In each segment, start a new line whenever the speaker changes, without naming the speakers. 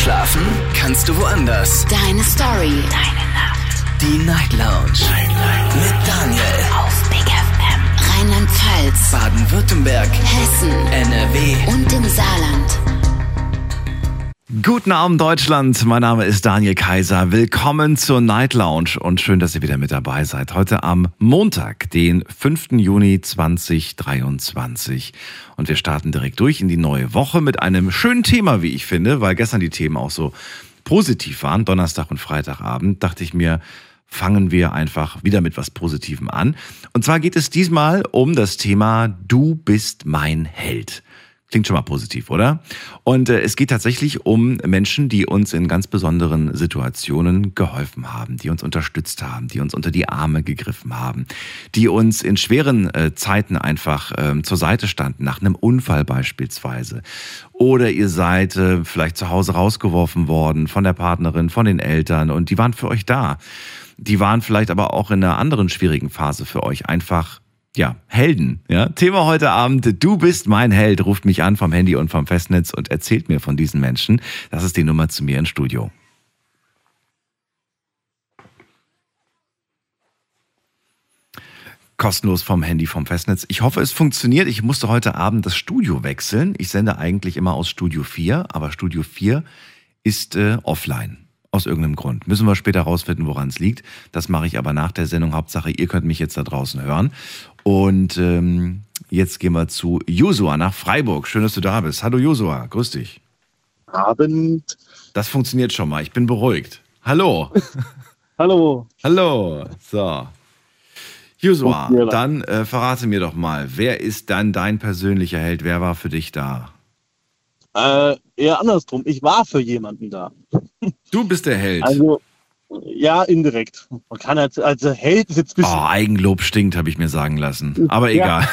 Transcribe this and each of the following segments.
Schlafen kannst du woanders.
Deine Story. Deine Nacht.
Die Night Lounge. Mit Daniel.
Auf Big FM. Rheinland-Pfalz.
Baden-Württemberg.
Hessen.
NRW.
Und im Saarland.
Guten Abend, Deutschland. Mein Name ist Daniel Kaiser. Willkommen zur Night Lounge und schön, dass ihr wieder mit dabei seid. Heute am Montag, den 5. Juni 2023. Und wir starten direkt durch in die neue Woche mit einem schönen Thema, wie ich finde, weil gestern die Themen auch so positiv waren, Donnerstag und Freitagabend, dachte ich mir, fangen wir einfach wieder mit was Positivem an. Und zwar geht es diesmal um das Thema Du bist mein Held. Klingt schon mal positiv, oder? Und es geht tatsächlich um Menschen, die uns in ganz besonderen Situationen geholfen haben, die uns unterstützt haben, die uns unter die Arme gegriffen haben, die uns in schweren Zeiten einfach zur Seite standen, nach einem Unfall beispielsweise. Oder ihr seid vielleicht zu Hause rausgeworfen worden von der Partnerin, von den Eltern und die waren für euch da. Die waren vielleicht aber auch in einer anderen schwierigen Phase für euch einfach Helden. Ja? Thema heute Abend, du bist mein Held, ruft mich an vom Handy und vom Festnetz und erzählt mir von diesen Menschen. Das ist die Nummer zu mir ins Studio. Kostenlos vom Handy, vom Festnetz. Ich hoffe, es funktioniert. Ich musste heute Abend das Studio wechseln. Ich sende eigentlich immer aus Studio 4, aber Studio 4 ist offline. Aus irgendeinem Grund. Müssen wir später rausfinden, woran es liegt. Das mache ich aber nach der Sendung. Hauptsache, ihr könnt mich jetzt da draußen hören. Und jetzt gehen wir zu Josua nach Freiburg. Schön, dass du da bist. Hallo Josua, grüß dich.
Abend.
Das funktioniert schon mal. Ich bin beruhigt. Hallo.
Hallo.
Hallo. So. Josua, dann verrate mir doch mal, wer ist dann dein persönlicher Held? Wer war für dich da?
Eher andersrum. Ich war für jemanden da.
Du bist der Held.
Also, ja, indirekt. Man kann als Held jetzt ein bisschen...
Eigenlob stinkt, habe ich mir sagen lassen. Aber egal.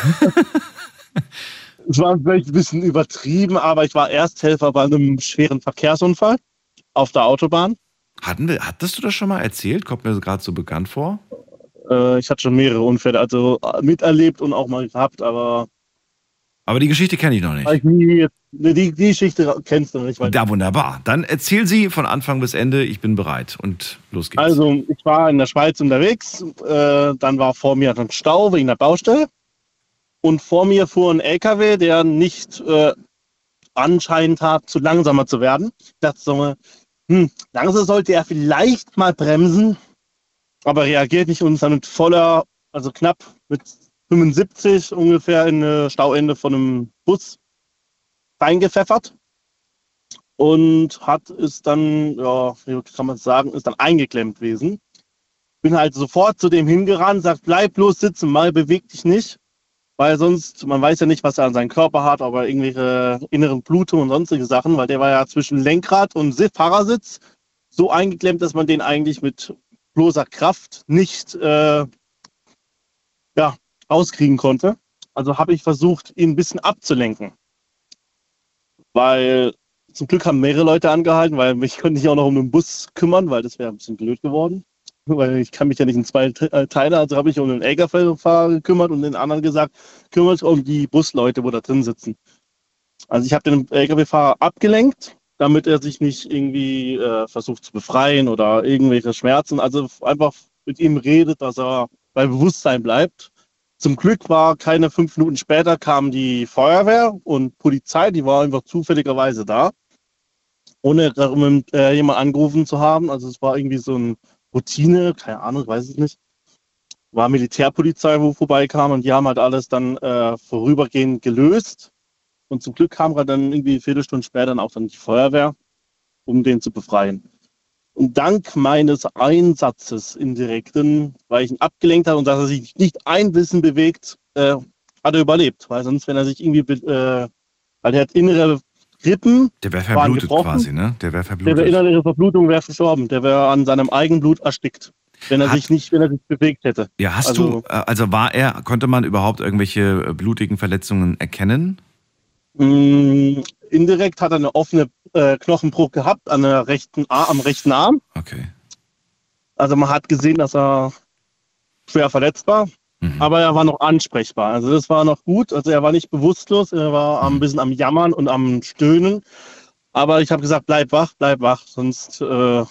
Es war vielleicht ein bisschen übertrieben, aber ich war Ersthelfer bei einem schweren Verkehrsunfall auf der Autobahn.
Hattest du das schon mal erzählt? Kommt mir gerade so bekannt vor.
Ich hatte schon mehrere Unfälle, also miterlebt und auch mal gehabt, aber
die Geschichte kenne ich noch nicht.
Die Geschichte kennst du noch nicht.
Ja, wunderbar. Dann erzähl sie von Anfang bis Ende. Ich bin bereit. Und los geht's.
Also, ich war in der Schweiz unterwegs. Dann war vor mir ein Stau wegen der Baustelle. Und vor mir fuhr ein LKW, der nicht anscheinend hat, zu langsamer zu werden. Ich dachte so, langsam sollte er vielleicht mal bremsen. Aber reagiert nicht und ist dann knapp mit 75 ungefähr in eine Stauende von einem Bus reingepfeffert und ist dann eingeklemmt gewesen. Bin halt sofort zu dem hingerannt, sagt, bleib bloß sitzen, mal beweg dich nicht, weil sonst, man weiß ja nicht, was er an seinem Körper hat, aber irgendwelche inneren Blutungen und sonstige Sachen, weil der war ja zwischen Lenkrad und Fahrersitz so eingeklemmt, dass man den eigentlich mit bloßer Kraft nicht rauskriegen konnte. Also habe ich versucht, ihn ein bisschen abzulenken. Weil zum Glück haben mehrere Leute angehalten, weil mich konnte ich auch noch um den Bus kümmern, weil das wäre ein bisschen blöd geworden. Weil ich kann mich ja nicht in zwei Teile, also habe ich um den LKW-Fahrer gekümmert und den anderen gesagt, kümmert um die Busleute, wo da drin sitzen. Also ich habe den LKW-Fahrer abgelenkt, damit er sich nicht irgendwie versucht zu befreien oder irgendwelche Schmerzen. Also einfach mit ihm redet, dass er bei Bewusstsein bleibt. Zum Glück war keine 5 Minuten später kam die Feuerwehr und Polizei, die war einfach zufälligerweise da, ohne jemand angerufen zu haben. Also es war irgendwie so eine Routine, keine Ahnung, weiß ich nicht. War Militärpolizei, wo vorbeikam und die haben halt alles dann vorübergehend gelöst. Und zum Glück kam dann irgendwie 1 Viertelstunde später dann auch dann die Feuerwehr, um den zu befreien. Und dank meines Einsatzes indirekten, weil ich ihn abgelenkt habe und dass er sich nicht ein bisschen bewegt, hat er überlebt. Weil sonst, wenn er sich irgendwie, weil der hat innere Rippen.
Der wäre verblutet quasi, ne? Der wäre verblutet.
Der wäre innere Verblutung, wäre verstorben. Der wäre an seinem Eigenblut erstickt. Wenn er sich bewegt hätte.
Ja, konnte man überhaupt irgendwelche blutigen Verletzungen erkennen?
Indirekt hat er eine offene Knochenbruch gehabt am rechten Arm.
Okay.
Also man hat gesehen, dass er schwer verletzt war, aber er war noch ansprechbar. Also das war noch gut. Also er war nicht bewusstlos, er war ein bisschen am Jammern und am Stöhnen. Aber ich habe gesagt, bleib wach, sonst wäre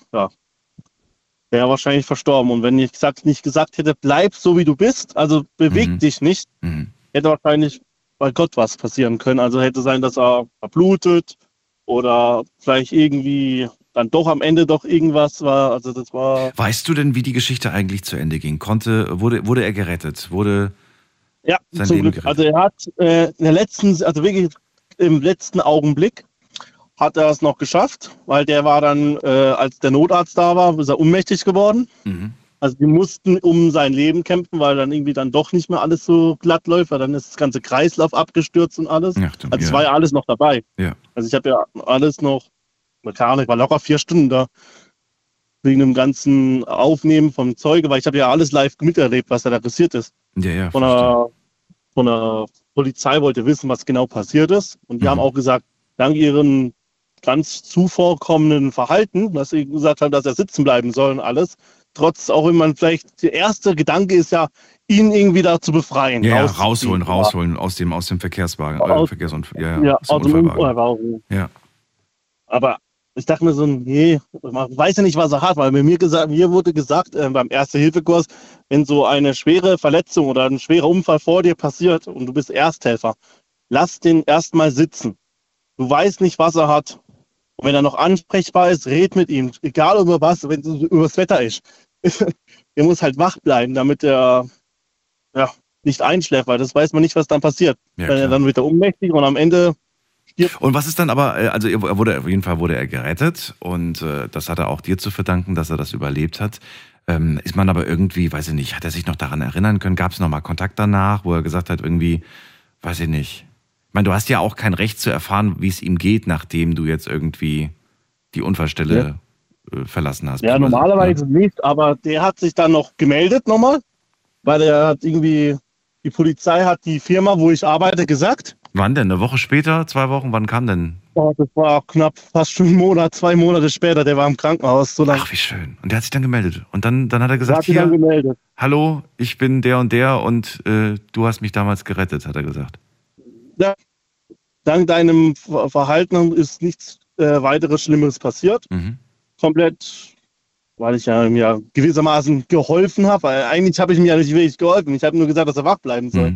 er wahrscheinlich verstorben. Und wenn ich nicht gesagt hätte, bleib so wie du bist, also beweg dich nicht, hätte wahrscheinlich bei Gott was passieren können. Also hätte sein, dass er verblutet oder vielleicht irgendwie dann doch am Ende doch irgendwas war. Also das war.
Weißt du denn, wie die Geschichte eigentlich zu Ende ging? Wurde er gerettet? Wurde
Ja,
sein
zum
Leben
Glück.
gerettet?
Also er hat wirklich im letzten Augenblick hat er es noch geschafft, weil der war dann, als der Notarzt da war, ist er ohnmächtig geworden. Also die mussten um sein Leben kämpfen, weil dann irgendwie dann doch nicht mehr alles so glatt läuft, weil dann ist das ganze Kreislauf abgestürzt und alles.
Ja, stimmt,
Also es war ja alles noch dabei.
Ja.
Also ich habe ja alles noch, keine Ahnung, ich war locker 4 Stunden da wegen dem ganzen Aufnehmen vom Zeuge, weil ich habe ja alles live miterlebt, was da passiert ist.
Ja,
Von der Polizei wollte wissen, was genau passiert ist. Und die haben auch gesagt, dank ihrem ganz zuvorkommenden Verhalten, dass sie gesagt haben, dass er sitzen bleiben soll und alles, trotz auch wenn man vielleicht, der erste Gedanke ist ja, ihn irgendwie da zu befreien.
Ja, rausholen aus dem Verkehrswagen. Aus
dem Unfallwagen.
Ja.
Aber ich dachte mir so, nee, man weiß ja nicht, was er hat, weil mir wurde gesagt beim Erste-Hilfe-Kurs, wenn so eine schwere Verletzung oder ein schwerer Unfall vor dir passiert und du bist Ersthelfer, lass den erstmal sitzen. Du weißt nicht, was er hat. Und wenn er noch ansprechbar ist, red mit ihm. Egal über was, wenn es über das Wetter ist. Er muss halt wach bleiben, damit er nicht einschläft, weil das weiß man nicht, was dann passiert.
Ja,
wenn er dann wird er ohnmächtig und am Ende stirbt.
Und was ist dann aber, also auf jeden Fall wurde er gerettet und das hat er auch dir zu verdanken, dass er das überlebt hat. Ist man aber irgendwie, weiß ich nicht, hat er sich noch daran erinnern können? Gab es noch mal Kontakt danach, wo er gesagt hat, irgendwie, weiß ich nicht. Ich meine, du hast ja auch kein Recht zu erfahren, wie es ihm geht, nachdem du jetzt irgendwie die Unfallstelle verlassen hast.
Ja, normalerweise nicht, aber der hat sich dann noch gemeldet nochmal, weil er hat irgendwie, die Polizei hat die Firma, wo ich arbeite, gesagt.
Wann denn? Eine Woche später? 2 Wochen? Wann kam denn?
Oh, das war knapp fast schon 1 Monat, 2 Monate später, der war im Krankenhaus. So
Ach, wie schön. Und der hat sich dann gemeldet. Und dann hat er gesagt,
hier,
hallo, ich bin der und du hast mich damals gerettet, hat er gesagt.
Ja, dank deinem Verhalten ist nichts weiteres Schlimmeres passiert. Komplett, weil ich ja mir gewissermaßen geholfen habe, weil eigentlich habe ich mir ja nicht wirklich geholfen. Ich habe nur gesagt, dass er wach bleiben soll.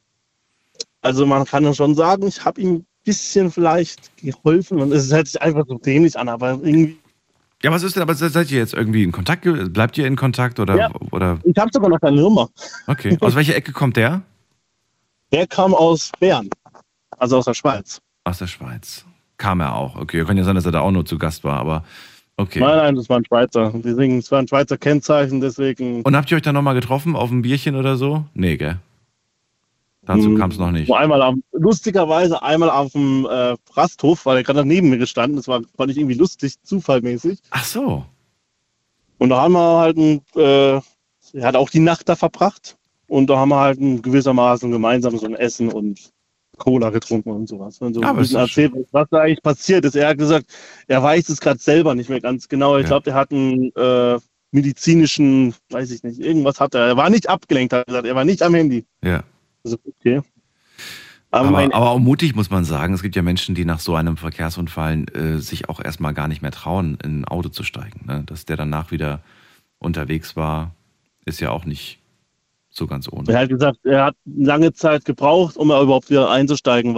Also man kann ja schon sagen, ich habe ihm ein bisschen vielleicht geholfen und es hört sich einfach so dämlich an, aber irgendwie.
Ja, was ist denn, aber seid ihr jetzt irgendwie in Kontakt? Bleibt ihr in Kontakt oder?
Ja,
oder?
Ich habe sogar noch keine Nummer.
Okay, aus welcher Ecke kommt der?
Der kam aus Bern, also aus der Schweiz.
Aus der Schweiz. Kam er auch. Okay, kann ja sein, dass er da auch nur zu Gast war, aber okay.
Nein, das war ein Schweizer. Deswegen, es war ein Schweizer Kennzeichen, deswegen.
Und habt ihr euch dann nochmal getroffen auf ein Bierchen oder so? Nee, gell? Dazu kam es noch nicht.
Lustigerweise einmal auf dem Rasthof, weil er gerade neben mir gestanden. Das fand ich irgendwie lustig, zufallmäßig.
Ach so.
Und da haben wir halt er hat auch die Nacht da verbracht. Und da haben wir halt gewissermaßen gemeinsam so ein Essen und Cola getrunken und sowas. Und so ein bisschen erzählt, was da eigentlich passiert ist. Er hat gesagt, er weiß es gerade selber nicht mehr ganz genau. Ich glaube, der hat einen medizinischen, weiß ich nicht, irgendwas hat er. Er war nicht abgelenkt, hat er gesagt. Er war nicht am Handy.
Ja.
Also, okay.
Aber auch mutig muss man sagen. Es gibt ja Menschen, die nach so einem Verkehrsunfall sich auch erstmal gar nicht mehr trauen, in ein Auto zu steigen. Ne? Dass der danach wieder unterwegs war, ist ja auch nicht so ganz ohne.
Er hat gesagt, er hat lange Zeit gebraucht, um überhaupt wieder einzusteigen,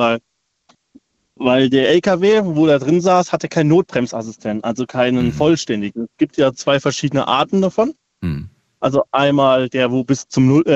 weil der LKW, wo er drin saß, hatte keinen Notbremsassistent, also keinen vollständigen. Es gibt ja 2 verschiedene Arten davon. Also einmal der, wo bis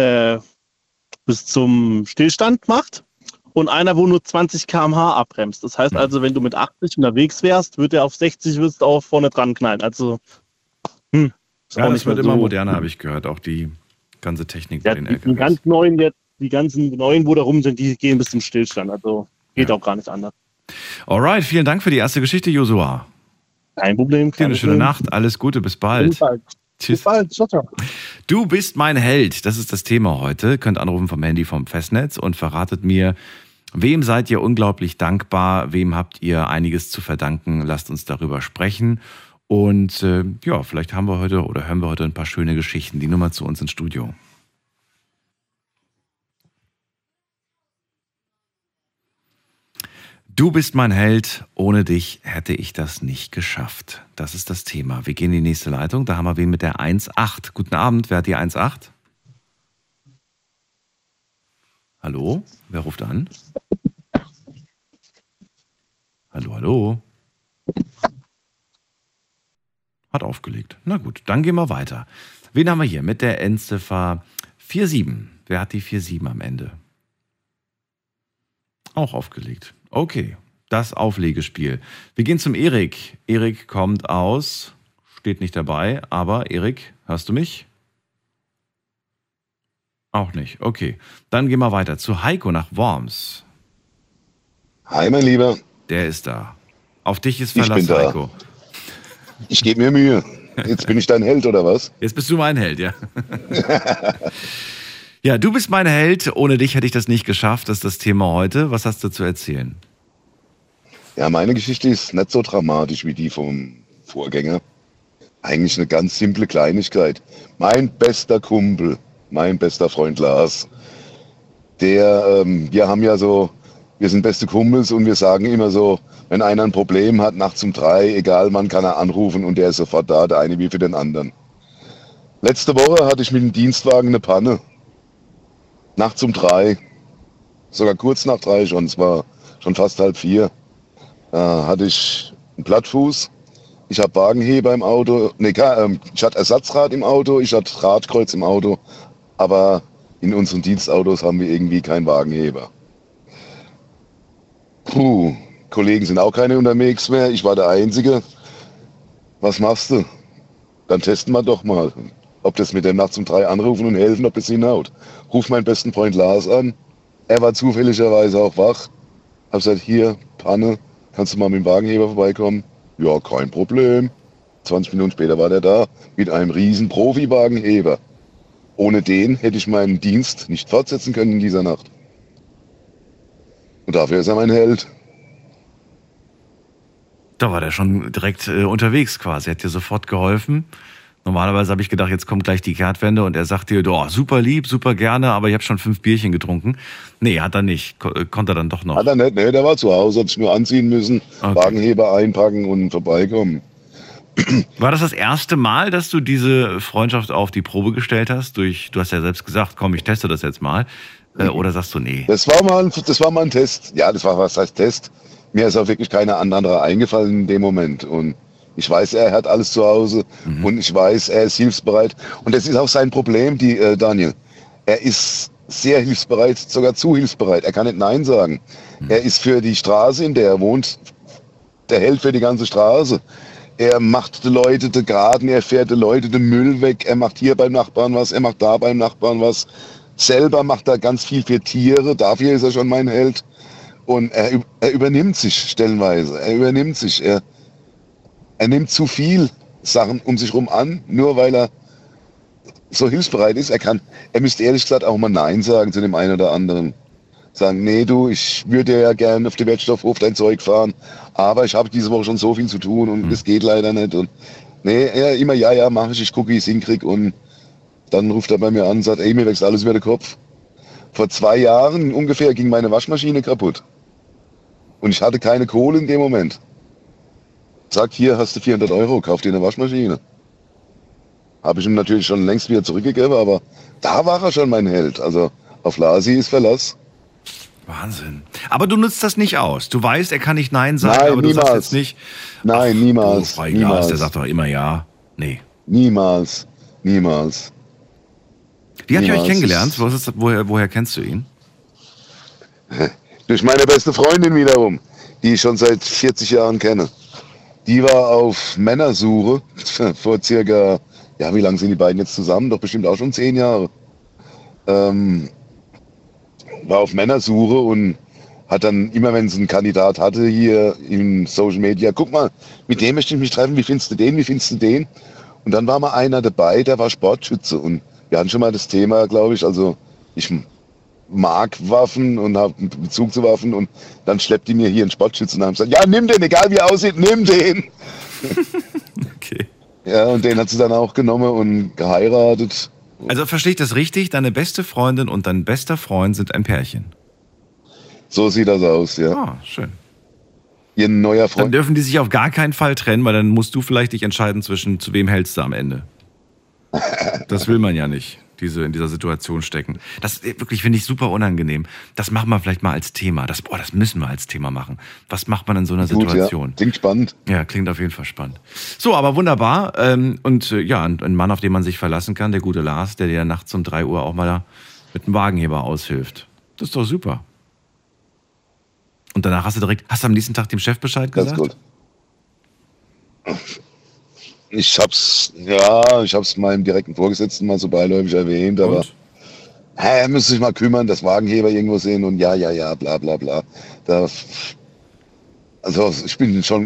zum Stillstand macht und einer, wo nur 20 km/h abbremst. Das heißt also, wenn du mit 80 unterwegs wärst, wird er auf 60 wirst du auch vorne dran knallen. Also
das wird immer moderner, habe ich gehört, auch die ganze Technik bei den LKWs.
Die ganzen neuen, wo da rum sind, die gehen bis zum Stillstand. Also geht auch gar nicht anders.
Alright, vielen Dank für die erste Geschichte, Josua.
Kein Problem.
Eine schöne Nacht, alles Gute, bis bald. Tschüss.
Bis bald, ciao.
Du bist mein Held, das ist das Thema heute. Könnt anrufen vom Handy vom Festnetz und verratet mir, wem seid ihr unglaublich dankbar, wem habt ihr einiges zu verdanken, lasst uns darüber sprechen. Und vielleicht hören wir heute ein paar schöne Geschichten. Die Nummer zu uns ins Studio. Du bist mein Held, ohne dich hätte ich das nicht geschafft. Das ist das Thema. Wir gehen in die nächste Leitung, da haben wir wen mit der 1.8. Guten Abend, wer hat die 1.8? Hallo, wer ruft an? Hallo. Hat aufgelegt. Na gut, dann gehen wir weiter. Wen haben wir hier mit der Endziffer 47? Wer hat die 47 am Ende? Auch aufgelegt. Okay, das Auflegespiel. Wir gehen zum Erik. Erik kommt aus, steht nicht dabei, aber Erik, hörst du mich? Auch nicht, okay. Dann gehen wir weiter zu Heiko nach Worms.
Hi, mein Lieber.
Der ist da. Auf dich ist Verlass,
Ich bin da.
Heiko.
Ich gebe mir Mühe. Jetzt bin ich dein Held, oder was?
Jetzt bist du mein Held, ja. Ja, du bist mein Held. Ohne dich hätte ich das nicht geschafft. Das ist das Thema heute. Was hast du zu erzählen?
Ja, meine Geschichte ist nicht so dramatisch wie die vom Vorgänger. Eigentlich eine ganz simple Kleinigkeit. Mein bester Kumpel, mein bester Freund Lars, wir sind beste Kumpels und wir sagen immer so, wenn einer ein Problem hat, nachts um 3, egal wann, kann er anrufen und der ist sofort da, der eine wie für den anderen. Letzte Woche hatte ich mit dem Dienstwagen eine Panne. Nachts um 3, sogar kurz nach 3 schon, es war schon fast 3:30. Hatte ich einen Plattfuß, ich habe Wagenheber im Auto, ich hatte Ersatzrad im Auto, ich hatte Radkreuz im Auto, aber in unseren Dienstautos haben wir irgendwie keinen Wagenheber. Kollegen sind auch keine unterwegs mehr, ich war der Einzige. Was machst du? Dann testen wir doch mal, ob das mit dem nachts um 3 anrufen und helfen, ob das hinhaut. Ruf meinen besten Freund Lars an, er war zufälligerweise auch wach. Hab gesagt, hier, Panne, kannst du mal mit dem Wagenheber vorbeikommen? Ja, kein Problem. 20 Minuten später war der da, mit einem riesen Profi-Wagenheber. Ohne den hätte ich meinen Dienst nicht fortsetzen können in dieser Nacht. Und dafür ist er mein Held.
Da war der schon direkt unterwegs quasi, hat dir sofort geholfen. Normalerweise habe ich gedacht, jetzt kommt gleich die Kehrtwende und er sagt dir, oh, super lieb, super gerne, aber ich habe schon 5 Bierchen getrunken. Nee, hat er nicht. Konnte er dann doch noch.
Hat er nicht, nee, der war zu Hause, hat sich nur anziehen müssen, okay. Wagenheber einpacken und vorbeikommen.
War das erste Mal, dass du diese Freundschaft auf die Probe gestellt hast? Du hast ja selbst gesagt, komm, ich teste das jetzt mal. Oder sagst du, nee?
Das war mal ein Test. Ja, was heißt Test? Mir ist auch wirklich keiner andere eingefallen in dem Moment. Und ich weiß, er hat alles zu Hause. Und ich weiß, er ist hilfsbereit. Und das ist auch sein Problem, Daniel. Er ist sehr hilfsbereit, sogar zu hilfsbereit. Er kann nicht Nein sagen. Er ist für die Straße, in der er wohnt, der Held für die ganze Straße. Er macht die Leute den Garten, er fährt die Leute den Müll weg, er macht hier beim Nachbarn was, er macht da beim Nachbarn was. Selber macht er ganz viel für Tiere, dafür ist er schon mein Held. Und er übernimmt sich stellenweise, er nimmt zu viel Sachen um sich rum an, nur weil er so hilfsbereit ist. Er müsste ehrlich gesagt auch mal Nein sagen zu dem einen oder anderen. Sagen, nee du, ich würde ja gerne auf den Wertstoffhof dein Zeug fahren, aber ich habe diese Woche schon so viel zu tun und es geht leider nicht. Und nee, er immer, ja, mache ich gucke, wie ich es hinkriege. Und dann ruft er bei mir an und sagt, ey, mir wächst alles über den Kopf. Vor 2 Jahren ungefähr ging meine Waschmaschine kaputt. Und ich hatte keine Kohle in dem Moment. Sagt, hier hast du 400 €, kauf dir eine Waschmaschine. Habe ich ihm natürlich schon längst wieder zurückgegeben, aber da war er schon mein Held. Also auf Lasi ist Verlass.
Wahnsinn. Aber du nutzt das nicht aus. Du weißt, er kann nicht Nein sagen,
Nein,
aber
niemals.
Du sagst jetzt nicht.
Nein, niemals.
Niemals. Der sagt doch immer ja. Nee.
Niemals.
Wie habt ihr euch kennengelernt? Woher kennst du ihn?
Durch meine beste Freundin wiederum, die ich schon seit 40 Jahren kenne. Die war auf Männersuche vor circa, ja, wie lange sind die beiden jetzt zusammen? Doch bestimmt auch schon 10 Jahre. War auf Männersuche und hat dann immer, wenn sie einen Kandidat hatte hier in Social Media, guck mal, mit dem möchte ich mich treffen, wie findest du den? Und dann war mal einer dabei, der war Sportschütze und wir hatten schon mal das Thema, glaube ich, also ich mag Waffen und habe einen Bezug zu Waffen und dann schleppt die mir hier einen Sportschützen und haben gesagt, ja, nimm den, egal wie er aussieht, nimm den.
Okay.
Ja, und den hat sie dann auch genommen und geheiratet.
Also verstehe ich das richtig? Deine beste Freundin und dein bester Freund sind ein Pärchen?
So sieht das aus, ja.
Ah, schön.
Ihr neuer
Dann
Freund?
dürfen die sich auf gar keinen Fall trennen, weil dann musst du vielleicht dich entscheiden zu wem hältst du am Ende. Das will man ja nicht, in dieser Situation stecken. Das wirklich finde ich super unangenehm. Das machen wir vielleicht mal als Thema. Das müssen wir als Thema machen. Was macht man in so einer Situation?
Ja. Klingt spannend.
Ja, klingt auf jeden Fall spannend. So, aber wunderbar. Ein Mann, auf den man sich verlassen kann, der gute Lars, der dir nachts um 3 Uhr auch mal mit dem Wagenheber aushilft. Das ist doch super. Und danach hast du am nächsten Tag dem Chef Bescheid gesagt?
Ganz gut. Ich hab's meinem direkten Vorgesetzten mal so beiläufig erwähnt, aber er müsste sich mal kümmern, dass Wagenheber irgendwo sehen und ja, bla bla bla. Also ich bin schon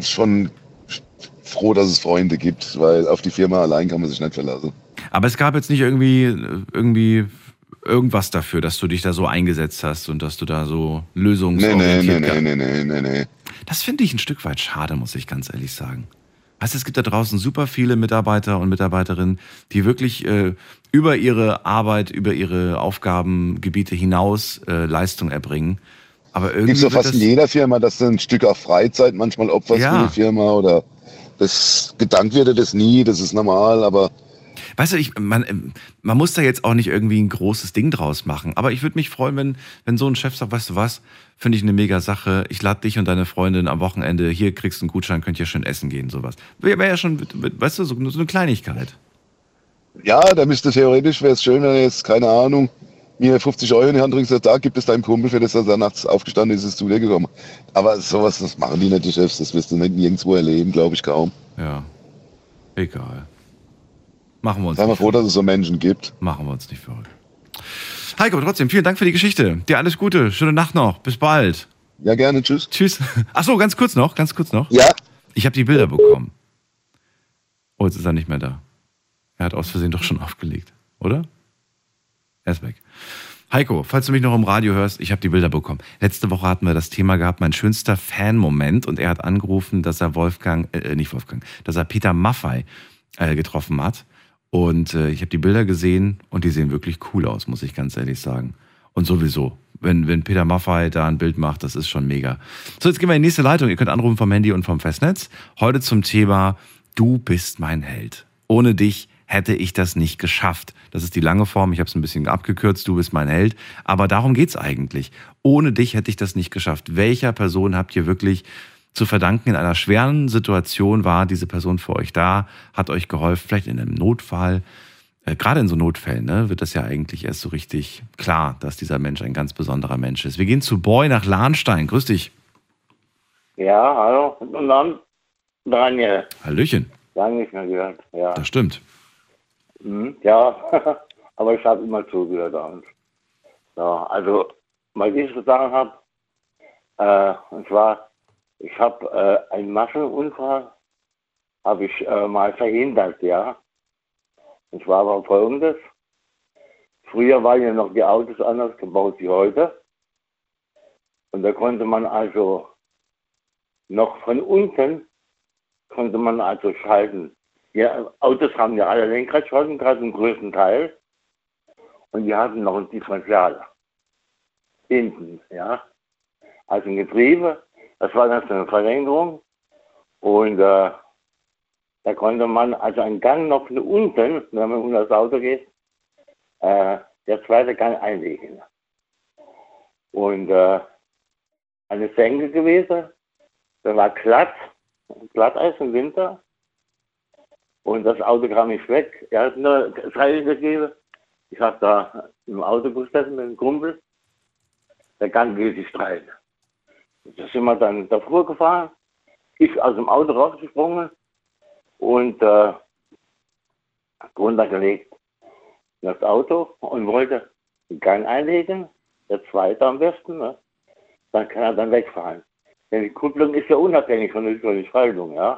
froh, dass es Freunde gibt, weil auf die Firma allein kann man sich nicht verlassen. Aber es gab jetzt nicht irgendwie irgendwas dafür, dass du dich da so eingesetzt hast und dass du da so lösungsorientiert Nee.
Das finde ich ein Stück weit schade, muss ich ganz ehrlich sagen. Weißt du, es gibt da draußen super viele Mitarbeiter und Mitarbeiterinnen, die wirklich über ihre Arbeit, über ihre Aufgabengebiete hinaus Leistung erbringen. Aber irgendwie gibt es doch fast in jeder Firma, dass du ein Stück auf Freizeit manchmal opferst für die Firma oder das gedankt wird das nie, das ist normal, aber weißt du, man muss da jetzt auch nicht irgendwie ein großes Ding draus machen. Aber ich würde mich freuen, wenn so ein Chef sagt, weißt du was, finde ich eine mega Sache. Ich lade dich und deine Freundin am Wochenende, hier kriegst du einen Gutschein, könnt ihr schön essen gehen, sowas. Wäre ja schon, weißt du, so eine Kleinigkeit. Ja, da müsste theoretisch, wäre es schön, wenn er jetzt, keine Ahnung, mir 50 € in die Hand bringt, sagt, da gibt es deinem Kumpel, für das er nachts aufgestanden ist, zu dir gekommen. Aber sowas, das machen die nicht, die Chefs, das wirst du nicht nirgendwo erleben, glaube ich kaum. Ja, egal. Machen wir uns. Sei mal froh, dass es so Menschen gibt. Machen wir uns nicht verrückt. Heiko, trotzdem, vielen Dank für die Geschichte. Dir alles Gute, schöne Nacht noch. Bis bald. Ja, gerne. Tschüss. Tschüss. Achso, ganz kurz noch. Ja. Ich habe die Bilder bekommen. Oh, jetzt ist er nicht mehr da. Er hat aus Versehen doch schon aufgelegt, oder? Er ist weg. Heiko, falls du mich noch im Radio hörst, ich habe die Bilder bekommen. Letzte Woche hatten wir das Thema gehabt, mein schönster Fan-Moment. Und er hat angerufen, dass er dass er Peter Maffay getroffen hat. Und ich habe die Bilder gesehen und die sehen wirklich cool aus, muss ich ganz ehrlich sagen. Und sowieso, wenn Peter Maffay da ein Bild macht, das ist schon mega. So, jetzt gehen wir in die nächste Leitung. Ihr könnt anrufen vom Handy und vom Festnetz. Heute zum Thema, du bist mein Held. Ohne dich hätte ich das nicht geschafft. Das ist die lange Form, ich habe es ein bisschen abgekürzt, du bist mein Held. Aber darum geht's eigentlich. Ohne dich hätte ich das nicht geschafft. Welcher Person habt ihr wirklich zu verdanken, in einer schweren Situation war diese Person für euch da, hat euch geholfen, vielleicht in einem Notfall. Gerade in so Notfällen wird das ja eigentlich erst so richtig klar, dass dieser Mensch ein ganz besonderer Mensch ist. Wir gehen zu Boy nach Lahnstein. Grüß dich.
Ja, hallo. Und dann Daniel.
Hallöchen.
Lange nicht mehr gehört. Ja.
Das stimmt.
Ja, aber ich habe immer zugehört. Ja, also, was ich gesagt habe, und zwar, ich habe einen Maschenunfall habe ich mal verhindert, ja. Und zwar aber Folgendes. Früher waren ja noch die Autos anders gebaut wie heute. Und da konnte man also noch von unten schalten. Ja, Autos haben ja alle Lenkradschalten, gerade im größten Teil. Und die hatten noch ein Differential. Hinten, ja. Also ein Getriebe. Das war dann so eine Verlängerung und da konnte man also einen Gang noch von unten, wenn man unter das Auto geht, der zweite Gang einlegen. Und eine Senke gewesen, da war Glatteis im Winter und das Auto kam nicht weg. Er hat nur Zeichen gegeben. Ich habe da im Auto gesessen mit dem Kumpel, der Gang geht sich rein. Da sind wir dann davor gefahren, ich aus dem Auto rausgesprungen und runtergelegt in das Auto und wollte den Gang einlegen, der zweite am besten, ne? Dann kann er dann wegfahren. Denn die Kupplung ist ja unabhängig von der Schaltung, ja.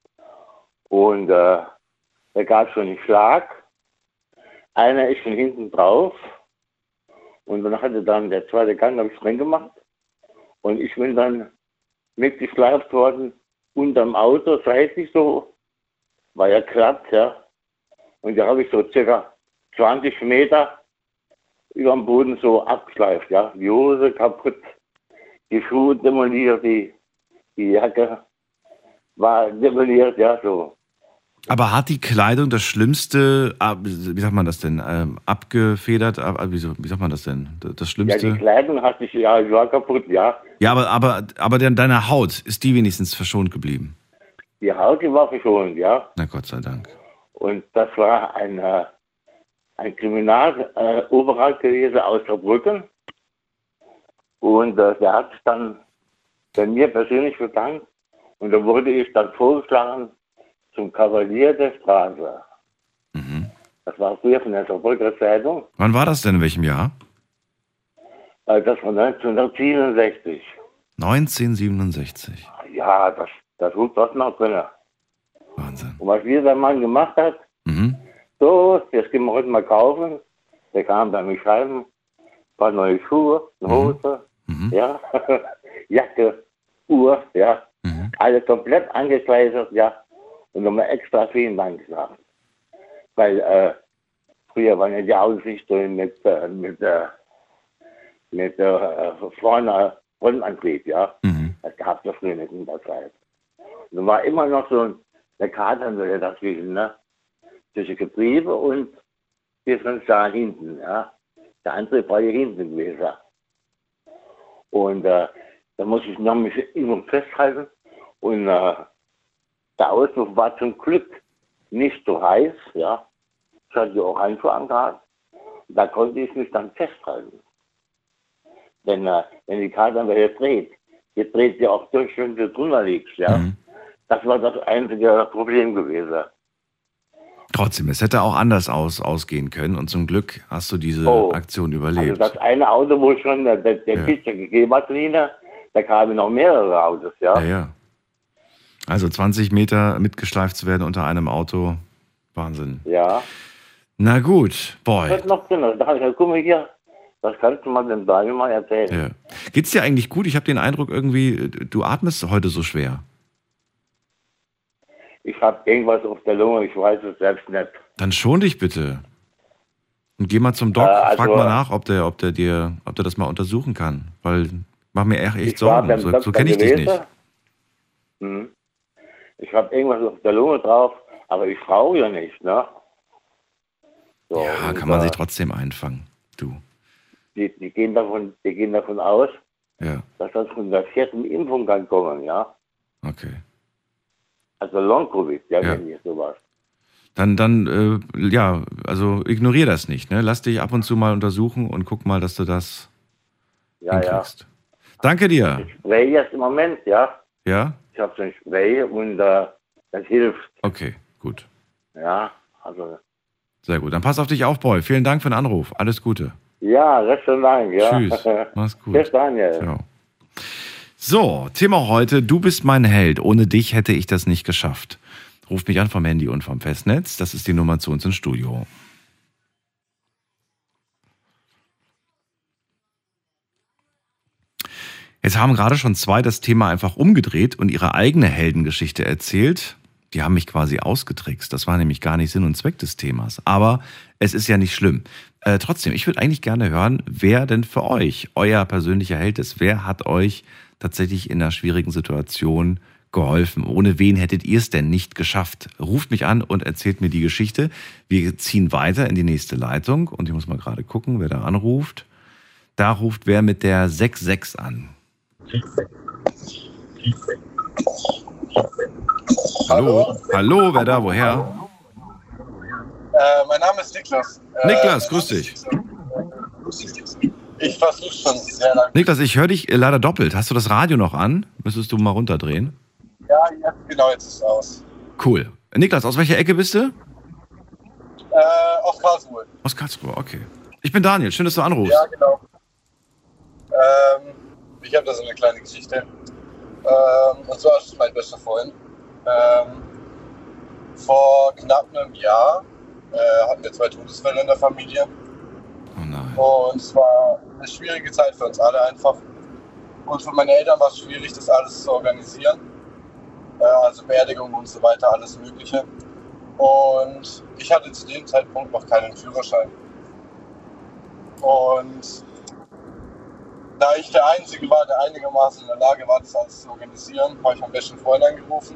Und da gab es schon einen Schlag, einer ist von hinten drauf und dann hatte dann der zweite Gang, habe ich drin gemacht. Und ich bin dann mitgeschleift worden unterm Auto, seitlich so, war ja glatt, ja. Und da habe ich so circa 20 Meter über dem Boden so abgeschleift, ja. Die Hose kaputt, die Schuhe demoliert, die die Jacke war demoliert, ja, so.
Aber hat die Kleidung das Schlimmste, wie sagt man das denn, abgefedert? Wie sagt man das denn? Das
Ja,
Schlimmste?
die Kleidung hat sich, ja, war kaputt, ja.
Ja, aber deine Haut, ist die wenigstens verschont geblieben?
Die Haut, die war verschont, ja.
Na Gott sei Dank.
Und das war ein Kriminaloberrat gewesen aus Saarbrücken. Und der hat sich dann bei mir persönlich bedankt. Und da wurde ich dann vorgeschlagen zum Kavalier der Straße.
Mhm.
Das war früher von der Saarbrücker Zeitung.
Wann war das denn, in welchem Jahr?
Das war 1967.
1967.
Ja, das muss das noch können.
Wahnsinn.
Und was dieser Mann gemacht hat,
Mhm.
so, jetzt gehen wir heute mal kaufen. Der kam dann mit Scheiben, ein paar neue Schuhe, eine Hose,
Mhm.
ja, Jacke, Uhr, ja.
Mhm.
Alles komplett angekleidet, ja. Und nochmal extra vielen Dank gesagt. Weil früher waren ja die Autos nicht so mit vorne Frontantrieb, ja.
Mhm.
Das gab es ja früher nicht in der Zeit. Und da war immer noch so eine Karte dazwischen, ne? Zwischen Getriebe und Differential hinten, ja. Der Antrieb war hier hinten gewesen. Und da muss ich noch mich immer festhalten. Und der Auspuff war zum Glück nicht so heiß, ja. Ich hatte ja auch Handschuhe angehabt. Da konnte ich mich dann festhalten. Denn wenn die Karte dann wieder dreht, jetzt dreht sie auch durch, wenn du drunter liegst, ja.
Mhm.
Das war das einzige Problem gewesen.
Trotzdem, es hätte auch anders ausgehen können und zum Glück hast du diese Aktion
Also
überlebt.
das eine Auto, wo schon der Pizza gegeben hat, Lina, da kamen noch mehrere Autos, ja.
Ja. Also 20 Meter mitgeschleift zu werden unter einem Auto, Wahnsinn.
Ja.
Na gut, boy.
Das ist noch drin. Da dachte ich, ja, guck mal hier, das kannst du mal dem Daniel mal erzählen.
Ja. Geht's dir eigentlich gut? Ich habe den Eindruck irgendwie, du atmest heute so schwer.
Ich habe irgendwas auf der Lunge, ich weiß es selbst nicht.
Dann schon dich bitte. Und geh mal zum Doc, frag mal nach, ob der das mal untersuchen kann. Weil, mach mir echt
Ich war
Sorgen.
beim
So
Doktor
kenne ich dich
gewesen.
nicht.
Ich habe irgendwas auf der Lunge drauf, aber ich rauche ja nicht, ne? So,
Ja,
und,
kann man sich trotzdem einfangen. Du.
die gehen davon aus,
Ja,
dass das von der 4. Impfung kann kommen, ja?
okay.
Also Long-Covid, ja,
Ja.
wenn nicht sowas.
Dann, ja, also ignorier das nicht, ne? Lass dich ab und zu mal untersuchen und guck mal, dass du das
Ja,
hinkriegst. Danke dir.
Ich spray jetzt im Moment, ja?
Ja?
Ich habe so ein Spray und das hilft,
Okay, gut.
ja? Also,
Sehr gut. Dann pass auf dich auf, Boy. Vielen Dank für den Anruf. Alles Gute.
ja, rechten Dank, ja.
Tschüss. Mach's gut.
Bis Daniel.
Ciao. So, Thema heute, du bist mein Held. Ohne dich hätte ich das nicht geschafft. Ruf mich an vom Handy und vom Festnetz. Das ist die Nummer zu uns ins Studio. Jetzt haben gerade schon 2 das Thema einfach umgedreht und ihre eigene Heldengeschichte erzählt. Die haben mich quasi ausgetrickst. Das war nämlich gar nicht Sinn und Zweck des Themas. Aber es ist ja nicht schlimm. Trotzdem, ich würde eigentlich gerne hören, wer denn für euch euer persönlicher Held ist. Wer hat euch tatsächlich in einer schwierigen Situation geholfen? Ohne wen hättet ihr es denn nicht geschafft? Ruft mich an und erzählt mir die Geschichte. Wir ziehen weiter in die nächste Leitung. Und ich muss mal gerade gucken, wer da anruft. Da ruft wer mit der 66 an. Hallo? Hallo, wer da, woher?
Mein Name ist Niklas.
Niklas, grüß dich.
Ich versuche schon sehr lange.
Niklas, ich höre dich leider doppelt. Hast du das Radio noch an? Müsstest du mal runterdrehen?
Ja, genau, jetzt ist es aus.
Cool. Niklas, aus welcher Ecke bist du?
Aus Karlsruhe.
Aus Karlsruhe, okay. Ich bin Daniel, schön, dass du anrufst.
Ja, genau. Ich habe da so eine kleine Geschichte. Und zwar ist es mein bester Freund. Vor knapp einem Jahr hatten wir 2 Todesfälle in der Familie.
Oh nein.
Und es war eine schwierige Zeit für uns alle einfach. Und für meine Eltern war es schwierig, das alles zu organisieren. Also Beerdigung und so weiter, alles Mögliche. Und ich hatte zu dem Zeitpunkt noch keinen Führerschein. Und da ich der Einzige war, der einigermaßen in der Lage war, das alles zu organisieren, habe ich meinen besten Freund angerufen,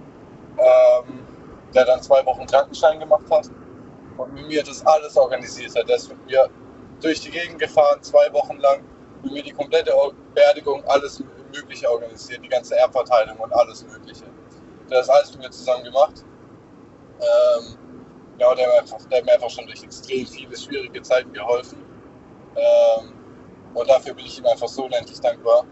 der dann 2 Wochen Krankenschein gemacht hat und mit mir das alles organisiert hat. Der ist mit mir durch die Gegend gefahren, 2 Wochen lang, mit mir die komplette Beerdigung, alles Mögliche organisiert, die ganze Erbverteilung und alles Mögliche. Der hat das alles mit mir zusammen gemacht. Ja, der hat mir einfach schon durch extrem viele schwierige Zeiten geholfen. Und dafür bin ich ihm einfach so unendlich dankbar.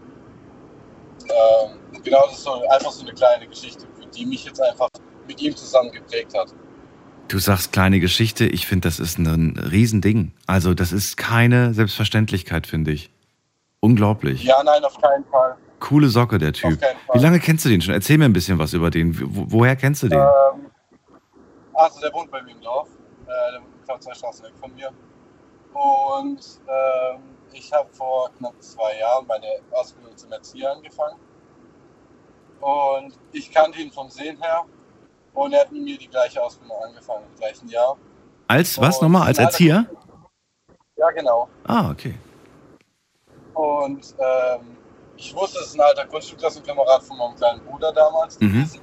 Genau, das ist einfach so eine kleine Geschichte, die mich jetzt einfach mit ihm zusammen geprägt hat.
Du sagst kleine Geschichte, ich finde, das ist ein Riesending. Also das ist keine Selbstverständlichkeit, finde ich. Unglaublich.
Ja, nein, auf keinen Fall.
Coole Socke, der Typ.
Auf keinen Fall.
Wie lange kennst du den schon? Erzähl mir ein bisschen was über den. Woher kennst du den?
Also der wohnt bei mir im Dorf. Der wohnt, glaube 2 Straßen weg von mir. Und ich habe vor knapp 2 Jahren meine Ausbildung zum Erzieher angefangen. Und ich kannte ihn vom Sehen her. Und er hat mit mir die gleiche Ausbildung angefangen, im gleichen Jahr.
Als, was nochmal? Als Erzieher?
Ja, genau.
Ah, okay.
Und ich wusste, es ist ein alter Grundschulklassenkamerad von meinem kleinen Bruder damals gewesen.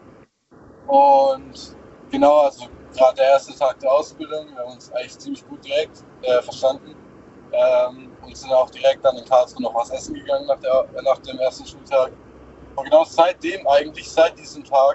Und genau, also gerade der erste Tag der Ausbildung, wir haben uns eigentlich ziemlich gut direkt verstanden. Und sind auch direkt dann in Karlsruhe noch was essen gegangen nach dem ersten Schultag. Und genau seit diesem Tag,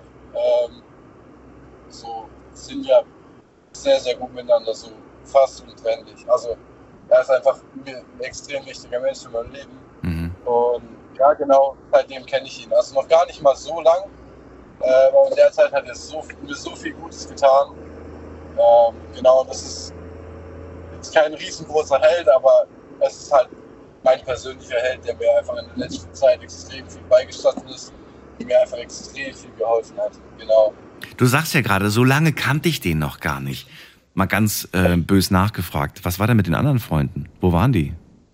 so sind wir sehr, sehr gut miteinander, so fast untrennlich. Also er ist einfach ein extrem wichtiger Mensch in meinem Leben. Und ja, genau, seitdem kenne ich ihn. Also noch gar nicht mal so lang, aber in der Zeit hat er mir so viel Gutes getan. Genau, das ist jetzt kein riesengroßer Held, aber es ist halt mein persönlicher Held, der mir einfach in der letzten Zeit extrem viel beigestanden ist, der mir einfach extrem viel geholfen hat. Genau.
Du sagst ja gerade, so lange kannte ich den noch gar nicht. Mal ganz bös nachgefragt. Was war denn mit den anderen Freunden? Wo waren die?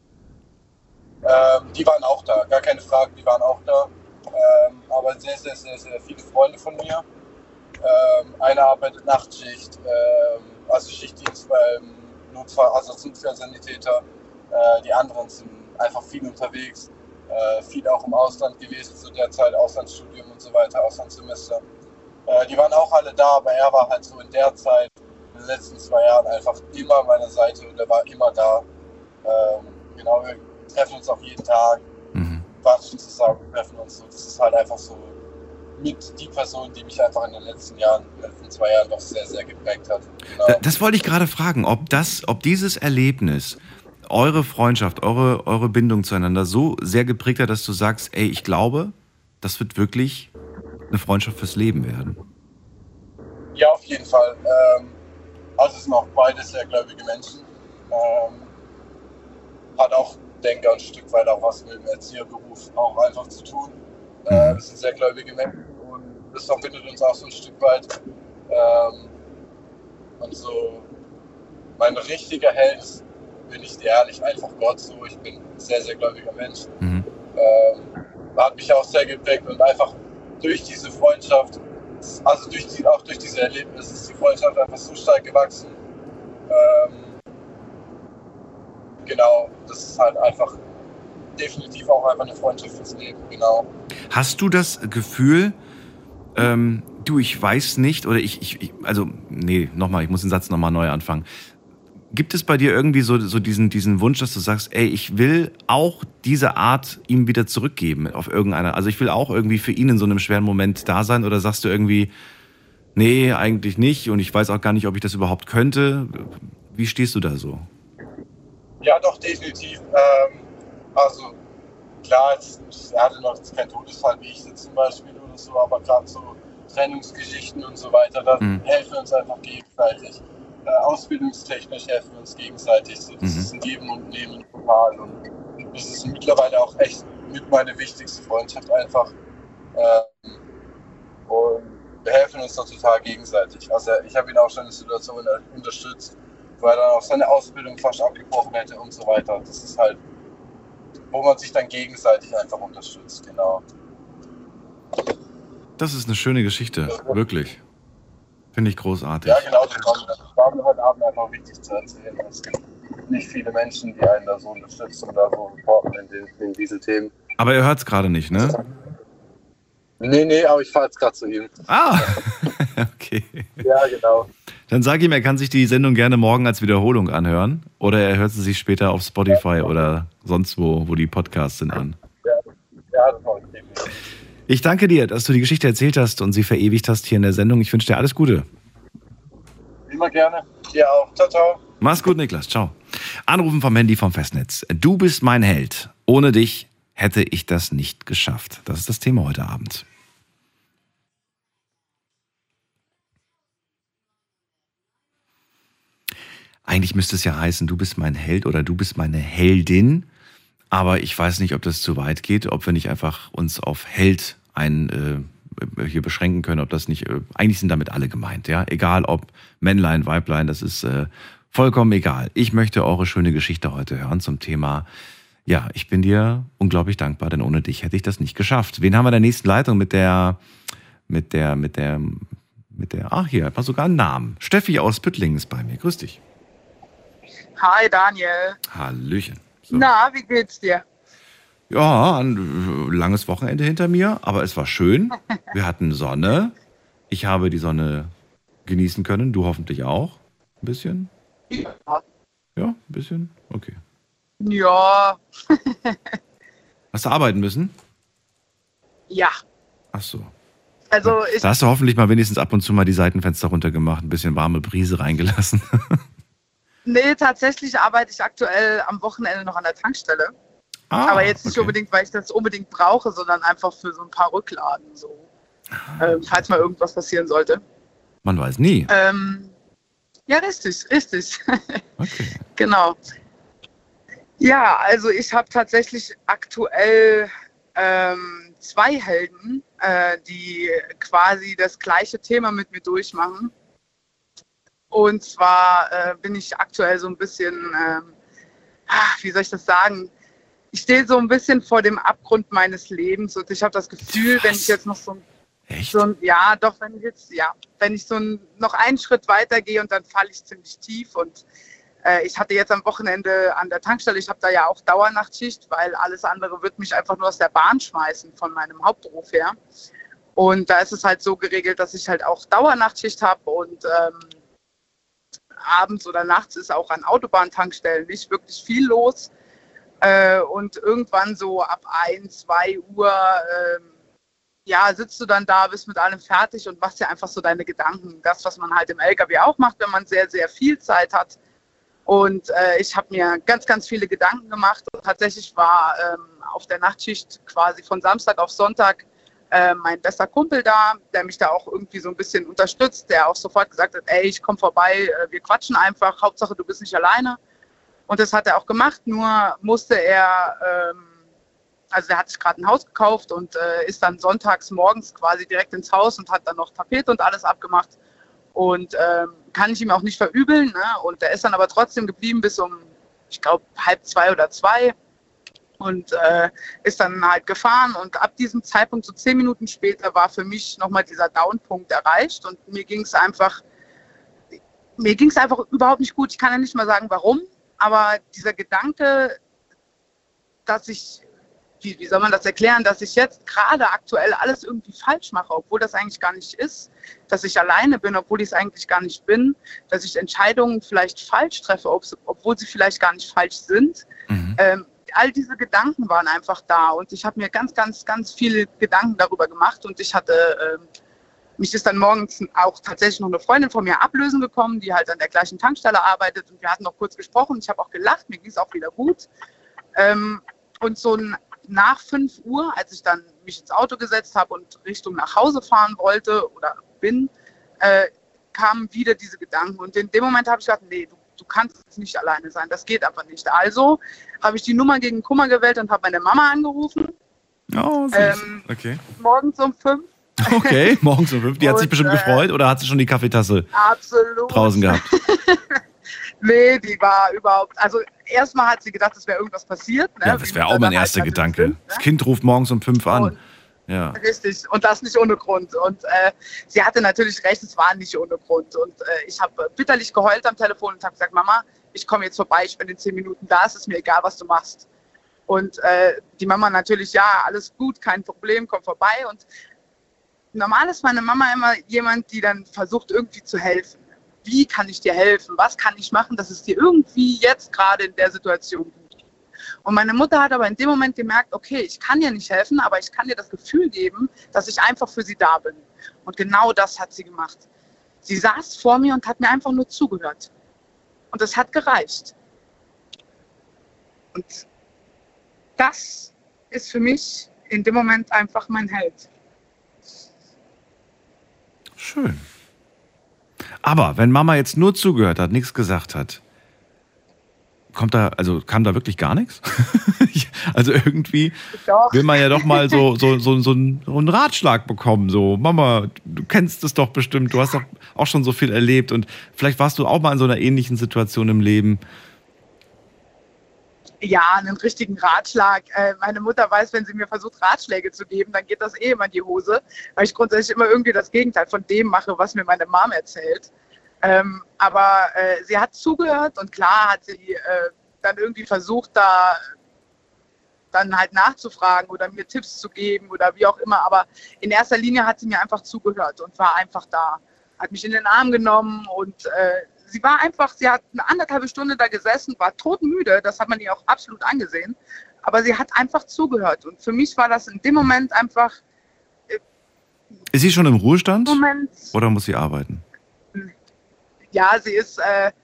Die waren auch da, gar keine Frage, die waren auch da. Aber sehr, sehr, sehr, sehr viele Freunde von mir. Einer arbeitet Nachtschicht, also Schichtdienst beim Notfall, also als Notfallsanitäter. Die anderen sind einfach viel unterwegs, viel auch im Ausland gewesen zu der Zeit, Auslandsstudium und so weiter, Auslandssemester. Die waren auch alle da, aber er war halt so in der Zeit, in den letzten 2 Jahren einfach immer an meiner Seite und er war immer da. Genau, wir treffen uns auch jeden Tag, quatschen zusammen, treffen uns so. Das ist halt einfach so mit die Person, die mich einfach in den letzten 2 Jahren noch sehr, sehr geprägt hat. Genau.
Das wollte ich gerade fragen, ob dieses Erlebnis eure Freundschaft, eure Bindung zueinander so sehr geprägt hat, dass du sagst, ey, ich glaube, das wird wirklich eine Freundschaft fürs Leben werden.
Ja, auf jeden Fall. Also es sind auch beide sehr gläubige Menschen. Hat auch, denke ich, ein Stück weit auch was mit dem Erzieherberuf auch einfach zu tun. Wir sind sehr gläubige Menschen und das verbindet uns auch so ein Stück weit. Und so mein richtiger Held ist, bin ich dir ehrlich, einfach Gott so. Ich bin ein sehr, sehr gläubiger Mensch. Hat mich auch sehr geprägt und einfach durch diese Freundschaft, also durch diese Erlebnisse ist die Freundschaft einfach so stark gewachsen. Genau, das ist halt einfach definitiv auch einfach eine Freundschaft fürs Leben, genau.
Hast du das Gefühl, ich weiß nicht, oder ich muss den Satz nochmal neu anfangen. Gibt es bei dir irgendwie so diesen Wunsch, dass du sagst, ey, ich will auch diese Art ihm wieder zurückgeben auf irgendeiner, also ich will auch irgendwie für ihn in so einem schweren Moment da sein, oder sagst du irgendwie, nee, eigentlich nicht und ich weiß auch gar nicht, ob ich das überhaupt könnte. Wie stehst du da so?
Ja, doch, definitiv. Also klar, er hatte noch keinen Todesfall, wie ich jetzt zum Beispiel oder so, aber gerade so Trennungsgeschichten und so weiter, da helfen wir uns einfach gegenseitig. Ausbildungstechnisch helfen wir uns gegenseitig. So, das ist ein Geben und Nehmen total. Und das ist mittlerweile auch echt mit meine wichtigste Freundschaft einfach. Und wir helfen uns da total gegenseitig. Also ich habe ihn auch schon in Situationen unterstützt, wo er dann auch seine Ausbildung fast abgebrochen hätte und so weiter. Das ist halt, wo man sich dann gegenseitig einfach unterstützt, genau.
Das ist eine schöne Geschichte, wirklich. Finde ich großartig.
Ja, genau, das war mir heute Abend einfach wichtig zu erzählen. nicht viele Menschen, die einen da so unterstützen und da so supporten in diesen Themen.
Aber ihr hört es gerade nicht, ne?
Nee, aber ich fahre jetzt gerade zu ihm.
Ah, okay.
Ja, genau.
Dann sag ihm, er kann sich die Sendung gerne morgen als Wiederholung anhören. Oder er hört sie sich später auf Spotify oder sonst wo die Podcasts sind, an.
Ja, das mache ich definitiv.
Ich danke dir, dass du die Geschichte erzählt hast und sie verewigt hast hier in der Sendung. Ich wünsche dir alles Gute.
Immer gerne. Dir auch. Ciao, ciao.
Mach's gut, Niklas. Ciao. Anrufen vom Handy vom Festnetz. Du bist mein Held. Ohne dich hätte ich das nicht geschafft. Das ist das Thema heute Abend. Eigentlich müsste es ja heißen, du bist mein Held oder du bist meine Heldin. Aber ich weiß nicht, ob das zu weit geht, ob wir nicht einfach uns auf Held hier beschränken können, ob das nicht, eigentlich sind damit alle gemeint, ja. Egal ob Männlein, Weiblein, das ist vollkommen egal. Ich möchte eure schöne Geschichte heute hören zum Thema, ja, ich bin dir unglaublich dankbar, denn ohne dich hätte ich das nicht geschafft. Wen haben wir in der nächsten Leitung mit der, ach hier, hat man sogar einen Namen. Steffi aus Püttlingen ist bei mir. Grüß dich.
Hi Daniel.
Hallöchen. So.
Na, wie geht's dir?
Ja, ein langes Wochenende hinter mir, aber es war schön. Wir hatten Sonne. Ich habe die Sonne genießen können. Du hoffentlich auch. Ein bisschen?
Ja.
Ja, ein bisschen? Okay.
Ja.
Hast du arbeiten müssen?
Ja.
Ach so.
Also
Da hast du hoffentlich mal wenigstens ab und zu mal die Seitenfenster runtergemacht, ein bisschen warme Brise reingelassen.
Nee, tatsächlich arbeite ich aktuell am Wochenende noch an der Tankstelle. Aber jetzt nicht unbedingt, weil ich das unbedingt brauche, sondern einfach für so ein paar Rücklagen. So. Falls mal irgendwas passieren sollte.
Man weiß nie.
Ja, richtig.
Okay.
Genau. Ja, also ich habe tatsächlich aktuell 2 Helden, die quasi das gleiche Thema mit mir durchmachen. Und zwar bin ich aktuell so ein bisschen, wie soll ich das sagen? Ich stehe so ein bisschen vor dem Abgrund meines Lebens und ich habe das Gefühl, wenn ich jetzt noch wenn ich noch einen Schritt weiter gehe und dann falle ich ziemlich tief. Und ich hatte jetzt am Wochenende an der Tankstelle, ich habe da ja auch Dauernachtschicht, weil alles andere wird mich einfach nur aus der Bahn schmeißen von meinem Hauptberuf her. Und da ist es halt so geregelt, dass ich halt auch Dauernachtschicht habe und abends oder nachts ist auch an Autobahntankstellen nicht wirklich viel los. Und irgendwann so ab 1, 2 Uhr sitzt du dann da, bist mit allem fertig und machst dir einfach so deine Gedanken. Das, was man halt im LKW auch macht, wenn man sehr, sehr viel Zeit hat. Und ich habe mir ganz, ganz viele Gedanken gemacht. Und tatsächlich war auf der Nachtschicht quasi von Samstag auf Sonntag mein bester Kumpel da, der mich da auch irgendwie so ein bisschen unterstützt, der auch sofort gesagt hat, ey, ich komme vorbei, wir quatschen einfach, Hauptsache du bist nicht alleine. Und das hat er auch gemacht, nur musste er, er hat sich gerade ein Haus gekauft und ist dann sonntags morgens quasi direkt ins Haus und hat dann noch Tapete und alles abgemacht. Und kann ich ihm auch nicht verübeln. Ne? Und der ist dann aber trotzdem geblieben bis um, ich glaube, 1:30 oder 2 und ist dann halt gefahren. Und ab diesem Zeitpunkt, so 10 Minuten später, war für mich nochmal dieser Downpunkt erreicht. Und mir ging es einfach überhaupt nicht gut. Ich kann ja nicht mal sagen, warum. Aber dieser Gedanke, dass ich, wie soll man das erklären, dass ich jetzt gerade aktuell alles irgendwie falsch mache, obwohl das eigentlich gar nicht ist, dass ich alleine bin, obwohl ich es eigentlich gar nicht bin, dass ich Entscheidungen vielleicht falsch treffe, obwohl sie vielleicht gar nicht falsch sind. Mhm. All diese Gedanken waren einfach da und ich habe mir ganz, ganz, ganz viele Gedanken darüber gemacht und ich hatte... Mich ist dann morgens auch tatsächlich noch eine Freundin von mir ablösen gekommen, die halt an der gleichen Tankstelle arbeitet und wir hatten noch kurz gesprochen. Ich habe auch gelacht, mir ging es auch wieder gut. Und so nach 5 Uhr, als ich dann mich ins Auto gesetzt habe und Richtung nach Hause fahren wollte oder bin, kamen wieder diese Gedanken. Und in dem Moment habe ich gedacht, nee, du kannst jetzt nicht alleine sein, das geht einfach nicht. Also habe ich die Nummer gegen Kummer gewählt und habe meine Mama angerufen.
Oh, süß. Okay.
Morgens um 5.
Okay, morgens um 5. Die hat sich bestimmt gefreut oder hat sie schon die Kaffeetasse draußen gehabt?
Nee, die war überhaupt, also erstmal hat sie gedacht, es wäre irgendwas passiert. Ne?
Ja, das wäre auch mein erster Gedanke. Das Kind ruft morgens um 5 an. Ja.
Richtig, und das nicht ohne Grund. Und sie hatte natürlich recht, es war nicht ohne Grund. Und ich habe bitterlich geheult am Telefon und habe gesagt, Mama, ich komme jetzt vorbei, ich bin in 10 Minuten da, es ist mir egal, was du machst. Und die Mama natürlich, ja, alles gut, kein Problem, komm vorbei. Und normal ist meine Mama immer jemand, die dann versucht, irgendwie zu helfen. Wie kann ich dir helfen? Was kann ich machen, dass es dir irgendwie jetzt gerade in der Situation gut geht? Und meine Mutter hat aber in dem Moment gemerkt, okay, ich kann dir nicht helfen, aber ich kann dir das Gefühl geben, dass ich einfach für sie da bin. Und genau das hat sie gemacht. Sie saß vor mir und hat mir einfach nur zugehört. Und das hat gereicht. Und das ist für mich in dem Moment einfach mein Held.
Schön. Aber wenn Mama jetzt nur zugehört hat, nichts gesagt hat, kam da wirklich gar nichts? Also irgendwie
Doch.
will man ja doch mal so einen Ratschlag bekommen. So, Mama, du kennst es doch bestimmt, du hast doch auch schon so viel erlebt und vielleicht warst du auch mal in so einer ähnlichen Situation im Leben.
Ja, einen richtigen Ratschlag. Meine Mutter weiß, wenn sie mir versucht, Ratschläge zu geben, dann geht das immer in die Hose, weil ich grundsätzlich immer irgendwie das Gegenteil von dem mache, was mir meine Mom erzählt. Aber sie hat zugehört und klar hat sie dann irgendwie versucht, da dann halt nachzufragen oder mir Tipps zu geben oder wie auch immer. Aber in erster Linie hat sie mir einfach zugehört und war einfach da. Hat mich in den Arm genommen und sie hat eine 1,5 Stunde da gesessen, war todmüde, das hat man ihr auch absolut angesehen. Aber sie hat einfach zugehört. Und für mich war das in dem Moment einfach...
Ist sie schon im Ruhestand?
Moment,
Oder muss sie arbeiten?
ja, sie ist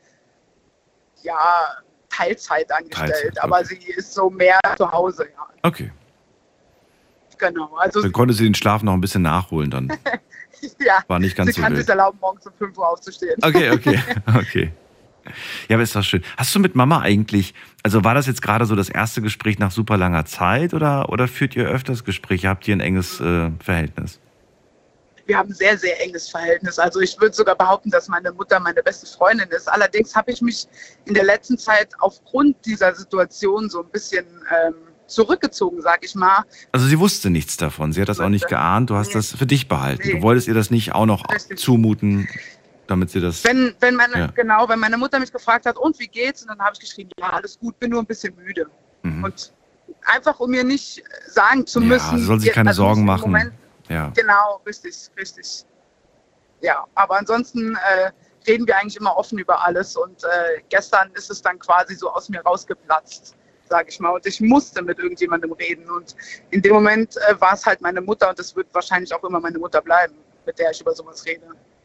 Teilzeit angestellt,
Teilzeit, okay.
aber sie ist so mehr zu Hause. Ja.
Okay.
Genau. Also
Dann konnte sie den Schlaf noch ein bisschen nachholen dann.
ja,
War nicht ganz
sie
so
kann
wild.
sich erlauben, morgens um 5 Uhr aufzustehen.
Okay. Ja, aber ist doch schön. Hast du mit Mama eigentlich, also war das jetzt gerade so das erste Gespräch nach super langer Zeit oder führt ihr öfters Gespräche? Habt ihr ein enges Verhältnis?
Wir haben ein sehr, sehr enges Verhältnis. Also ich würde sogar behaupten, dass meine Mutter meine beste Freundin ist. Allerdings habe ich mich in der letzten Zeit aufgrund dieser Situation so ein bisschen zurückgezogen, sag ich mal.
Also sie wusste nichts davon. Sie hat das auch nicht geahnt. Du hast das für dich behalten. Du wolltest ihr das nicht auch noch zumuten, damit sie das...
Wenn meine Mutter mich gefragt hat, und wie geht's? Und dann habe ich geschrieben, ja, alles gut, bin nur ein bisschen müde.
Mhm.
Und einfach, um mir nicht sagen zu müssen...
Ja, sie soll sich keine Sorgen machen.
Moment,
ja.
Genau, richtig. Ja, aber ansonsten reden wir eigentlich immer offen über alles. Und gestern ist es dann quasi so aus mir rausgeplatzt, sage ich mal. Und ich musste mit irgendjemandem reden. Und in dem Moment war es halt meine Mutter und es wird wahrscheinlich auch immer meine Mutter bleiben, mit der ich über sowas rede.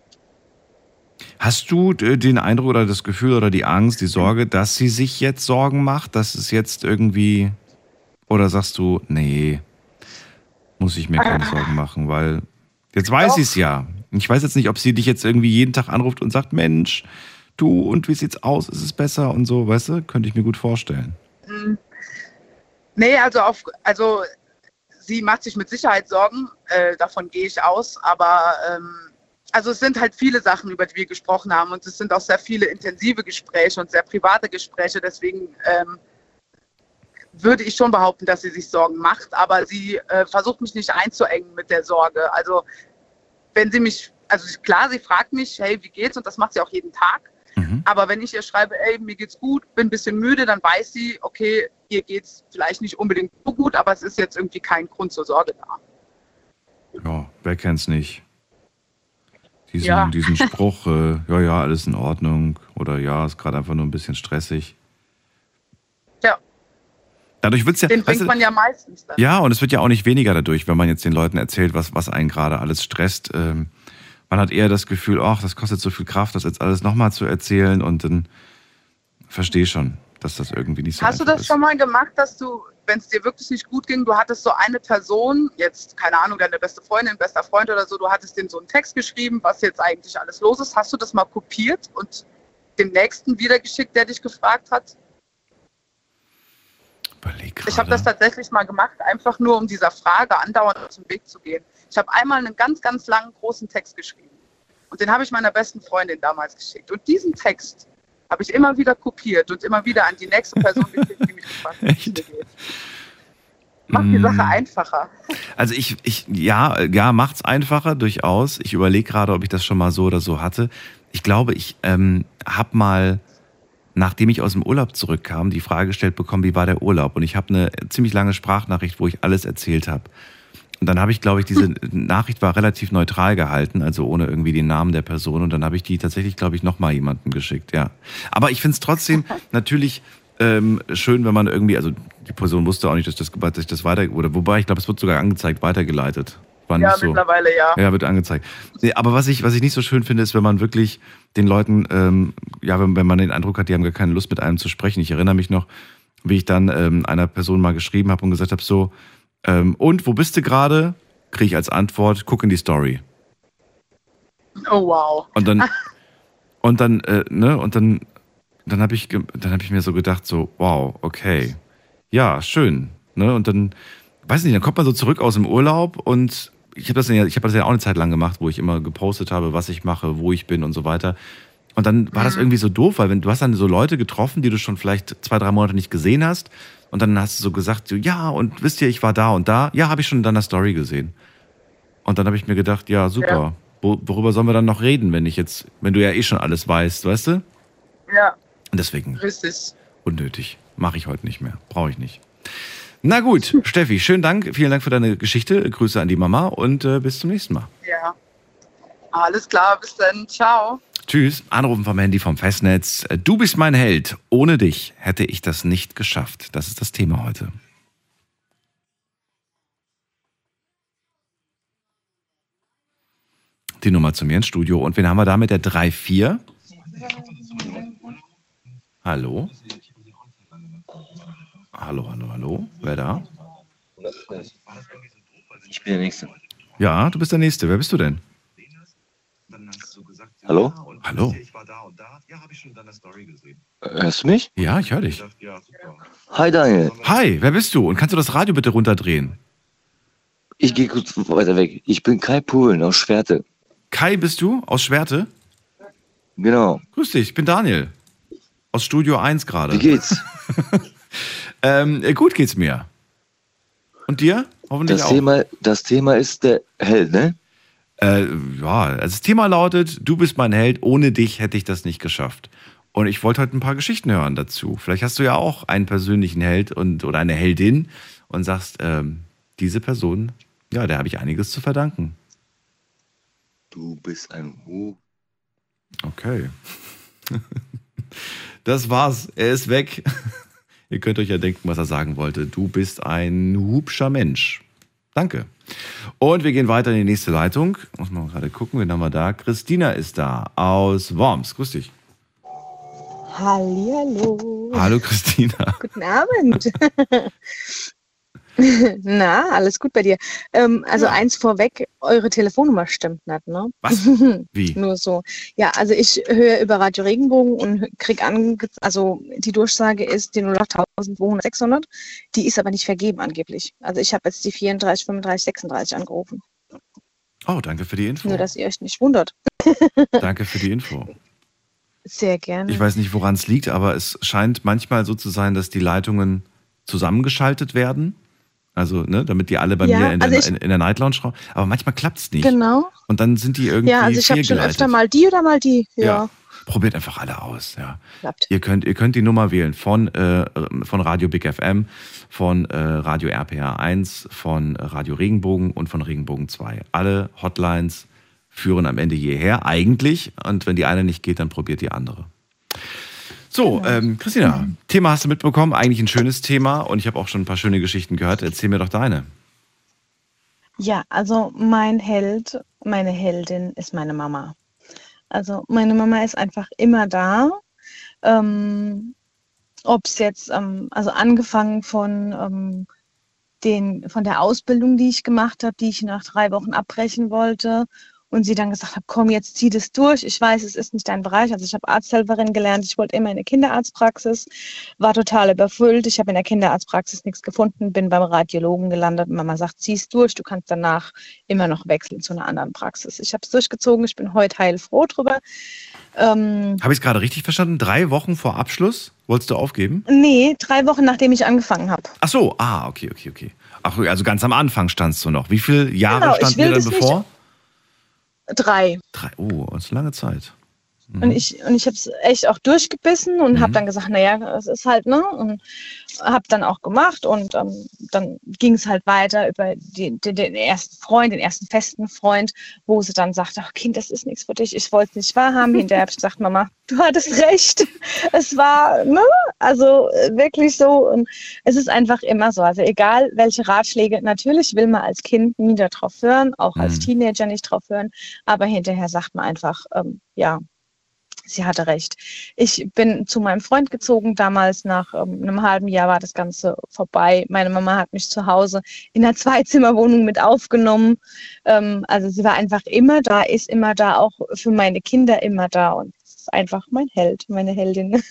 Hast du den Eindruck oder das Gefühl oder die Angst, die Sorge, dass sie sich jetzt Sorgen macht, dass es jetzt irgendwie... Oder sagst du, nee, muss ich mir keine Sorgen machen, weil jetzt weiß ich es ja. Ich weiß jetzt nicht, ob sie dich jetzt irgendwie jeden Tag anruft und sagt, Mensch, du, und wie sieht's aus? Ist es besser und so, weißt du? Könnte ich mir gut vorstellen.
Nee, also sie macht sich mit Sicherheit Sorgen, davon gehe ich aus, aber also es sind halt viele Sachen, über die wir gesprochen haben und es sind auch sehr viele intensive Gespräche und sehr private Gespräche, deswegen würde ich schon behaupten, dass sie sich Sorgen macht, aber sie versucht mich nicht einzuengen mit der Sorge. Also wenn sie mich, also klar, sie fragt mich, hey, wie geht's? Und das macht sie auch jeden Tag. Mhm. Aber wenn ich ihr schreibe, ey, mir geht's gut, bin ein bisschen müde, dann weiß sie, okay, ihr geht's vielleicht nicht unbedingt so gut, aber es ist jetzt irgendwie kein Grund zur Sorge da.
Ja, wer kennt's nicht? Diesen Spruch, ja, alles in Ordnung oder ja, ist gerade einfach nur ein bisschen stressig.
Ja.
Dadurch wird's ja,
den bringt man ja meistens dann.
Ja, und es wird ja auch nicht weniger dadurch, wenn man jetzt den Leuten erzählt, was einen gerade alles stresst. Man hat eher das Gefühl, ach, das kostet so viel Kraft, das jetzt alles nochmal zu erzählen und dann verstehe schon, dass das irgendwie nicht so
Hast du das schon mal gemacht, dass du, wenn es dir wirklich nicht gut ging, du hattest so eine Person, jetzt, keine Ahnung, deine beste Freundin, bester Freund oder so, du hattest denen so einen Text geschrieben, was jetzt eigentlich alles los ist. Hast du das mal kopiert und dem Nächsten wiedergeschickt, der dich gefragt hat? Ich habe das tatsächlich mal gemacht, einfach nur um dieser Frage andauernd aus dem Weg zu gehen. Ich habe einmal einen ganz, ganz langen, großen Text geschrieben. Und den habe ich meiner besten Freundin damals geschickt. Und diesen Text habe ich immer wieder kopiert und immer wieder an die nächste Person geschickt, die mich gefragt hat, wie es mir geht. Macht die Sache einfacher.
Also ja, macht's einfacher, durchaus. Ich überlege gerade, ob ich das schon mal so oder so hatte. Ich glaube, ich habe mal, nachdem ich aus dem Urlaub zurückkam, die Frage gestellt bekommen, wie war der Urlaub? Und ich habe eine ziemlich lange Sprachnachricht, wo ich alles erzählt habe. Und dann habe ich, glaube ich, diese Nachricht war relativ neutral gehalten, also ohne irgendwie den Namen der Person. Und dann habe ich die tatsächlich, glaube ich, nochmal jemandem geschickt, ja. Aber ich finde es trotzdem natürlich schön, wenn man irgendwie, also die Person wusste auch nicht, dass ich das weiter, oder wobei, ich glaube, es wird sogar angezeigt, weitergeleitet. War nicht so.
Mittlerweile ja.
Ja, wird angezeigt. Nee, aber was ich nicht so schön finde, ist, wenn man wirklich den Leuten, wenn man den Eindruck hat, die haben gar keine Lust, mit einem zu sprechen. Ich erinnere mich noch, wie ich dann einer Person mal geschrieben habe und gesagt habe, so, und, wo bist du gerade? Kriege ich als Antwort, guck in die Story.
Oh, wow.
Und dann habe ich mir so gedacht, so, wow, okay, ja, schön. Ne? Und dann, weiß nicht, dann kommt man so zurück aus dem Urlaub und ich habe das ja auch eine Zeit lang gemacht, wo ich immer gepostet habe, was ich mache, wo ich bin und so weiter. Und dann war das irgendwie so doof, weil du hast dann so Leute getroffen, die du schon vielleicht 2-3 Monate nicht gesehen hast. Und dann hast du so gesagt, so, ja, und wisst ihr, ich war da und da. Ja, habe ich schon in deiner Story gesehen. Und dann habe ich mir gedacht, ja, super. Ja. Worüber sollen wir dann noch reden, wenn du ja eh schon alles weißt, weißt du?
Ja.
Und deswegen.
Richtig.
Unnötig. Mache ich heute nicht mehr. Brauche ich nicht. Na gut, Steffi, vielen Dank für deine Geschichte. Grüße an die Mama und bis zum nächsten Mal.
Ja. Alles klar, bis dann. Ciao.
Tschüss. Anrufen vom Handy vom Festnetz. Du bist mein Held. Ohne dich hätte ich das nicht geschafft. Das ist das Thema heute. Die Nummer zu mir ins Studio. Und wen haben wir da mit der 34? Hallo? Hallo? Wer da?
Ich bin der Nächste.
Ja, du bist der Nächste. Wer bist du denn?
Hallo?
Hallo?
Hörst du mich?
Ja, ich höre dich.
Hi Daniel.
Hi, wer bist du? Und kannst du das Radio bitte runterdrehen?
Ich gehe kurz weiter weg. Ich bin Kai Polen aus Schwerte.
Kai bist du? Aus Schwerte?
Genau.
Grüß dich, ich bin Daniel. Aus Studio 1 gerade.
Wie geht's?
Gut geht's mir. Und dir? Hoffentlich auch.
Das Thema ist der Held, ne?
Also das Thema lautet, du bist mein Held, ohne dich hätte ich das nicht geschafft. Und ich wollte heute ein paar Geschichten hören dazu. Vielleicht hast du ja auch einen persönlichen Held oder eine Heldin und sagst, diese Person, ja, der habe ich einiges zu verdanken.
Du bist ein Hu.
Okay. Das war's. Er ist weg. Ihr könnt euch ja denken, was er sagen wollte. Du bist ein hübscher Mensch. Danke. Und wir gehen weiter in die nächste Leitung. Muss man gerade gucken, wen haben wir da? Christina ist da aus Worms. Grüß dich.
Hallihallo.
Hallo Christina.
Guten Abend. Na, alles gut bei dir. Also eins vorweg, eure Telefonnummer stimmt nicht, ne?
Was? Wie?
Nur so. Ja, also ich höre über Radio Regenbogen und krieg also die Durchsage ist die 08200 die ist aber nicht vergeben angeblich. Also ich habe jetzt die 34 35 36 angerufen.
Oh, danke für die Info.
Nur, dass ihr euch nicht wundert.
Danke für die Info.
Sehr gerne.
Ich weiß nicht, woran es liegt, aber es scheint manchmal so zu sein, dass die Leitungen zusammengeschaltet werden. Also, ne, damit die alle bei mir in der Night Lounge schauen. Aber manchmal klappt es nicht.
Genau.
Und dann sind die irgendwie
Ja, also ich habe schon öfter mal die oder mal die. Ja.
Probiert einfach alle aus. Ja.
Klappt.
Ihr könnt die Nummer wählen von Radio Big FM, von Radio RPA 1, von Radio Regenbogen und von Regenbogen 2. Alle Hotlines führen am Ende hierher, eigentlich. Und wenn die eine nicht geht, dann probiert die andere. So, Christina, Thema hast du mitbekommen, eigentlich ein schönes Thema und ich habe auch schon ein paar schöne Geschichten gehört. Erzähl mir doch deine.
Ja, also mein Held, meine Heldin ist meine Mama. Also meine Mama ist einfach immer da. Ob es jetzt, also angefangen von der Ausbildung, die ich gemacht habe, die ich nach 3 Wochen abbrechen wollte. Und sie dann gesagt hat, komm, jetzt zieh das durch. Ich weiß, es ist nicht dein Bereich. Also ich habe Arzthelferin gelernt. Ich wollte immer in eine Kinderarztpraxis. War total überfüllt. Ich habe in der Kinderarztpraxis nichts gefunden. Bin beim Radiologen gelandet. Mama sagt, zieh's durch. Du kannst danach immer noch wechseln zu einer anderen Praxis. Ich habe es durchgezogen. Ich bin heute heilfroh drüber.
Habe ich es gerade richtig verstanden? 3 Wochen vor Abschluss wolltest du aufgeben?
Nee, 3 Wochen, nachdem ich angefangen habe.
Ach so, okay. Ach, also ganz am Anfang standst du noch. Wie viele Jahre
Genau,
standen dir dann bevor?
3.
3. Oh, das ist lange Zeit.
Und ich habe es echt auch durchgebissen und habe dann gesagt, naja, es ist halt, ne? Und habe dann auch gemacht und dann ging es halt weiter über den ersten Freund, den ersten festen Freund, wo sie dann sagt, ach Kind, das ist nichts für dich, ich wollte es nicht wahrhaben. Hinterher habe ich gesagt, Mama, du hattest recht. Es war, ne? Also wirklich so. Und es ist einfach immer so. Also egal, welche Ratschläge, natürlich will man als Kind nie darauf hören, auch als Teenager nicht drauf hören, aber hinterher sagt man einfach, ja, sie hatte recht. Ich bin zu meinem Freund gezogen. Damals nach einem halben Jahr war das Ganze vorbei. Meine Mama hat mich zu Hause in einer 2-Zimmer-Wohnung mit aufgenommen. Also sie war einfach immer da, ist immer da, auch für meine Kinder immer da. Und es ist einfach mein Held, meine Heldin.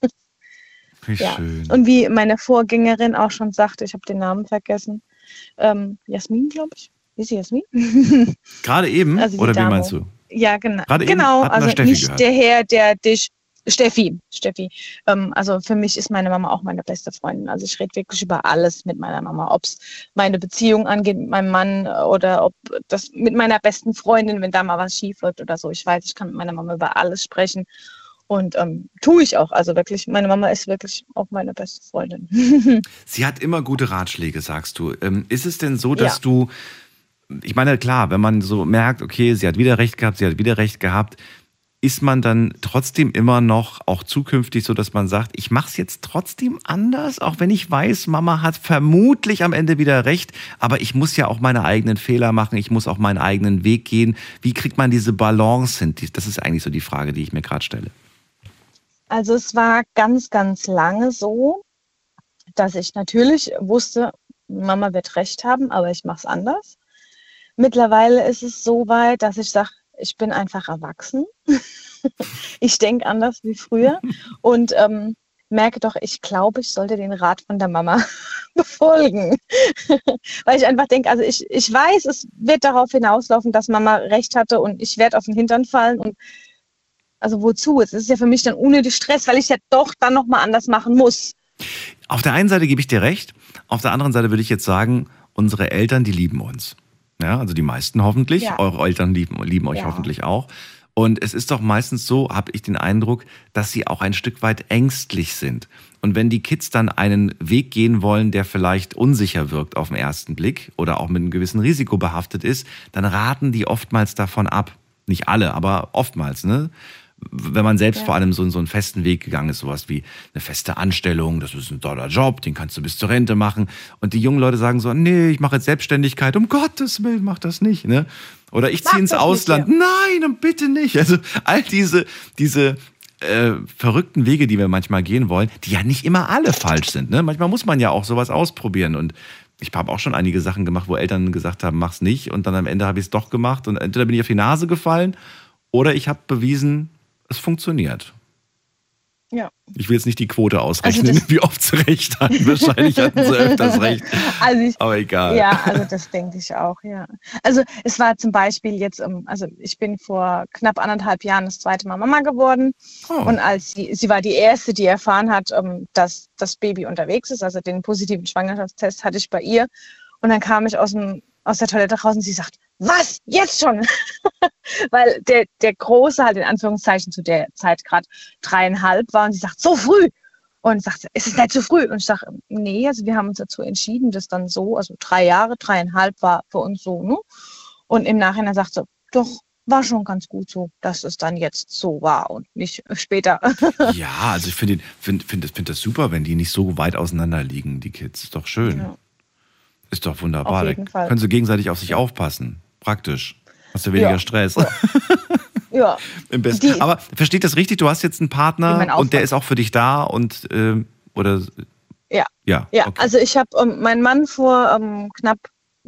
Wie schön.
Und wie meine Vorgängerin auch schon sagte, ich habe den Namen vergessen, Jasmin, glaube ich. Ist sie Jasmin?
Gerade eben?
Also
oder
Dame.
Wie meinst du?
Ja, genau.
Gerade eben
Genau,
hatten wir
also
Steffi
nicht
gehört.
der Herr, der dich. Steffi. Also für mich ist meine Mama auch meine beste Freundin. Also ich rede wirklich über alles mit meiner Mama. Ob es meine Beziehung angeht mit meinem Mann oder ob das mit meiner besten Freundin, wenn da mal was schief läuft oder so. Ich weiß, ich kann mit meiner Mama über alles sprechen. Und tue ich auch. Also wirklich, meine Mama ist wirklich auch meine beste Freundin.
Sie hat immer gute Ratschläge, sagst du. Ist es denn so, dass du, ich meine, klar, wenn man so merkt, okay, sie hat wieder recht gehabt, ist man dann trotzdem immer noch, auch zukünftig so, dass man sagt, ich mache es jetzt trotzdem anders, auch wenn ich weiß, Mama hat vermutlich am Ende wieder recht, aber ich muss ja auch meine eigenen Fehler machen, ich muss auch meinen eigenen Weg gehen. Wie kriegt man diese Balance hin? Das ist eigentlich so die Frage, die ich mir gerade stelle.
Also es war ganz, ganz lange so, dass ich natürlich wusste, Mama wird recht haben, aber ich mache es anders. Mittlerweile ist es so weit, dass ich sage, ich bin einfach erwachsen. Ich denke anders wie früher und merke doch, ich glaube, ich sollte den Rat von der Mama befolgen. Weil ich einfach denke, also ich weiß, es wird darauf hinauslaufen, dass Mama recht hatte und ich werde auf den Hintern fallen und also wozu? Es ist ja für mich dann unnötig Stress, weil ich ja doch dann nochmal anders machen muss.
Auf der einen Seite gebe ich dir recht, auf der anderen Seite würde ich jetzt sagen, unsere Eltern, die lieben uns. Ja, also die meisten hoffentlich. Ja. Eure Eltern lieben euch hoffentlich auch. Und es ist doch meistens so, habe ich den Eindruck, dass sie auch ein Stück weit ängstlich sind. Und wenn die Kids dann einen Weg gehen wollen, der vielleicht unsicher wirkt auf den ersten Blick oder auch mit einem gewissen Risiko behaftet ist, dann raten die oftmals davon ab. Nicht alle, aber oftmals, ne? Wenn man selbst vor allem so einen festen Weg gegangen ist, sowas wie eine feste Anstellung, das ist ein toller Job, den kannst du bis zur Rente machen. Und die jungen Leute sagen so, nee, ich mache jetzt Selbstständigkeit, um Gottes Willen, mach das nicht. Ne? Oder ich ziehe ins Ausland, nein, und bitte nicht. Also all diese verrückten Wege, die wir manchmal gehen wollen, die ja nicht immer alle falsch sind. Ne? Manchmal muss man ja auch sowas ausprobieren. Und ich habe auch schon einige Sachen gemacht, wo Eltern gesagt haben, mach's nicht. Und dann am Ende habe ich es doch gemacht. Und entweder bin ich auf die Nase gefallen oder ich habe bewiesen, es funktioniert.
Ja.
Ich will jetzt nicht die Quote ausrechnen, also wie oft sie recht hatten. Wahrscheinlich hatten sie öfters recht. Aber egal.
Ja, also das denke ich auch, ja. Also es war zum Beispiel jetzt, also ich bin vor knapp 1,5 Jahren das zweite Mal Mama geworden. Und als sie war die Erste, die erfahren hat, dass das Baby unterwegs ist, also den positiven Schwangerschaftstest hatte ich bei ihr. Und dann kam ich aus der Toilette raus und sie sagt, was? Jetzt schon? Weil der Große halt in Anführungszeichen zu der Zeit gerade 3,5 war und sie sagt, so früh. Und sagt, ist es nicht zu früh? Und ich sage, nee, also wir haben uns dazu entschieden, das dann so, also 3 Jahre, 3,5 war für uns so, ne? Und im Nachhinein sagt sie, doch, war schon ganz gut so, dass es dann jetzt so war und nicht später.
Ja, also ich finde das super, wenn die nicht so weit auseinander liegen, die Kids. Ist doch schön. Ja. Ist doch wunderbar.
Auf jeden Fall.
Können sie gegenseitig auf sich aufpassen. Praktisch. Hast du weniger Stress.
Ja.
Im Besten. Aber versteht das richtig? Du hast jetzt einen Partner und der ist auch für dich da und oder? Ja.
Okay. Also ich habe meinen Mann vor knapp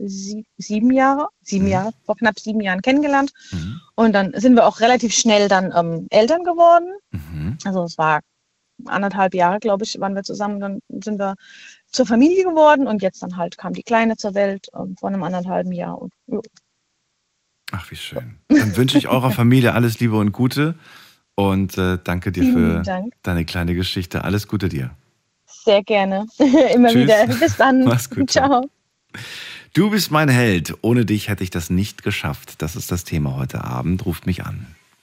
7 Jahren kennengelernt. Und dann sind wir auch relativ schnell dann Eltern geworden. Also es war 1,5 Jahre, glaube ich, waren wir zusammen. Dann sind wir zur Familie geworden und jetzt dann halt kam die Kleine zur Welt vor einem 1,5 Jahr. Und,
Ach, wie schön. Dann wünsche ich eurer Familie alles Liebe und Gute und danke dir für deine kleine Geschichte. Alles Gute dir.
Sehr gerne. Immer
Tschüss.
wieder. Bis dann.
Mach's gut.
Ciao.
Du bist mein Held. Ohne dich hätte ich das nicht geschafft. Das ist das Thema heute Abend. Ruft mich an.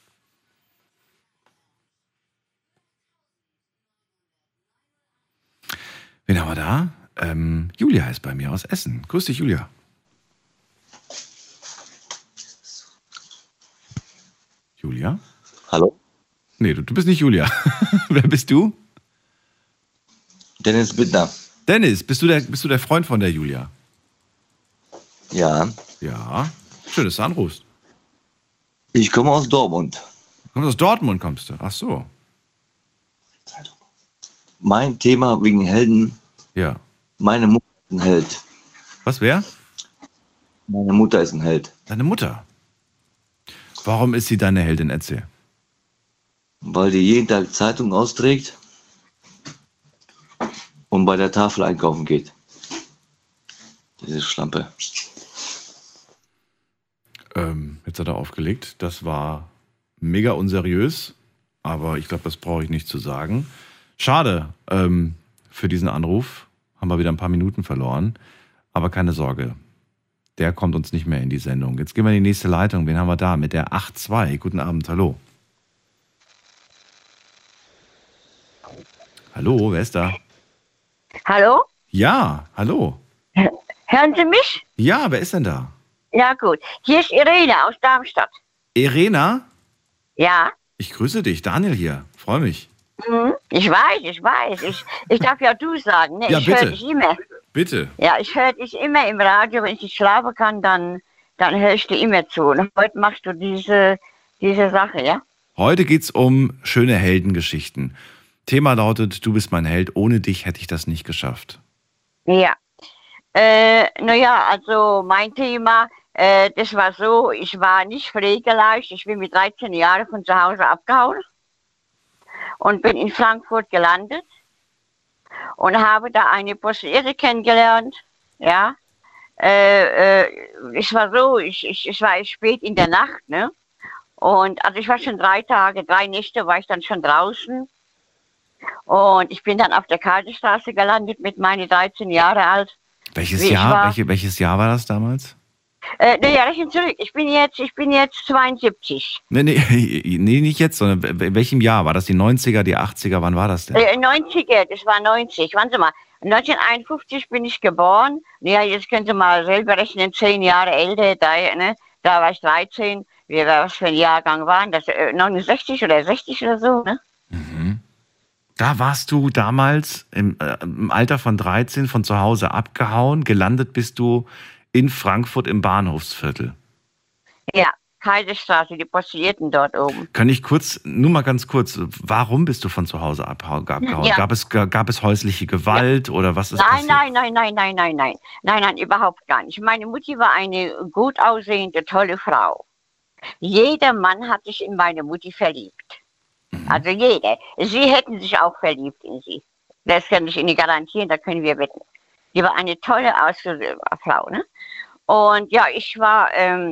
Wen haben wir da? Julia ist bei mir aus Essen. Grüß dich, Julia. Julia?
Hallo?
Nee, du bist nicht Julia. Wer bist du?
Dennis Bittner.
Dennis, bist du der Freund von der Julia?
Ja.
Ja. Schön, dass du anrufst.
Ich komme aus Dortmund.
Aus Dortmund kommst du? Ach so.
Mein Thema wegen Helden.
Ja.
Meine Mutter ist ein Held.
Was, wer?
Meine Mutter ist ein Held.
Deine Mutter? Warum ist sie deine Heldin? Erzähl.
Weil die jeden Tag Zeitung austrägt und bei der Tafel einkaufen geht. Diese Schlampe.
Jetzt hat er aufgelegt. Das war mega unseriös, aber ich glaube, das brauche ich nicht zu sagen. Schade für diesen Anruf. Haben wir wieder ein paar Minuten verloren. Aber keine Sorge. Der kommt uns nicht mehr in die Sendung. Jetzt gehen wir in die nächste Leitung. Wen haben wir da? Mit der 8.2. Guten Abend, hallo. Hallo, wer ist da?
Hallo?
Ja, hallo.
Hören Sie mich?
Ja, wer ist denn da?
Ja, gut. Hier ist Irene aus Darmstadt.
Irena?
Ja.
Ich grüße dich, Daniel hier. Freue mich.
Ich weiß. Ich darf ja du sagen. Ne?
Ja,
ich
bitte.
höre dich immer.
Bitte.
Ja, ich höre dich immer im Radio. Wenn ich nicht schlafen kann, dann höre ich dir immer zu. Und heute machst du diese Sache, ja?
Heute geht's um schöne Heldengeschichten. Thema lautet, du bist mein Held. Ohne dich hätte ich das nicht geschafft.
Ja. Also mein Thema, das war so, ich war nicht pflegeleicht. Ich bin mit 13 Jahren von zu Hause abgehauen und bin in Frankfurt gelandet und habe da eine Prostituierte kennengelernt. Ja. Es war so, ich war spät in der Nacht, ne? Und also ich war schon 3 Nächte war ich dann schon draußen. Und ich bin dann auf der Kaiserstraße gelandet mit meinen 13 Jahre alt.
Welches Jahr war das damals?
Rechnen zurück. Ich bin jetzt 72.
Nee, nicht jetzt, sondern in welchem Jahr? War das die 90er, die 80er? Wann war das denn?
90er, das war 90. Warten Sie mal. 1951 bin ich geboren. Ja, jetzt können Sie mal selber rechnen, 10 Jahre älter. Da war ich 13. Was für ein Jahrgang waren das? 69 oder 60 oder so, ne?
Mhm. Da warst du damals im Alter von 13 von zu Hause abgehauen. Gelandet bist du in Frankfurt im Bahnhofsviertel.
Ja, Kaiserstraße, die Prostituierten dort oben.
Kann ich nur mal ganz kurz, warum bist du von zu Hause abgehauen?
Ja.
Gab es häusliche Gewalt oder was ist passiert?
Nein, überhaupt gar nicht. Meine Mutti war eine gut aussehende, tolle Frau. Jeder Mann hat sich in meine Mutti verliebt. Also jeder. Sie hätten sich auch verliebt in sie. Das kann ich Ihnen garantieren, da können wir wetten. Die war eine tolle Frau, ne? Und ja, ich war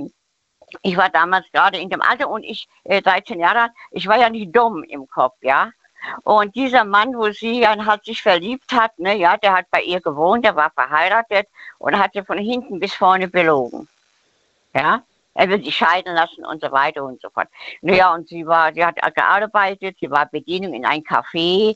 damals gerade in dem Alter und 13 Jahre alt, ich war ja nicht dumm im Kopf, ja. Und dieser Mann, wo sie dann halt sich verliebt hat, ne, ja, der hat bei ihr gewohnt, der war verheiratet und hat sie von hinten bis vorne belogen. Ja. Er will sie scheiden lassen und so weiter und so fort. Naja, und sie hat gearbeitet, sie war Bedienung in einem Café,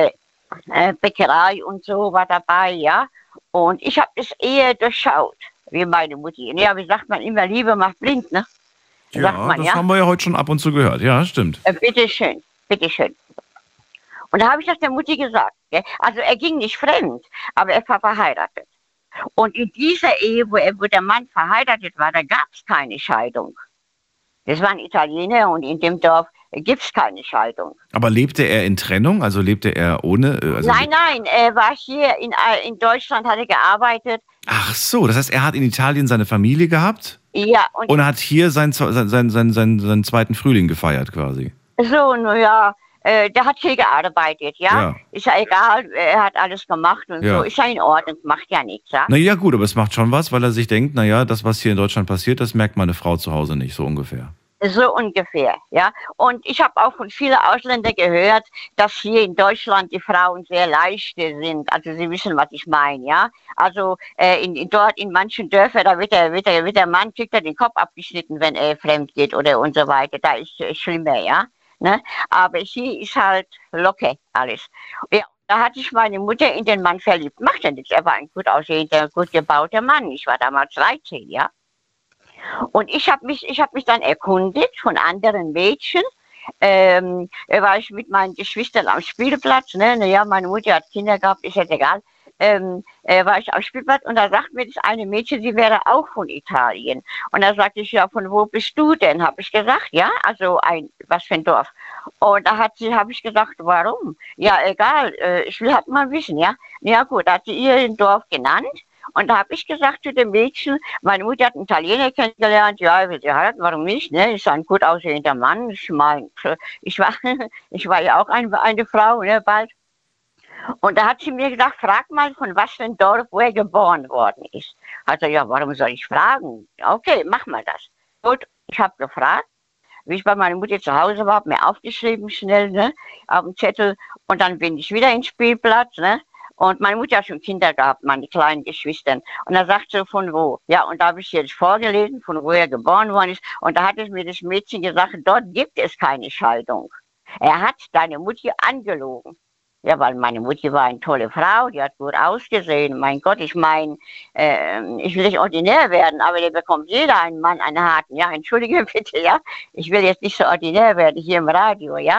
Bäckerei und so war dabei, ja. Und ich habe das eher durchschaut, wie meine Mutti. Ja, wie sagt man immer, Liebe macht blind, ne?
Ja, das haben wir ja heute schon ab und zu gehört. Ja, stimmt.
Bitteschön. Und da habe ich das der Mutti gesagt. Gell? Also er ging nicht fremd, aber er war verheiratet. Und in dieser Ehe, wo der Mann verheiratet war, da gab es keine Scheidung. Das war ein Italiener und in dem Dorf gibt es keine Scheidung.
Aber lebte er in Trennung? Also lebte er ohne?
Nein, er war hier in Deutschland, hat er gearbeitet.
Ach so, das heißt, er hat in Italien seine Familie gehabt?
Ja.
Und hat hier seinen zweiten Frühling gefeiert quasi?
So, der hat hier gearbeitet, ja? Ist ja egal, er hat alles gemacht und so. Ist ja in Ordnung, macht ja nichts, ja?
Naja, gut, aber es macht schon was, weil er sich denkt, naja, das, was hier in Deutschland passiert, das merkt meine Frau zu Hause nicht, so ungefähr.
So ungefähr, ja. Und ich habe auch von vielen Ausländern gehört, dass hier in Deutschland die Frauen sehr leichte sind. Also Sie wissen, was ich meine, ja. Also dort in manchen Dörfern, da wird der Mann, kriegt er den Kopf abgeschnitten, wenn er fremd geht oder und so weiter. Da ist schlimmer, ja. Ne? Aber hier ist halt locker alles. Ja. Da hatte ich meine Mutter in den Mann verliebt. Macht ja nichts. Er war ein gut aussehender, gut gebauter Mann. Ich war damals 13, ja. Und ich hab mich dann erkundigt von anderen Mädchen. War ich mit meinen Geschwistern am Spielplatz. Ne? Naja, meine Mutter hat Kinder gehabt, ist jetzt egal. War ich am Spielplatz und da sagt mir das eine Mädchen, sie wäre auch von Italien. Und da sagte ich, ja, von wo bist du denn? Habe ich gesagt, ja, also was für ein Dorf. Und da habe ich gesagt, warum? Ja, egal, ich will halt mal wissen, ja. Ja gut, da hat sie ihr Dorf genannt. Und da habe ich gesagt zu dem Mädchen, meine Mutter hat einen Italiener kennengelernt, ja, ich will sie heiraten, warum nicht, ne? Ist ein gut aussehender Mann. Ich meine, ich war ja auch eine Frau, ne, bald. Und da hat sie mir gesagt, frag mal, von was für ein Dorf, wo er geboren worden ist. Also, ja, warum soll ich fragen? Okay, mach mal das. Gut, ich habe gefragt, wie ich bei meiner Mutter zu Hause war, habe mir aufgeschrieben schnell, ne, auf dem Zettel. Und dann bin ich wieder ins Spielplatz, ne. Und meine Mutter hat schon Kinder gehabt, meine kleinen Geschwister. Und da sagt sie, von wo? Ja, und da habe ich jetzt vorgelesen, von wo er geboren worden ist. Und da hat es mir das Mädchen gesagt, dort gibt es keine Scheidung. Er hat deine Mutter angelogen. Ja, weil meine Mutter war eine tolle Frau, die hat gut ausgesehen. Mein Gott, ich meine, ich will nicht ordinär werden, aber da bekommt jeder einen Mann, einen harten. Ja, entschuldige bitte, ja. Ich will jetzt nicht so ordinär werden hier im Radio, ja.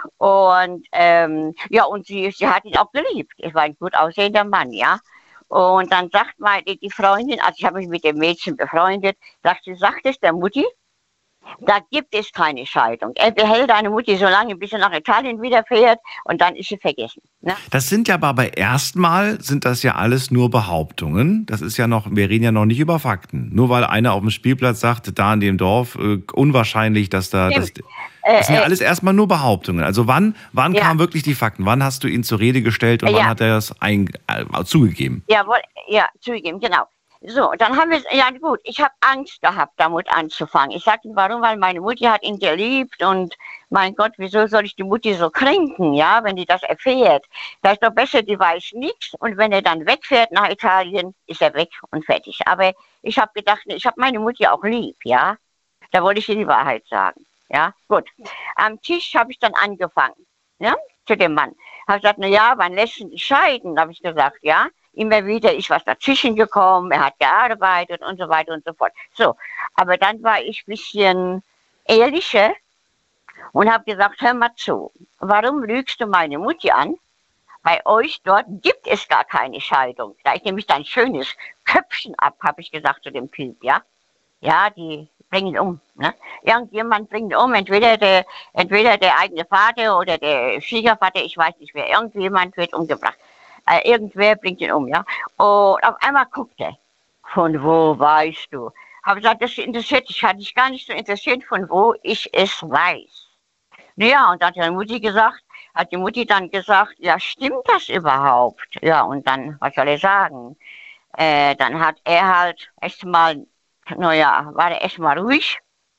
Und ja, und sie hat ihn auch geliebt. Es war ein gut aussehender Mann, ja. Und dann sagt meine die Freundin, also ich habe mich mit dem Mädchen befreundet, sagt es der Mutti, da gibt es keine Scheidung. Er behält deine Mutti so lange, bis er nach Italien wieder fährt und dann ist sie vergessen. Ne?
Das sind ja aber erstmal sind das ja alles nur Behauptungen. Das ist ja noch, wir reden ja noch nicht über Fakten. Nur weil einer auf dem Spielplatz sagt, da in dem Dorf, unwahrscheinlich, dass da... Das sind ja alles erstmal nur Behauptungen. Also wann kamen wirklich die Fakten? Wann hast du ihn zur Rede gestellt und wann hat er das zugegeben?
Jawohl, ja, zugegeben, genau. So, dann haben wir, ja gut, ich habe Angst gehabt, damit anzufangen. Ich sagte, warum? Weil meine Mutti hat ihn geliebt und mein Gott, wieso soll ich die Mutti so kränken, ja, wenn die das erfährt? Da ist doch besser, die weiß nichts und wenn er dann wegfährt nach Italien, ist er weg und fertig. Aber ich habe gedacht, ich habe meine Mutti auch lieb, ja. Da wollte ich ihr die Wahrheit sagen, ja. Gut, am Tisch habe ich dann angefangen, ja, zu dem Mann. Habe gesagt, na ja, wann lässt du dich scheiden? Habe ich gesagt, ja. Immer wieder ist was dazwischen gekommen, er hat gearbeitet und so weiter und so fort. So, aber dann war ich ein bisschen ehrlicher und habe gesagt, hör mal zu, warum lügst du meine Mutti an? Bei euch dort gibt es gar keine Scheidung. Da ist nämlich dein schönes Köpfchen ab, habe ich gesagt zu dem Typ, ja. Ja, die bringen ihn um. Ne? Irgendjemand bringt ihn um, entweder der eigene Vater oder der Schwiegervater, ich weiß nicht wer, irgendjemand wird umgebracht. Irgendwer bringt ihn um, ja. Und auf einmal guckt er. Von wo weißt du? Habe gesagt, das interessiert dich, hat dich gar nicht so interessiert, von wo ich es weiß. Naja, und dann hat die Mutti dann gesagt, ja, stimmt das überhaupt? Ja, und dann, was soll er sagen? Dann hat er halt erstmal, war er erstmal ruhig.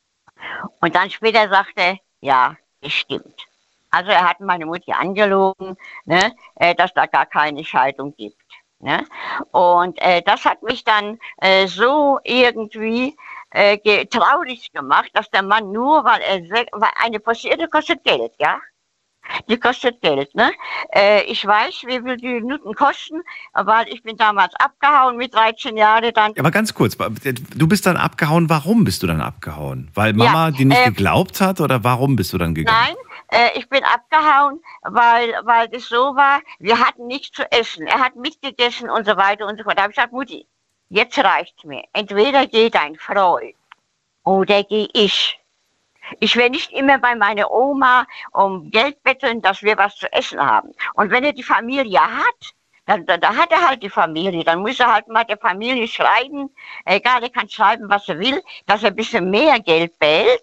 Und dann später sagte er, ja, es stimmt. Also er hat meine Mutti angelogen, ne, dass da gar keine Scheidung gibt. Ne? Und das hat mich dann so irgendwie traurig gemacht, dass der Mann nur, weil eine Posierte kostet Geld, ja. Die kostet Geld, ne? Ich weiß, wie viel die Minuten kosten, weil ich bin damals abgehauen mit 13 Jahren dann.
Aber ganz kurz, du bist dann abgehauen, warum bist du dann abgehauen? Weil Mama dir nicht geglaubt hat oder warum bist du dann gegangen?
Nein. Ich bin abgehauen, weil das so war, wir hatten nichts zu essen. Er hat mitgegessen und so weiter und so fort. Da habe ich gesagt, Mutti, jetzt reicht's mir. Entweder geht dein Freund oder gehe ich. Ich will nicht immer bei meiner Oma um Geld betteln, dass wir was zu essen haben. Und wenn er die Familie hat, dann hat er halt die Familie. Dann muss er halt mal der Familie schreiben, egal, er kann schreiben, was er will, dass er ein bisschen mehr Geld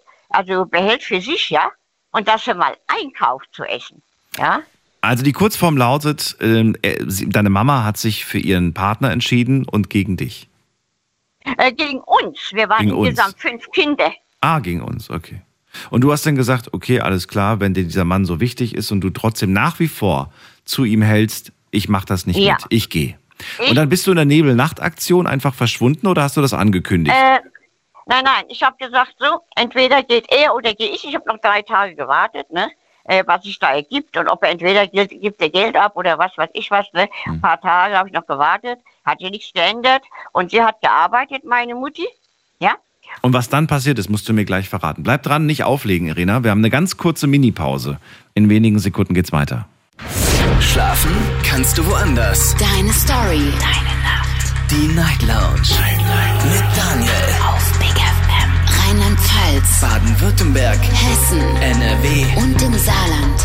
behält für sich, ja. Und dass er mal einkauft zu essen, ja.
Also die Kurzform lautet, deine Mama hat sich für ihren Partner entschieden und gegen dich?
Gegen uns. Wir waren insgesamt 5 Kinder.
Ah, gegen uns, okay. Und du hast dann gesagt, okay, alles klar, wenn dir dieser Mann so wichtig ist und du trotzdem nach wie vor zu ihm hältst, ich mach das nicht mit, ich gehe. Und dann bist du in der Nebelnachtaktion einfach verschwunden oder hast du das angekündigt?
Nein, ich habe gesagt, so, entweder geht er oder gehe ich. Ich habe noch 3 Tage gewartet, ne? Was sich da ergibt und ob er entweder gibt er Geld ab oder was weiß ich was. Ne? Ein paar Tage habe ich noch gewartet, hat sich nichts geändert und sie hat gearbeitet, meine Mutti, ja.
Und was dann passiert ist, musst du mir gleich verraten. Bleib dran, nicht auflegen, Irina. Wir haben eine ganz kurze Mini-Pause. In wenigen Sekunden geht's weiter.
Schlafen kannst du woanders.
Deine Story. Deine Nacht.
Die Night Lounge. Mit Daniel.
Auf Big FM. Rheinland-Pfalz.
Baden-Württemberg.
Hessen.
NRW.
Und im Saarland.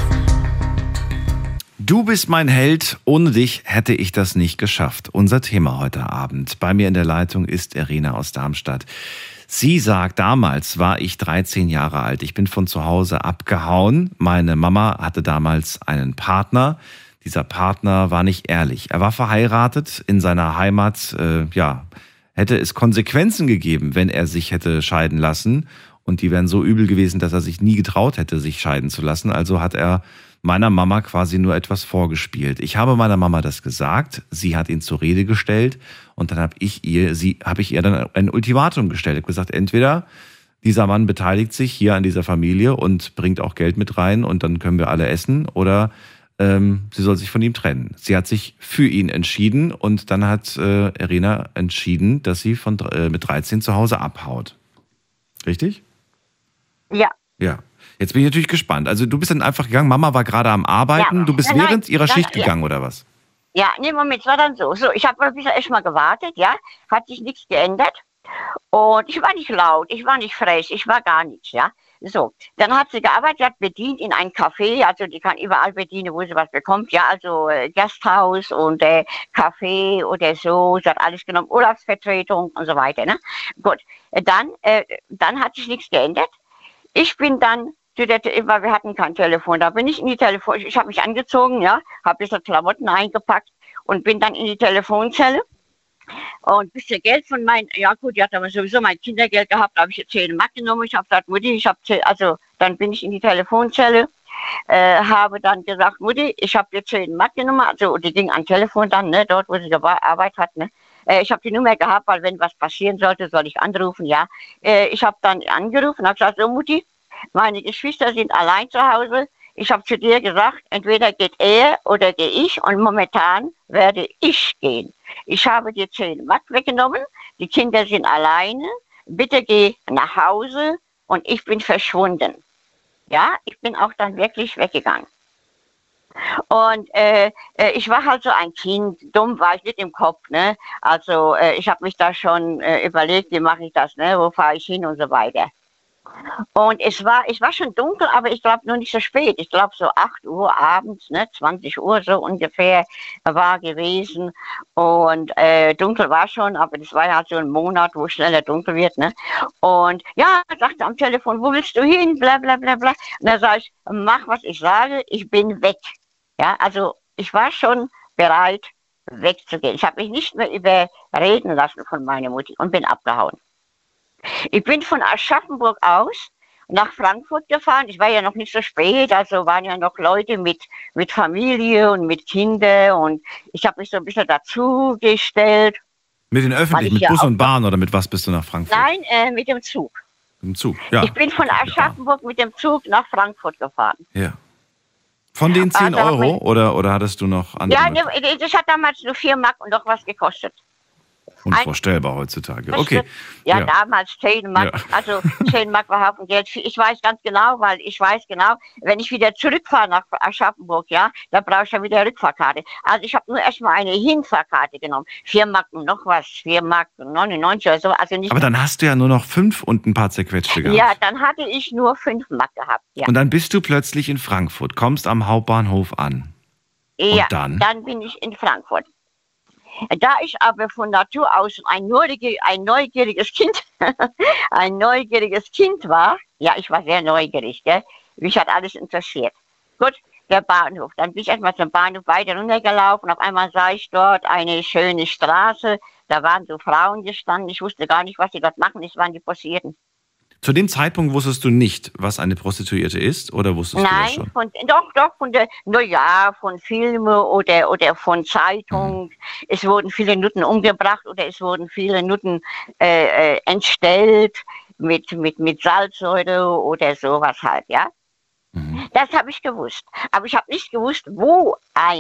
Du bist mein Held. Ohne dich hätte ich das nicht geschafft. Unser Thema heute Abend. Bei mir in der Leitung ist Irina aus Darmstadt. Sie sagt, damals war ich 13 Jahre alt. Ich bin von zu Hause abgehauen. Meine Mama hatte damals einen Partner. Dieser Partner war nicht ehrlich. Er war verheiratet in seiner Heimat. Hätte es Konsequenzen gegeben, wenn er sich hätte scheiden lassen. Und die wären so übel gewesen, dass er sich nie getraut hätte, sich scheiden zu lassen. Also hat er meiner Mama quasi nur etwas vorgespielt. Ich habe meiner Mama das gesagt, sie hat ihn zur Rede gestellt und dann habe ich ihr dann ein Ultimatum gestellt. Ich habe gesagt, entweder dieser Mann beteiligt sich hier an dieser Familie und bringt auch Geld mit rein und dann können wir alle essen oder sie soll sich von ihm trennen. Sie hat sich für ihn entschieden und dann hat Irina entschieden, dass sie mit 13 zu Hause abhaut. Richtig?
Ja.
Ja. Jetzt bin ich natürlich gespannt. Also du bist dann einfach gegangen, Mama war gerade am Arbeiten, du bist während ihrer Schicht gegangen oder was?
Ja, nee, Moment, es war dann so. Ich habe ein bisschen erst mal gewartet, ja, hat sich nichts geändert. Und ich war nicht laut, ich war nicht frech, ich war gar nichts, ja. So, dann hat sie gearbeitet, sie hat bedient in einem Café, also die kann überall bedienen, wo sie was bekommt, ja, also Gasthaus und Café oder so, sie hat alles genommen, Urlaubsvertretung und so weiter, ne. Gut, dann hat sich nichts geändert. Ich bin dann weil wir hatten kein Telefon, da bin ich in die ich habe mich angezogen, ja, habe ein bisschen Klamotten eingepackt und bin dann in die Telefonzelle und ein bisschen Geld von die hat aber sowieso mein Kindergeld gehabt, da habe ich 10 Mark genommen, ich habe gesagt, Mutti, dann bin ich in die Telefonzelle, habe dann gesagt, Mutti, ich habe dir 10 Mark genommen, also die ging am Telefon dann, ne, dort, wo sie gearbeitet hat, ne. Ich habe die Nummer gehabt, weil wenn was passieren sollte, soll ich anrufen, ja. Ich habe dann angerufen und habe gesagt, so Mutti, meine Geschwister sind allein zu Hause. Ich habe zu dir gesagt, entweder geht er oder gehe ich und momentan werde ich gehen. Ich habe dir 10 Mark weggenommen, die Kinder sind alleine, bitte geh nach Hause und ich bin verschwunden. Ja, ich bin auch dann wirklich weggegangen. Und ich war halt so ein Kind, dumm war ich nicht im Kopf, ne? Also ich habe mich da schon überlegt, wie mache ich das, ne? Wo fahre ich hin und so weiter. Und es war schon dunkel, aber ich glaube noch nicht so spät. Ich glaube so 8 Uhr abends, ne, 20 Uhr so ungefähr war gewesen. Und dunkel war schon, aber das war ja so ein Monat, wo schneller dunkel wird, ne. Und ja, sagte am Telefon, wo willst du hin? Bla bla bla bla. Und dann sage ich, mach was ich sage, ich bin weg. Ja, also ich war schon bereit, wegzugehen. Ich habe mich nicht mehr überreden lassen von meiner Mutti und bin abgehauen. Ich bin von Aschaffenburg aus nach Frankfurt gefahren. Ich war ja noch nicht so spät, also waren ja noch Leute mit Familie und mit Kindern und ich habe mich so ein bisschen dazugestellt.
Mit den Öffentlichen, mit Bus und Bahn oder mit was bist du nach Frankfurt?
Nein, mit dem Zug.
Mit dem Zug, ja.
Ich bin von Aschaffenburg mit dem Zug nach Frankfurt gefahren.
Ja. Von den 10 Euro oder hattest du noch andere?
Ja, das hat damals nur 4 Mark und noch was gekostet.
Unvorstellbar heutzutage. Okay.
Ja, damals 10 Mark, ja. Also 10 Mark war Haufen Geld. Ich weiß ganz genau, weil ich weiß genau, wenn ich wieder zurückfahre nach Aschaffenburg, ja, da brauche ich ja wieder eine Rückfahrkarte. Also ich habe nur erstmal eine Hinfahrkarte genommen. 4 Mark und noch was, 4 Mark 99 oder so. Also nicht.
Aber dann hast du ja nur noch 5 und ein paar zerquetschte gehabt.
Ja, dann hatte ich nur 5 Mark gehabt. Ja.
Und dann bist du plötzlich in Frankfurt, kommst am Hauptbahnhof an.
Ja,
und
dann bin ich in Frankfurt. Da ich aber von Natur aus ein neugieriges Kind, war, ja, ich war sehr neugierig, gell? Mich hat alles interessiert. Gut, der Bahnhof. Dann bin ich erstmal zum Bahnhof weiter runtergelaufen. Auf einmal sah ich dort eine schöne Straße. Da waren so Frauen gestanden. Ich wusste gar nicht, was sie dort machen. Es waren die Posierten.
Zu dem Zeitpunkt wusstest du nicht, was eine Prostituierte ist, oder wusstest du das schon?
Nein, von Filmen oder von Zeitungen. Es wurden viele Nutten umgebracht oder es wurden viele Nutten entstellt mit Salzsäure oder sowas halt, ja. Das habe ich gewusst. Aber ich habe nicht gewusst, wo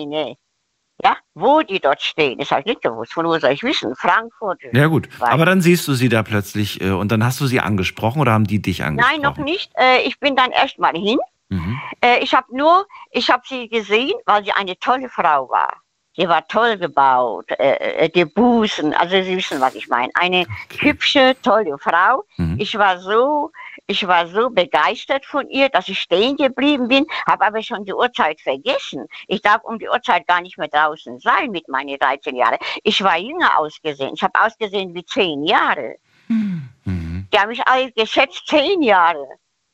die dort stehen. Das habe ich nicht gewusst. Von wo soll ich wissen? Frankfurt.
Ja gut, aber dann siehst du sie da plötzlich und dann hast du sie angesprochen oder haben die dich angesprochen?
Nein, noch nicht. Ich bin dann erst mal hin. Ich habe sie gesehen, weil sie eine tolle Frau war. Sie war toll gebaut, die Busen, also Sie wissen, was ich meine. Eine hübsche, tolle Frau. Ich war so begeistert von ihr, dass ich stehen geblieben bin, habe aber schon die Uhrzeit vergessen. Ich darf um die Uhrzeit gar nicht mehr draußen sein mit meinen 13 Jahren. Ich war jünger ausgesehen. Ich habe ausgesehen wie 10 Jahre. Die haben mich alle geschätzt 10 Jahre.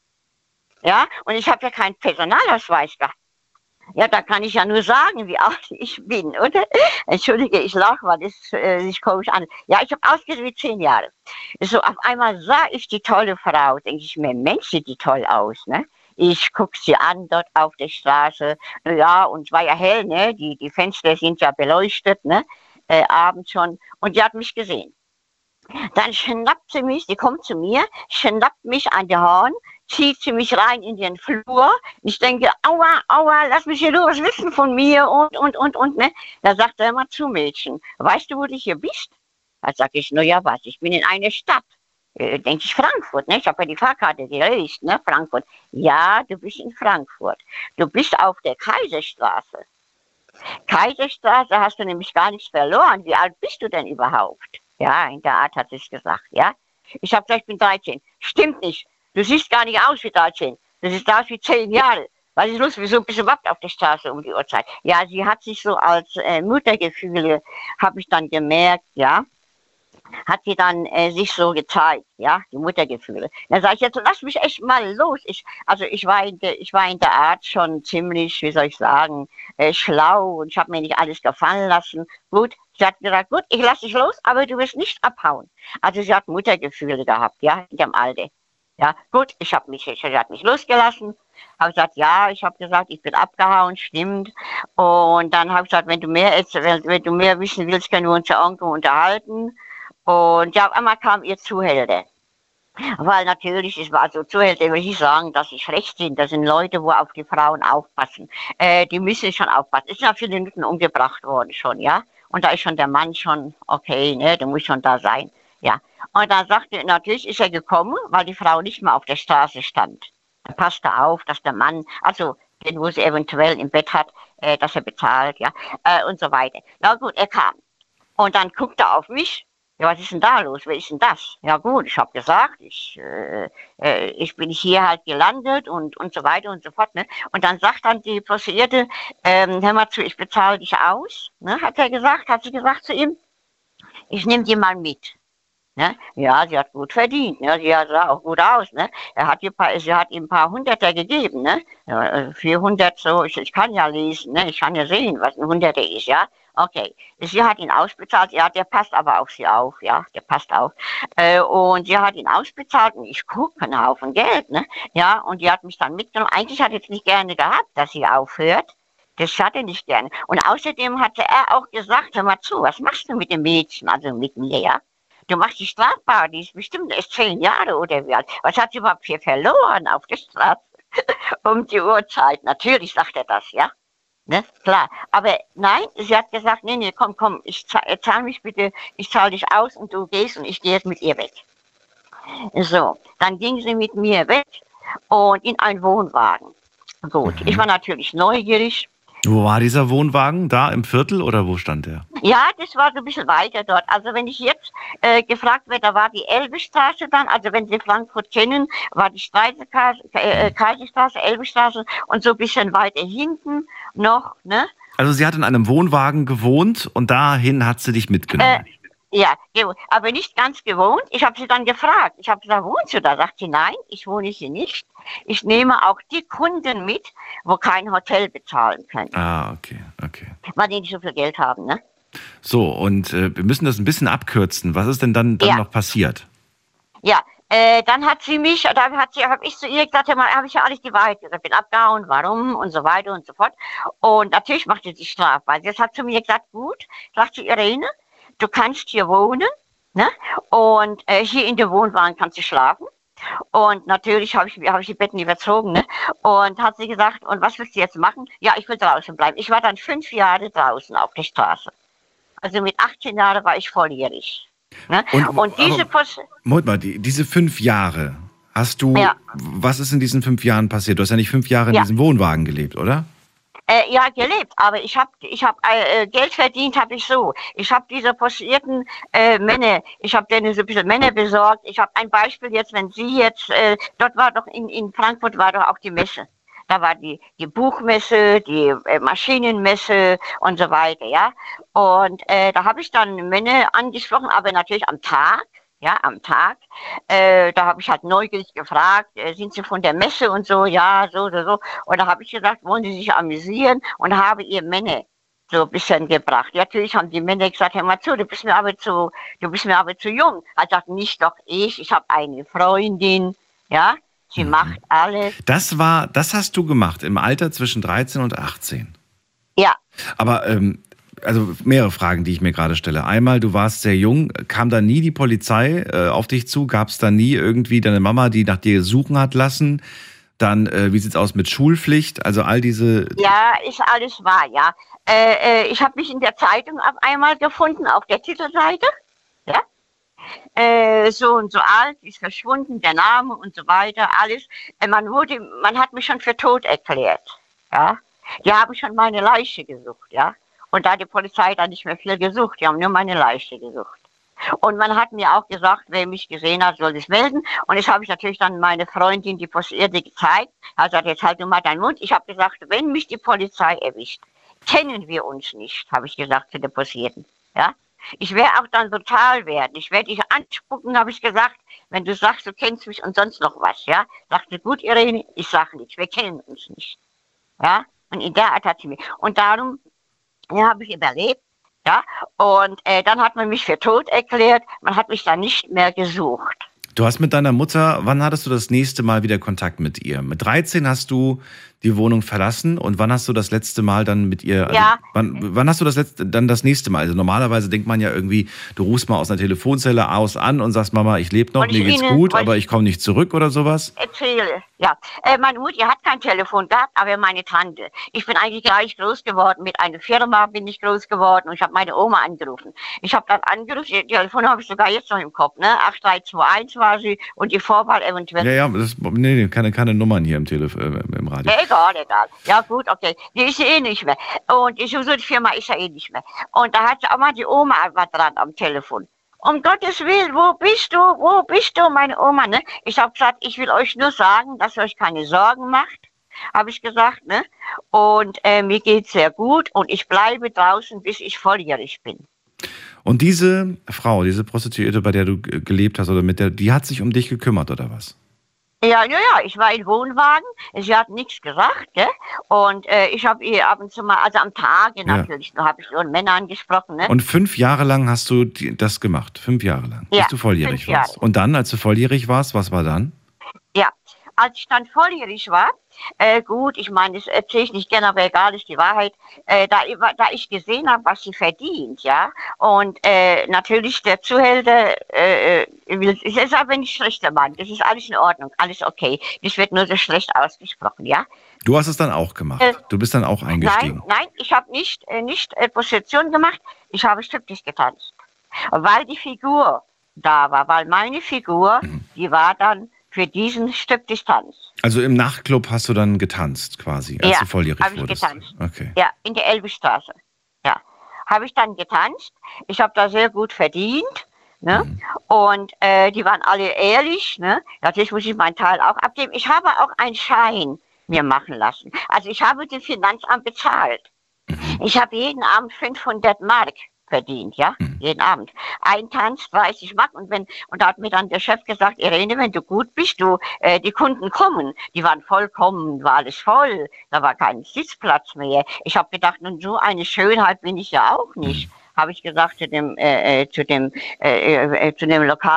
Ja, und ich habe ja keinen Personalausweis gehabt. Ja, da kann ich ja nur sagen, wie alt ich bin, oder? Entschuldige, ich lache, weil das sich komisch an. Ja, ich habe ausgesehen wie 10 Jahre. So, auf einmal sah ich die tolle Frau, denke ich mir, Mensch, sieht die toll aus, ne? Ich gucke sie an dort auf der Straße. Ja, und es war ja hell, ne? Die Fenster sind ja beleuchtet, ne? Abends schon. Und die hat mich gesehen. Dann schnappt sie mich, die kommt zu mir, schnappt mich an die Horn, zieht sie mich rein in den Flur. Ich denke, aua, lass mich hier nur was wissen von mir und, ne. Da sagt er immer zu Mädchen, weißt du, wo du hier bist? Da sag ich, ja was, ich bin in einer Stadt. Denke ich Frankfurt, ne? Ich habe ja die Fahrkarte gelesen, ne? Frankfurt. Ja, du bist in Frankfurt. Du bist auf der Kaiserstraße. Kaiserstraße hast du nämlich gar nichts verloren. Wie alt bist du denn überhaupt? Ja, in der Art hat sie es gesagt, ja. Ich habe gesagt, ich bin 13. Stimmt nicht. Du siehst gar nicht aus wie 13. Du siehst aus wie 10 Jahre. Was ist los? Wieso bist du überhaupt auf der Straße um die Uhrzeit? Ja, sie hat sich so als Muttergefühle, habe ich dann gemerkt, ja. Hat sie dann sich so gezeigt, ja, die Muttergefühle. Dann sage ich, jetzt lass mich echt mal los. Ich war in der Art schon ziemlich, wie soll ich sagen, schlau und ich habe mir nicht alles gefallen lassen. Gut, sie hat gesagt, gut, ich lasse dich los, aber du wirst nicht abhauen. Also sie hat Muttergefühle gehabt, ja, in dem Alter. Ja, gut, sie hat mich losgelassen, habe gesagt, ja, ich habe gesagt, ich bin abgehauen, stimmt. Und dann habe ich gesagt, wenn du mehr wissen willst, können wir uns ja irgendwo unterhalten. Und ja, auf einmal kam ihr Zuhälter. Weil natürlich, es war so Zuhälter, will ich sagen, dass sie schlecht sind. Das sind Leute, wo auf die Frauen aufpassen. Die müssen schon aufpassen. Es sind ja viele Minuten umgebracht worden schon, ja. Und da ist schon der Mann schon, okay, ne, der muss schon da sein, ja. Und dann sagte, natürlich ist er gekommen, weil die Frau nicht mehr auf der Straße stand. Da passte auf, dass der Mann, also den, wo sie eventuell im Bett hat, dass er bezahlt, ja, und so weiter. Na gut, er kam. Und dann guckte er auf mich. Ja, was ist denn da los? Wer ist denn das? Ja gut, ich habe gesagt, ich bin hier halt gelandet und so weiter und so fort. Ne? Und dann sagt dann die Prostituierte, hör mal zu, ich bezahle dich aus. Ne? Hat sie gesagt zu ihm, ich nehme die mal mit. Ne? Ja, sie hat gut verdient, ne? Sie sah auch gut aus. Ne? Sie hat ihm ein paar Hunderter gegeben. Ne? 400 so, ich kann ja lesen, ne? Ich kann ja sehen, was ein Hunderter ist, ja. Okay, sie hat ihn ausbezahlt, ja, der passt aber auf sie auf, ja, der passt auf. Und sie hat ihn ausbezahlt und ich gucke, einen Haufen Geld, ne, ja, und die hat mich dann mitgenommen. Eigentlich hat er jetzt nicht gerne gehabt, dass sie aufhört, das hat er nicht gerne. Und außerdem hatte er auch gesagt, hör mal zu, was machst du mit dem Mädchen, also mit mir, ja? Du machst die strafbar, die ist bestimmt erst 10 Jahre oder wie alt. Was hat sie überhaupt hier verloren auf der Straße? Um die Uhrzeit, natürlich sagt er das, ja. Ne, klar. Aber nein, sie hat gesagt, nee, komm, zahl mich bitte, ich zahle dich aus und du gehst und ich gehe jetzt mit ihr weg. So, dann ging sie mit mir weg und in einen Wohnwagen. Gut, ich war natürlich neugierig.
Wo war dieser Wohnwagen? Da im Viertel oder wo stand der?
Ja, das war so ein bisschen weiter dort. Also wenn ich jetzt gefragt werde, da war die Elbestraße dann, also wenn Sie Frankfurt kennen, war die Kaiserstraße, Elbestraße und so ein bisschen weiter hinten noch, ne? Also
sie hat in einem Wohnwagen gewohnt und dahin hat sie dich mitgenommen.
Ja, aber nicht ganz gewohnt. Ich habe sie dann gefragt. Ich habe gesagt, wohnst du da? Sagt sie, nein, ich wohne hier nicht. Ich nehme auch die Kunden mit, wo kein Hotel bezahlen können.
Ah, okay.
Weil die nicht so viel Geld haben, ne?
So, und wir müssen das ein bisschen abkürzen. Was ist denn dann noch passiert?
Ja, dann hat sie mich, da habe ich zu ihr gesagt, habe ich ja alles die Wahrheit gesagt, bin abgehauen, warum und so weiter und so fort. Und natürlich machte sie strafbar. Jetzt hat sie mir gesagt, gut, sagt sie, Irene, du kannst hier wohnen, ne? Und hier in der Wohnwagen kannst du schlafen. Und natürlich habe ich die Betten überzogen, ne? Und hat sie gesagt, und was willst du jetzt machen? Ja, ich will draußen bleiben. Ich war dann 5 Jahre draußen auf der Straße. Also mit 18 Jahren war ich volljährig. Ne? Und diese
Moment mal, diese 5 Jahre, hast du, was ist in diesen 5 Jahren passiert? Du hast ja nicht 5 Jahre in diesem Wohnwagen gelebt, oder?
Ja, gelebt, aber ich hab Geld verdient, habe ich so. Ich habe diese postierten Männer, ich habe denen so ein bisschen Männer besorgt. Ich habe ein Beispiel jetzt, wenn Sie jetzt, dort war doch in Frankfurt war doch auch die Messe. Da war die Buchmesse, die Maschinenmesse und so weiter, ja. Und da habe ich dann Männer angesprochen, aber natürlich am Tag. Ja, am Tag. Da habe ich halt neugierig gefragt, sind Sie von der Messe und so? Ja, so oder so. Und da habe ich gesagt, wollen Sie sich amüsieren? Und habe ihr Männer so ein bisschen gebracht. Ja, natürlich haben die Männer gesagt, hör mal zu, du bist mir aber zu jung. Er sagt, nicht doch ich habe eine Freundin, ja, sie macht alles.
Das hast du gemacht im Alter zwischen 13 und 18?
Ja.
Aber, also mehrere Fragen, die ich mir gerade stelle. Einmal, du warst sehr jung, kam da nie die Polizei auf dich zu? Gab es da nie irgendwie deine Mama, die nach dir suchen hat lassen? Dann, wie sieht's aus mit Schulpflicht? Also all diese...
Ja, ist alles wahr, ja. Ich habe mich in der Zeitung auf einmal gefunden, auf der Titelseite. Ja. So und so alt, ist verschwunden, der Name und so weiter, alles. Man hat mich schon für tot erklärt. Ja. Die haben schon meine Leiche gesucht, ja. Und da hat die Polizei dann nicht mehr viel gesucht, die haben nur meine Leiche gesucht. Und man hat mir auch gesagt, wer mich gesehen hat, soll sich melden. Und das habe ich natürlich dann meine Freundin, die Postierte, gezeigt. Also jetzt halt nur mal deinen Mund. Ich habe gesagt, wenn mich die Polizei erwischt, kennen wir uns nicht, habe ich gesagt zu der Postierten. Ja? Ich werde auch dann brutal werden. Ich werde dich anspucken, habe ich gesagt, wenn du sagst, du kennst mich und sonst noch was. Ja? Sagte, gut, Irene, ich sage nichts, wir kennen uns nicht. Ja? Und in der Art hat sie mich. Und darum habe ich überlebt. Ja, und dann hat man mich für tot erklärt, man hat mich dann nicht mehr gesucht.
Du hast mit deiner Mutter, wann hattest du das nächste Mal wieder Kontakt mit ihr? Mit 13 hast du die Wohnung verlassen und wann hast du das letzte Mal dann mit ihr, also
ja.
wann hast du dann das nächste Mal? Also normalerweise denkt man ja irgendwie, du rufst mal aus einer Telefonzelle aus an und sagst, Mama, ich lebe noch, mir geht's gut, aber ich komme nicht zurück oder sowas?
Erzähle, ja. Meine Mutter hat kein Telefon gehabt, aber meine Tante. Ich bin eigentlich gleich groß geworden, mit einer Firma bin ich groß geworden und ich habe meine Oma angerufen. Ich habe dann angerufen, die Telefon habe ich sogar jetzt noch im Kopf, ne? 8321 war sie und die Vorwahl eventuell.
Ja, keine Nummern hier im Radio.
Egal. Ja gut, okay. Die ist ja eh nicht mehr. Und die Firma ist ja eh nicht mehr. Und da hat auch mal die Oma war dran am Telefon. Um Gottes Willen, wo bist du, meine Oma, ne? Ich habe gesagt, ich will euch nur sagen, dass ihr euch keine Sorgen macht, habe ich gesagt, ne? Und mir geht's sehr gut und ich bleibe draußen, bis ich volljährig bin.
Und diese Frau, diese Prostituierte, bei der du gelebt hast, oder die hat sich um dich gekümmert, oder was?
Ja, ich war im Wohnwagen, sie hat nichts gesagt, gell? Und ich habe ihr ab und zu mal, also am Tage natürlich, da habe ich nur Männer angesprochen, ne?
Und 5 Jahre lang hast du das gemacht, 5 Jahre lang, bis du volljährig warst. Und dann, als du volljährig warst, was war dann?
Ja, als ich dann volljährig war, gut, ich meine, das erzähle ich nicht gerne, aber egal, ist die Wahrheit, da ich gesehen habe, was sie verdient, ja, und natürlich der Zuhälter, es ist aber nicht schlechter Mann, das ist alles in Ordnung, alles okay, das wird nur so schlecht ausgesprochen, ja.
Du hast es dann auch gemacht, du bist dann auch eingestiegen.
Nein, ich habe nicht Prostitution gemacht, ich habe Striptease getanzt, weil die Figur da war, weil meine Figur, die war dann für diesen Striptease-Tanz.
Also im Nachtclub hast du dann getanzt quasi, als du volljährig wurdest?
Ja, habe ich getanzt.
Okay.
Ja, in der Elbestraße. Ja, habe ich dann getanzt. Ich habe da sehr gut verdient. Ne? Und die waren alle ehrlich. Ne? Natürlich muss ich meinen Teil auch abgeben. Ich habe auch einen Schein mir machen lassen. Also ich habe dem Finanzamt bezahlt. Ich habe jeden Abend 500 Mark verdient, ja, jeden Abend. Ein Tanz, 30 Mark und da hat mir dann der Chef gesagt, Irene, wenn du gut bist, die Kunden kommen, die waren vollkommen, war alles voll, da war kein Sitzplatz mehr. Ich habe gedacht, nun so eine Schönheit bin ich ja auch nicht, habe ich gesagt zu dem Lokal.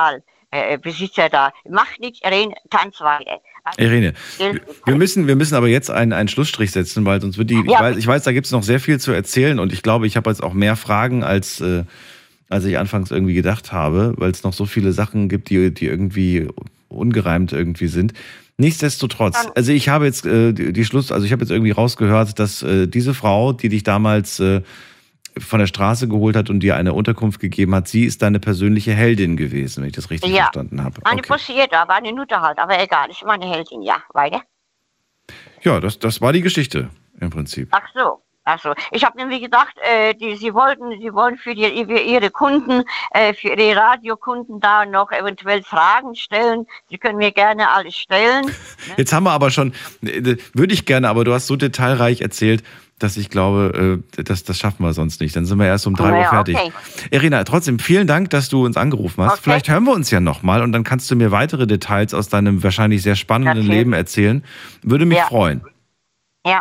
Besitzer da. Macht nichts, Irene, tanz weiter. Also,
Irene, wir müssen aber jetzt einen Schlussstrich setzen, weil sonst wird ich weiß, da gibt es noch sehr viel zu erzählen und ich glaube, ich habe jetzt auch mehr Fragen, als ich anfangs irgendwie gedacht habe, weil es noch so viele Sachen gibt, die irgendwie ungereimt irgendwie sind. Nichtsdestotrotz, also ich habe jetzt ich habe jetzt irgendwie rausgehört, dass diese Frau, die dich damals von der Straße geholt hat und dir eine Unterkunft gegeben hat, sie ist deine persönliche Heldin gewesen, wenn ich das richtig verstanden habe.
Eine Posierte, aber eine Nutte halt, aber egal, ich meine Heldin, ja, weiter.
Ja, das war die Geschichte im Prinzip.
Ach so. Ich habe nämlich gedacht, sie wollen für ihre Kunden, für ihre Radiokunden da noch eventuell Fragen stellen. Sie können mir gerne alles stellen.
Jetzt haben wir aber schon, würde ich gerne, aber du hast so detailreich erzählt, dass ich glaube, das schaffen wir sonst nicht. Dann sind wir erst um 3 Uhr fertig. Okay. Irina, trotzdem vielen Dank, dass du uns angerufen hast. Okay. Vielleicht hören wir uns ja nochmal und dann kannst du mir weitere Details aus deinem wahrscheinlich sehr spannenden Leben erzählen. Würde mich freuen. Ja.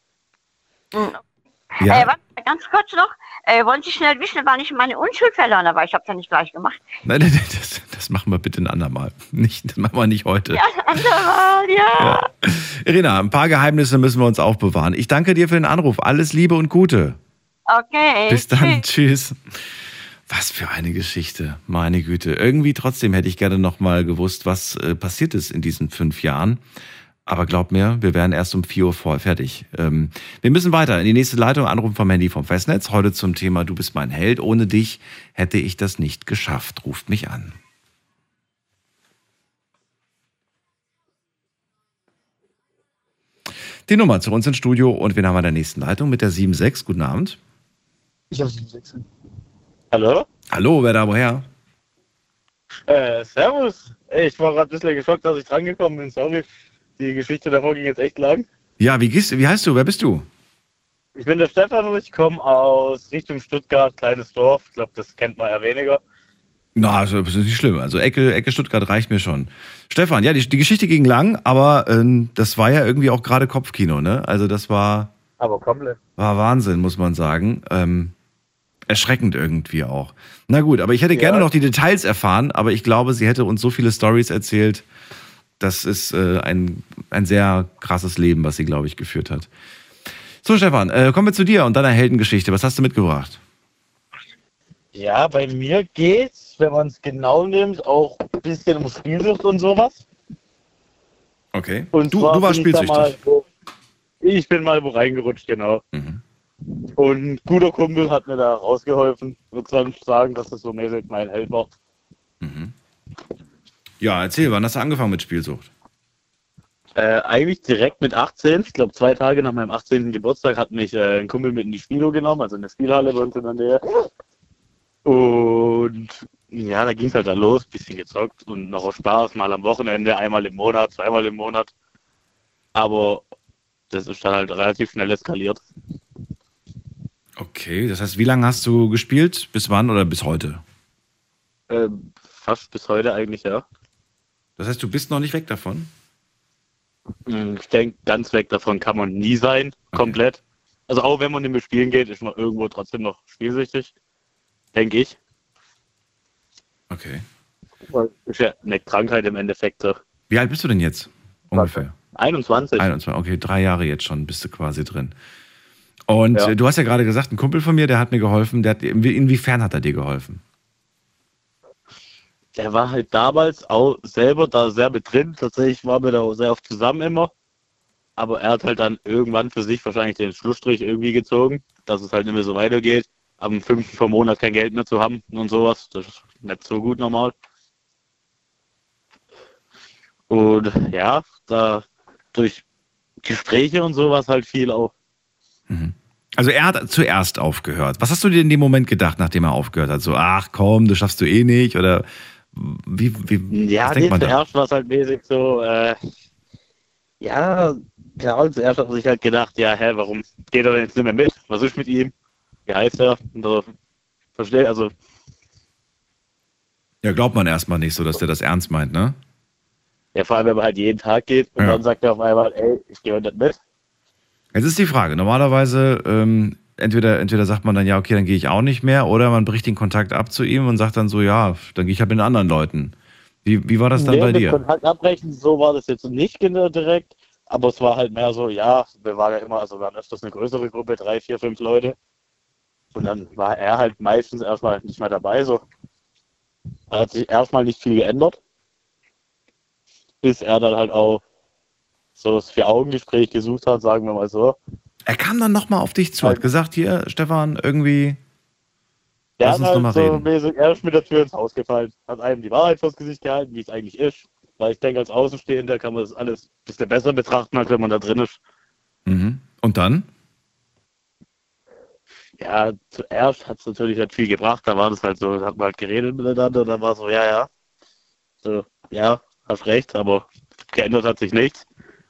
Ja. Warte, ganz kurz noch. Wollen Sie schnell wissen, wann ich meine Unschuld verloren habe? Ich habe es ja nicht gleich gemacht.
Nein, das machen wir bitte ein andermal. Das machen wir nicht heute.
Ja, ein andermal, ja.
Irina, ein paar Geheimnisse müssen wir uns aufbewahren. Ich danke dir für den Anruf. Alles Liebe und Gute.
Okay.
Bis dann. Tschüss. Was für eine Geschichte. Meine Güte. Irgendwie trotzdem hätte ich gerne noch mal gewusst, was passiert ist in diesen 5 Jahren. Aber glaub mir, wir wären erst um 4 Uhr fertig. Wir müssen weiter in die nächste Leitung anrufen vom Handy vom Festnetz. Heute zum Thema Du bist mein Held. Ohne dich hätte ich das nicht geschafft. Ruft mich an. Die Nummer zu uns ins Studio und wen haben wir in der nächsten Leitung mit der 76. Guten Abend.
Ich habe 76. Hallo?
Hallo, wer da woher?
Servus. Ich war gerade ein bisschen geschockt, dass ich drangekommen bin. Sorry. Die Geschichte davor ging jetzt echt lang.
Ja, wie heißt du? Wer bist du?
Ich bin der Stefan und ich komme aus Richtung Stuttgart, kleines Dorf. Ich glaube, das kennt man ja weniger.
Na, also das ist nicht schlimm. Also Ecke Stuttgart reicht mir schon. Stefan, ja, die Geschichte ging lang, aber das war ja irgendwie auch gerade Kopfkino, ne? Also das war...
Aber komplett.
War Wahnsinn, muss man sagen. Erschreckend irgendwie auch. Na gut, aber ich hätte gerne noch die Details erfahren, aber ich glaube, sie hätte uns so viele Storys erzählt. Das ist ein sehr krasses Leben, was sie, glaube ich, geführt hat. So, Stefan, kommen wir zu dir und deiner Heldengeschichte. Was hast du mitgebracht?
Ja, bei mir geht's, wenn man es genau nimmt, auch ein bisschen um Spielsucht und sowas.
Okay.
Und
du warst spielsüchtig.
Ich bin mal wo reingerutscht, genau. Mhm. Und ein guter Kumpel hat mir da rausgeholfen. Ich würde sagen, dass das so mäßig mein Held war.
Mhm. Ja, erzähl, wann hast du angefangen mit Spielsucht?
Eigentlich direkt mit 18. Ich glaube, 2 Tage nach meinem 18. Geburtstag hat mich ein Kumpel mit in die Spielo genommen, also in der Spielhalle bei uns in der Nähe. Und ja, da ging es halt dann los, bisschen gezockt und noch auf Spaß, mal am Wochenende, einmal im Monat, zweimal im Monat. Aber das ist dann halt relativ schnell eskaliert.
Okay, das heißt, wie lange hast du gespielt? Bis wann oder bis heute?
Fast bis heute eigentlich, ja.
Das heißt, du bist noch nicht weg davon?
Ich denke, ganz weg davon kann man nie sein, komplett. Also auch wenn man nicht mehr spielen geht, ist man irgendwo trotzdem noch spielsüchtig, denke ich.
Okay.
Ist ja eine Krankheit im Endeffekt.
Wie alt bist du denn jetzt ungefähr?
21.
21, okay, 3 Jahre jetzt schon bist du quasi drin. Und du hast ja gerade gesagt, ein Kumpel von mir, der hat mir geholfen. Inwiefern hat er dir geholfen?
Der war halt damals auch selber da sehr mit drin. Tatsächlich waren wir da auch sehr oft zusammen immer. Aber er hat halt dann irgendwann für sich wahrscheinlich den Schlussstrich irgendwie gezogen, dass es halt nicht mehr so weitergeht. Am 5. vom Monat kein Geld mehr zu haben und sowas. Das ist nicht so gut normal. Und ja, da durch Gespräche und sowas halt viel auch.
Also er hat zuerst aufgehört. Was hast du dir in dem Moment gedacht, nachdem er aufgehört hat? So, ach komm, das schaffst du eh nicht? Oder wie
ja,
was denkt man da?
Zuerst war es halt mäßig so, ja, klar, zuerst hat man sich halt gedacht, ja, warum geht er denn jetzt nicht mehr mit? Was ist mit ihm? Wie heißt er? Verstehe, also.
Ja, glaubt man erstmal nicht so, dass der das ernst meint, ne?
Ja, vor allem, wenn man halt jeden Tag geht und dann sagt er auf einmal, ey, ich gehe heute nicht mit.
Jetzt ist die Frage, normalerweise entweder sagt man dann, ja, okay, dann gehe ich auch nicht mehr, oder man bricht den Kontakt ab zu ihm und sagt dann so, ja, dann gehe ich halt mit den anderen Leuten. Wie war das dann bei
Mit
dir?
Kontakt abbrechen, so war das jetzt nicht direkt, aber es war halt mehr so, ja, wir waren ja immer, also wir waren öfters eine größere Gruppe, 3, 4, 5 Leute. Und dann war er halt meistens erstmal nicht mehr dabei, so. Da hat sich erstmal nicht viel geändert, bis er dann halt auch so das Vier-Augen-Gespräch gesucht hat, sagen wir mal so.
Er kam dann nochmal auf dich zu, hat gesagt, hier, Stefan, irgendwie,
Der
lass
hat
uns
halt
nochmal
so
reden.
mäßig, er ist mit der Tür ins Haus gefallen, hat einem die Wahrheit vors Gesicht gehalten, wie es eigentlich ist. Weil ich denke, als Außenstehender kann man das alles ein bisschen besser betrachten, als wenn man da drin ist.
Mhm. Und dann?
Ja, zuerst hat es natürlich nicht viel gebracht, da war das halt so, da hat man halt geredet miteinander, da war so, ja. So, ja, hast recht, aber geändert hat sich nichts.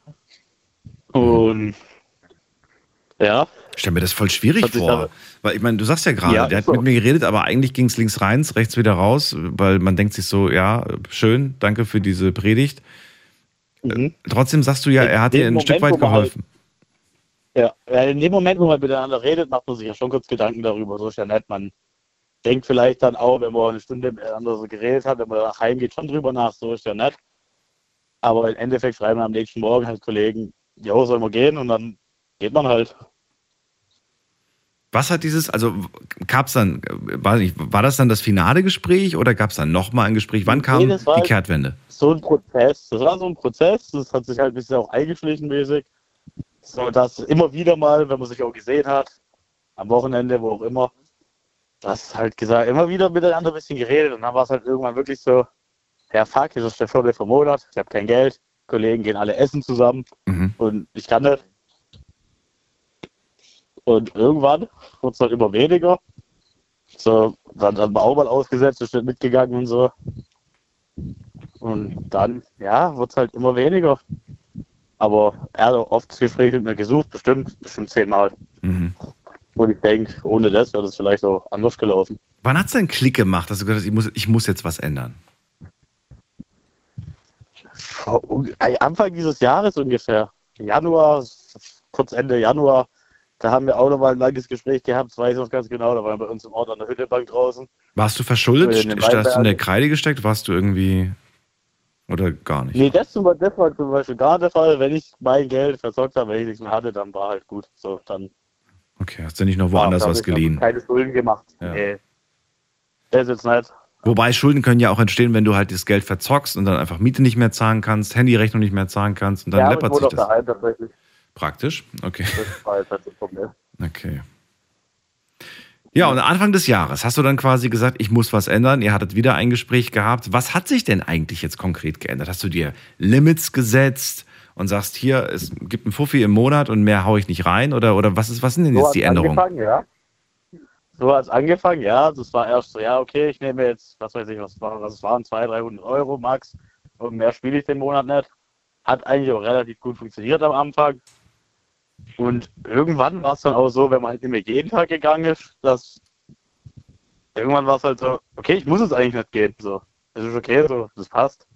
Und ja.
Ich stelle mir das voll schwierig vor. Weil ich meine, du sagst ja gerade,
Ja,
der hat
so.
mit mir geredet, aber eigentlich ging es links rein, rechts wieder raus, weil man denkt sich so, ja, schön, danke für diese Predigt. Trotzdem sagst du ja, er hat dir ein Stück weit geholfen.
Ja, in dem Moment, wo man miteinander redet, macht man sich ja schon kurz Gedanken darüber. So ist ja nett. Man denkt vielleicht dann auch, wenn man eine Stunde miteinander so geredet hat, wenn man danach heimgeht, schon drüber nach. So ist ja nett. Aber im Endeffekt schreiben wir am nächsten Morgen halt Kollegen, jo, sollen wir gehen? Und dann geht man halt.
Was hat dieses, also gab es dann, weiß nicht, war das dann das finale Gespräch oder gab es dann nochmal ein Gespräch? Wann kam
das war
die Kehrtwende?
So ein Prozess. Das war so ein Prozess, das hat sich halt ein bisschen auch eingeschlichen mäßig. So, dass immer wieder mal, wenn man sich auch gesehen hat, am Wochenende, wo auch immer, das halt gesagt, immer wieder miteinander ein bisschen geredet und dann war es halt irgendwann wirklich so, ja fuck, das ist der 4. vom Monat, ich habe kein Geld, Kollegen gehen alle essen zusammen und ich kann nicht. Und irgendwann wurde es halt immer weniger. So, dann hat man auch mal ausgesetzt, ist nicht mitgegangen und so. Und dann, ja, wurde es halt immer weniger. Aber er hat auch oft das Gespräch mit mir gesucht, bestimmt 10-mal. Und ich denke, ohne das wäre das vielleicht auch anders gelaufen.
Wann hat es denn Klick gemacht, dass du gesagt hast, ich muss jetzt was ändern?
Anfang dieses Jahres ungefähr. Januar, kurz Ende Januar, da haben wir auch noch mal ein langes Gespräch gehabt, das weiß ich noch ganz genau, da waren wir bei uns im Ort an der Hüttebank draußen.
Warst du verschuldet?
In den
Hast du in der
Weinbergen.
Kreide gesteckt? Warst du irgendwie, oder gar nicht?
Nee, das war zum Beispiel gar der Fall. Wenn ich mein Geld verzockt habe, wenn ich nichts mehr hatte, dann war halt gut. So, dann
Okay, hast du nicht noch woanders
da hab
was
ich noch
geliehen?
keine Schulden gemacht.
Ja.
Nee. Das ist jetzt nicht.
Wobei Schulden können ja auch entstehen, wenn du halt das Geld verzockst und dann einfach Miete nicht mehr zahlen kannst, Handyrechnung nicht mehr zahlen kannst und dann
Ja, aber ich
läppert
wohne
sich
auch
das.
daheim tatsächlich.
Praktisch? Okay.
Das war jetzt halt das Problem.
Okay. Ja, und Anfang des Jahres hast du dann quasi gesagt, ich muss was ändern. Ihr hattet wieder ein Gespräch gehabt. Was hat sich denn eigentlich jetzt konkret geändert? Hast du dir Limits gesetzt und sagst, hier, es gibt einen Fuffi im Monat und mehr hau ich nicht rein? Oder was sind denn
So
jetzt
hat's
die Änderungen?
angefangen, ja. So hat es angefangen, ja. Das war erst so, ja, okay, ich nehme jetzt, was weiß ich, was es waren, 200-300 Euro max. Und mehr spiele ich den Monat nicht. Hat eigentlich auch relativ gut funktioniert am Anfang. Und irgendwann war es dann auch so, wenn man halt nicht mehr jeden Tag gegangen ist, dass irgendwann war es halt so, okay, ich muss es eigentlich nicht gehen. So, das ist okay, so, das passt.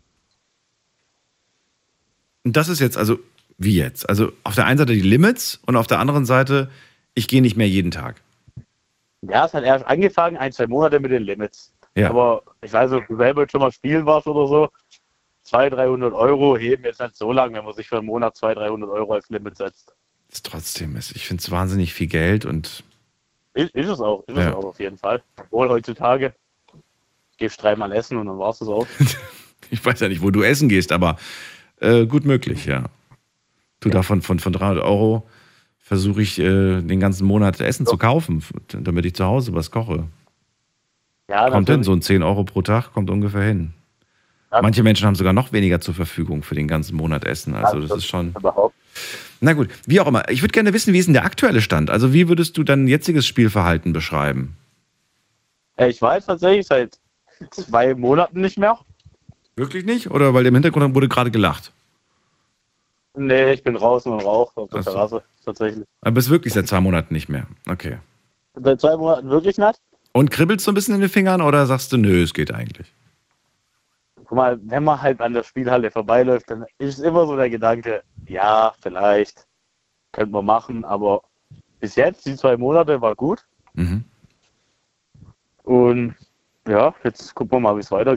Und das ist jetzt also, wie jetzt? Also auf der einen Seite die Limits und auf der anderen Seite, ich gehe nicht mehr jeden Tag.
Ja, es hat erst angefangen, 1-2 Monate mit den Limits.
Ja.
Aber ich weiß nicht, ob du selber jetzt schon mal spielen warst oder so. 200-300 Euro heben jetzt nicht so lang, wenn man sich für einen Monat 200-300 Euro als Limit setzt.
Das ist trotzdem, ich finde es wahnsinnig viel Geld und
Ist es auch,
Ja.
auf jeden Fall. Obwohl heutzutage gehst 3-mal essen und dann war's das auch.
ich weiß ja nicht, wo du essen gehst, aber gut möglich, ja. Du davon von 300 Euro versuche ich den ganzen Monat Essen zu kaufen, damit ich zu Hause was koche.
Ja,
Kommt hin,
natürlich.
so ein 10 Euro pro Tag kommt ungefähr hin. Manche Menschen haben sogar noch weniger zur Verfügung für den ganzen Monat Essen. Also das ist schon...
Überhaupt.
Na gut, wie auch immer. Ich würde gerne wissen, wie ist denn der aktuelle Stand? Also wie würdest du dein jetziges Spielverhalten beschreiben?
Ich weiß tatsächlich seit 2 Monaten nicht mehr.
Wirklich nicht? Oder weil im Hintergrund wurde gerade gelacht?
Nee, ich bin draußen und rauche auf der
Ach so.
Terrasse, tatsächlich.
Aber bist wirklich seit 2 Monaten nicht mehr? Okay.
Seit 2 Monaten wirklich nicht.
Und kribbelst du ein bisschen in den Fingern oder sagst du, nö, es geht eigentlich?
Guck mal, wenn man halt an der Spielhalle vorbeiläuft, dann ist immer so der Gedanke, ja, vielleicht könnte man machen, aber bis jetzt, die 2 Monate, war gut.
Mhm.
Und ja, jetzt gucken wir mal, wie es weitergeht.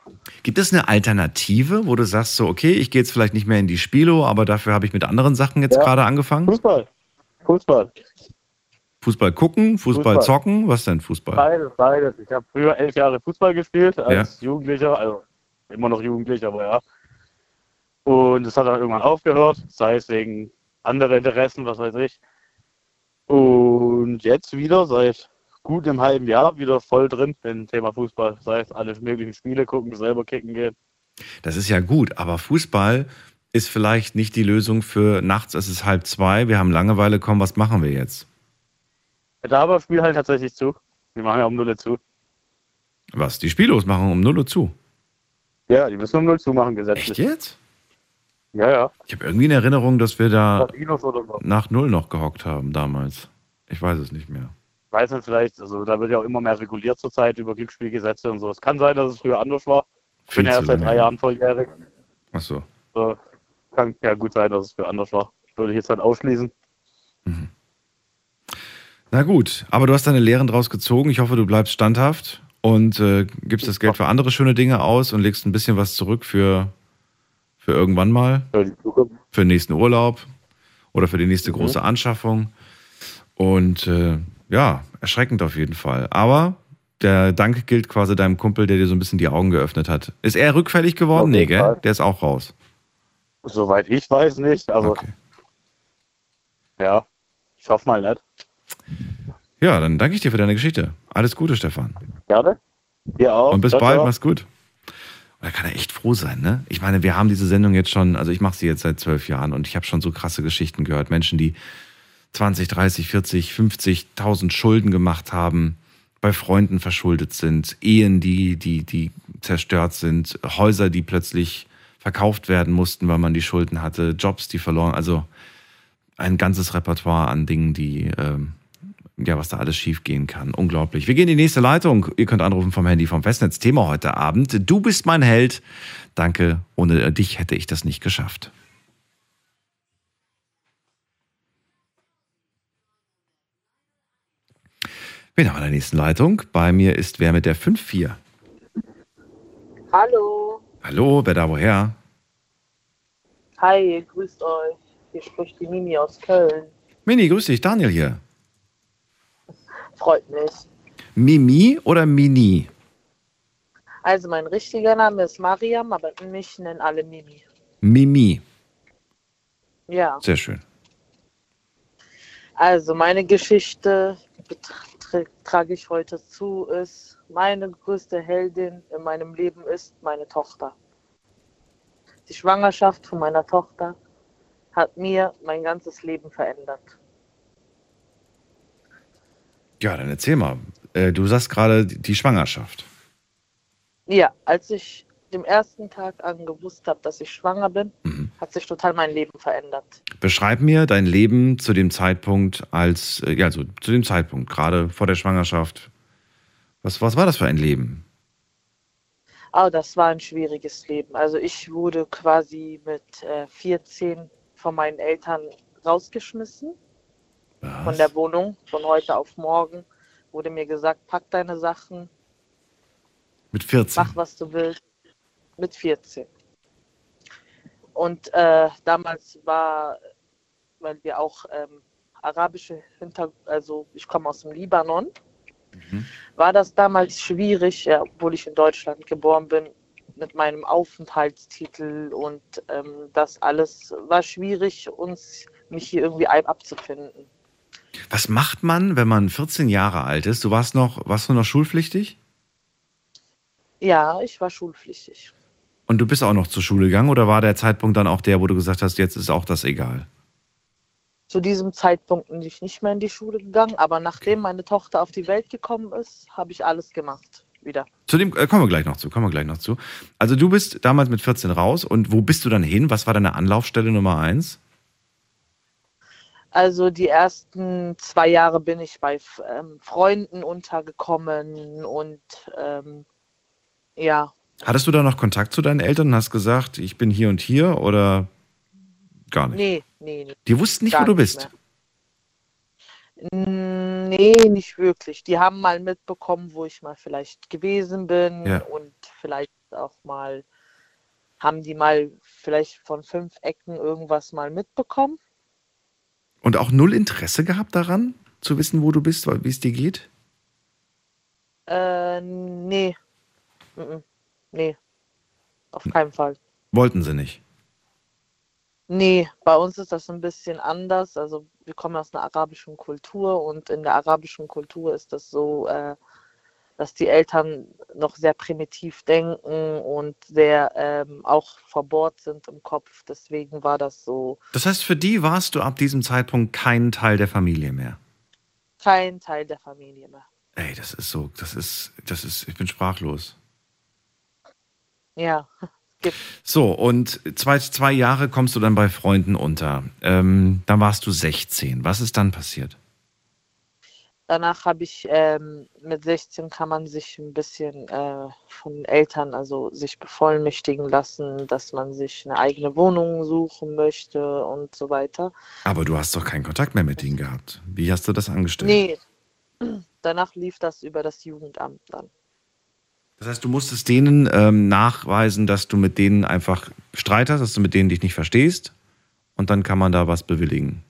Gibt es eine Alternative, wo du sagst so, okay, ich gehe jetzt vielleicht nicht mehr in die Spilo, aber dafür habe ich mit anderen Sachen jetzt gerade angefangen?
Fußball.
Fußball gucken, Fußball zocken, was denn Fußball?
Beides. Ich habe früher 11 Jahre Fußball gespielt als Jugendlicher, also immer noch Jugendlich, aber ja. Und es hat dann irgendwann aufgehört, sei es wegen anderer Interessen, was weiß ich. Und jetzt wieder seit gut einem halben Jahr wieder voll drin im Thema Fußball. Sei es alle möglichen Spiele gucken, selber kicken gehen.
Das ist ja gut, aber Fußball ist vielleicht nicht die Lösung für nachts, es ist 1:30, wir haben Langeweile, komm, was machen wir jetzt?
Da aber Spiel halt tatsächlich zu. Wir machen ja um 0 Uhr zu.
Was? Die Spielos machen um 0 Uhr zu?
Ja, die müssen um 0 Uhr zu machen, gesetzlich.
Echt jetzt?
Ja.
Ich habe irgendwie eine Erinnerung, dass wir da
Casinos oder so.
nach 0 noch gehockt haben damals. Ich weiß es nicht mehr.
Weiß nicht, vielleicht, also da wird ja auch immer mehr reguliert zurzeit über Glücksspielgesetze und so. Es kann sein, dass es früher anders war. Ich bin ja erst seit 3 Jahren volljährig.
Ach so.
So, kann ja gut sein, dass es früher anders war. Würde ich jetzt halt ausschließen.
Na gut, aber du hast deine Lehren draus gezogen. Ich hoffe, du bleibst standhaft und gibst das Geld für andere schöne Dinge aus und legst ein bisschen was zurück für irgendwann mal. Für den nächsten Urlaub oder für die nächste große Anschaffung. Und ja, erschreckend auf jeden Fall. Aber der Dank gilt quasi deinem Kumpel, der dir so ein bisschen die Augen geöffnet hat. Ist er rückfällig geworden? Nee, gell? Der ist auch raus.
Soweit ich weiß nicht. Also, ja, ich hoffe mal nicht.
Ja, dann danke ich dir für deine Geschichte. Alles Gute, Stefan.
Gerne. Dir auch.
Und bis
Ciao,
bald,
ciao.
mach's gut. Da kann er echt froh sein, ne? Ich meine, wir haben diese Sendung jetzt schon, also ich mache sie jetzt seit 12 Jahren und ich habe schon so krasse Geschichten gehört. Menschen, die 20, 30, 40, 50.000 Schulden gemacht haben, bei Freunden verschuldet sind, Ehen, die zerstört sind, Häuser, die plötzlich verkauft werden mussten, weil man die Schulden hatte, Jobs, die verloren, also ein ganzes Repertoire an Dingen, die, ja, was da alles schief gehen kann. Unglaublich. Wir gehen in die nächste Leitung. Ihr könnt anrufen vom Handy vom Festnetz. Thema heute Abend: Du bist mein Held. Danke, ohne dich hätte ich das nicht geschafft. Wen haben wir in der nächsten Leitung? Bei mir ist wer mit der 5-4?
Hallo.
Hallo, wer da woher?
Hi, grüßt euch. Hier spricht die Mimi aus Köln.
Mini, grüß dich, Daniel hier.
Freut mich.
Mimi oder Mini?
Also mein richtiger Name ist Mariam, aber mich nennen alle Mimi.
Mimi.
Ja.
Sehr schön.
Also meine Geschichte trage ich heute zu, ist, meine größte Heldin in meinem Leben ist meine Tochter. Die Schwangerschaft von meiner Tochter hat mir mein ganzes Leben verändert.
Ja, dann erzähl mal. Du sagst gerade die Schwangerschaft.
Ja, als ich dem ersten Tag an gewusst habe, dass ich schwanger bin, hat sich total mein Leben verändert.
Beschreib mir dein Leben zu dem Zeitpunkt zu dem Zeitpunkt, gerade vor der Schwangerschaft. Was war das für ein Leben?
Oh, das war ein schwieriges Leben. Also ich wurde quasi mit 14 von meinen Eltern rausgeschmissen.
Was?
Von der Wohnung. Von heute auf morgen wurde mir gesagt, pack deine Sachen.
Mit 14?
Mach, was du willst. Mit 14. Und damals war, weil wir auch arabische also ich komme aus dem Libanon, war das damals schwierig, ja, obwohl ich in Deutschland geboren bin, mit meinem Aufenthaltstitel und das alles war schwierig, mich hier irgendwie abzufinden.
Was macht man, wenn man 14 Jahre alt ist? Warst du noch schulpflichtig?
Ja, ich war schulpflichtig.
Und du bist auch noch zur Schule gegangen oder war der Zeitpunkt dann auch der, wo du gesagt hast, jetzt ist auch das egal?
Zu diesem Zeitpunkt bin ich nicht mehr in die Schule gegangen, aber nachdem meine Tochter auf die Welt gekommen ist, habe ich alles gemacht wieder.
Zu dem kommen wir gleich noch zu. Also du bist damals mit 14 raus und wo bist du dann hin? Was war deine Anlaufstelle Nummer 1?
Also die ersten 2 Jahre bin ich bei Freunden untergekommen und ja.
Hattest du da noch Kontakt zu deinen Eltern und hast gesagt, ich bin hier und hier oder gar nicht?
Nee.
Die wussten nicht, wo du bist?
Nee, nicht wirklich. Die haben mal mitbekommen, wo ich mal vielleicht gewesen bin und vielleicht ist auch mal, haben die mal vielleicht von 5 Ecken irgendwas mal mitbekommen.
Und auch null Interesse gehabt daran, zu wissen, wo du bist, wie es dir geht?
Nee. Nee, auf keinen Fall.
Wollten sie nicht.
Nee, bei uns ist das ein bisschen anders. Also wir kommen aus einer arabischen Kultur und in der arabischen Kultur ist das so, dass die Eltern noch sehr primitiv denken und sehr auch verbohrt sind im Kopf. Deswegen war das so
Das heißt, für die warst du ab diesem Zeitpunkt kein Teil der Familie mehr.
kein Teil der Familie mehr.
Ey, ich bin sprachlos.
Ja,
So, und zwei Jahre kommst du dann bei Freunden unter. Dann warst du 16. Was ist dann passiert?
danach habe ich mit 16 kann man sich ein bisschen von Eltern, also sich bevollmächtigen lassen, dass man sich eine eigene Wohnung suchen möchte und so weiter.
Aber du hast doch keinen Kontakt mehr mit ihnen gehabt. Wie hast du das angestellt?
Nee, danach lief das über das Jugendamt dann.
Das heißt, du musstest denen nachweisen, dass du mit denen einfach Streit hast, dass du mit denen dich nicht verstehst. Und dann kann man da was bewilligen.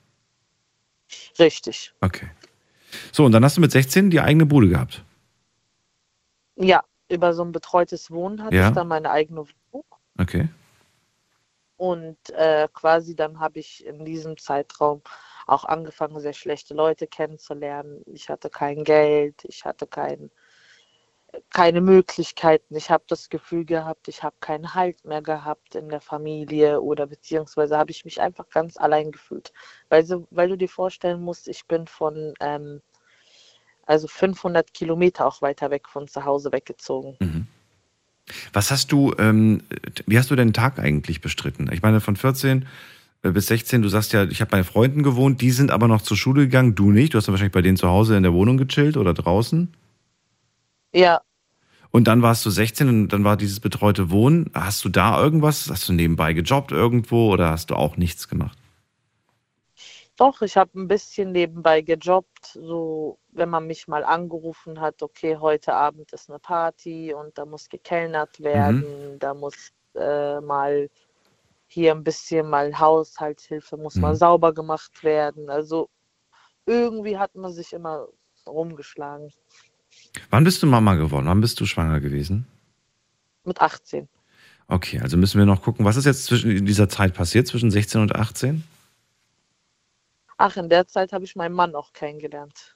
Richtig.
Okay. So, und dann hast du mit 16 die eigene Bude gehabt.
Ja, über so ein betreutes Wohnen hatte
Ja.
ich dann meine eigene Wohnung.
Okay.
Und quasi dann habe ich in diesem Zeitraum auch angefangen, sehr schlechte Leute kennenzulernen. Ich hatte kein Geld, ich hatte keine Möglichkeiten. Ich habe das Gefühl gehabt, ich habe keinen Halt mehr gehabt in der Familie oder beziehungsweise habe ich mich einfach ganz allein gefühlt. Weil du dir vorstellen musst, ich bin von also 500 Kilometer auch weiter weg von zu Hause weggezogen.
Was hast du, wie hast du deinen Tag eigentlich bestritten? Ich meine, von 14 bis 16, du sagst ja, ich habe bei Freunden gewohnt, die sind aber noch zur Schule gegangen, du nicht. Du hast dann wahrscheinlich bei denen zu Hause in der Wohnung gechillt oder draußen.
Ja,
Und dann warst du 16 und dann war dieses betreute Wohnen. Hast du da irgendwas? Hast du nebenbei gejobbt irgendwo oder hast du auch nichts gemacht?
doch, ich habe ein bisschen nebenbei gejobbt, so wenn man mich mal angerufen hat, okay, heute Abend ist eine Party und da muss gekellnert werden, da muss mal hier ein bisschen mal Haushaltshilfe, muss mal sauber gemacht werden. Also irgendwie hat man sich immer rumgeschlagen.
Wann bist du Mama geworden? Wann bist du schwanger gewesen?
Mit 18.
Okay, also müssen wir noch gucken, was ist jetzt in dieser Zeit passiert, zwischen 16 und 18?
Ach, in der Zeit habe ich meinen Mann auch kennengelernt.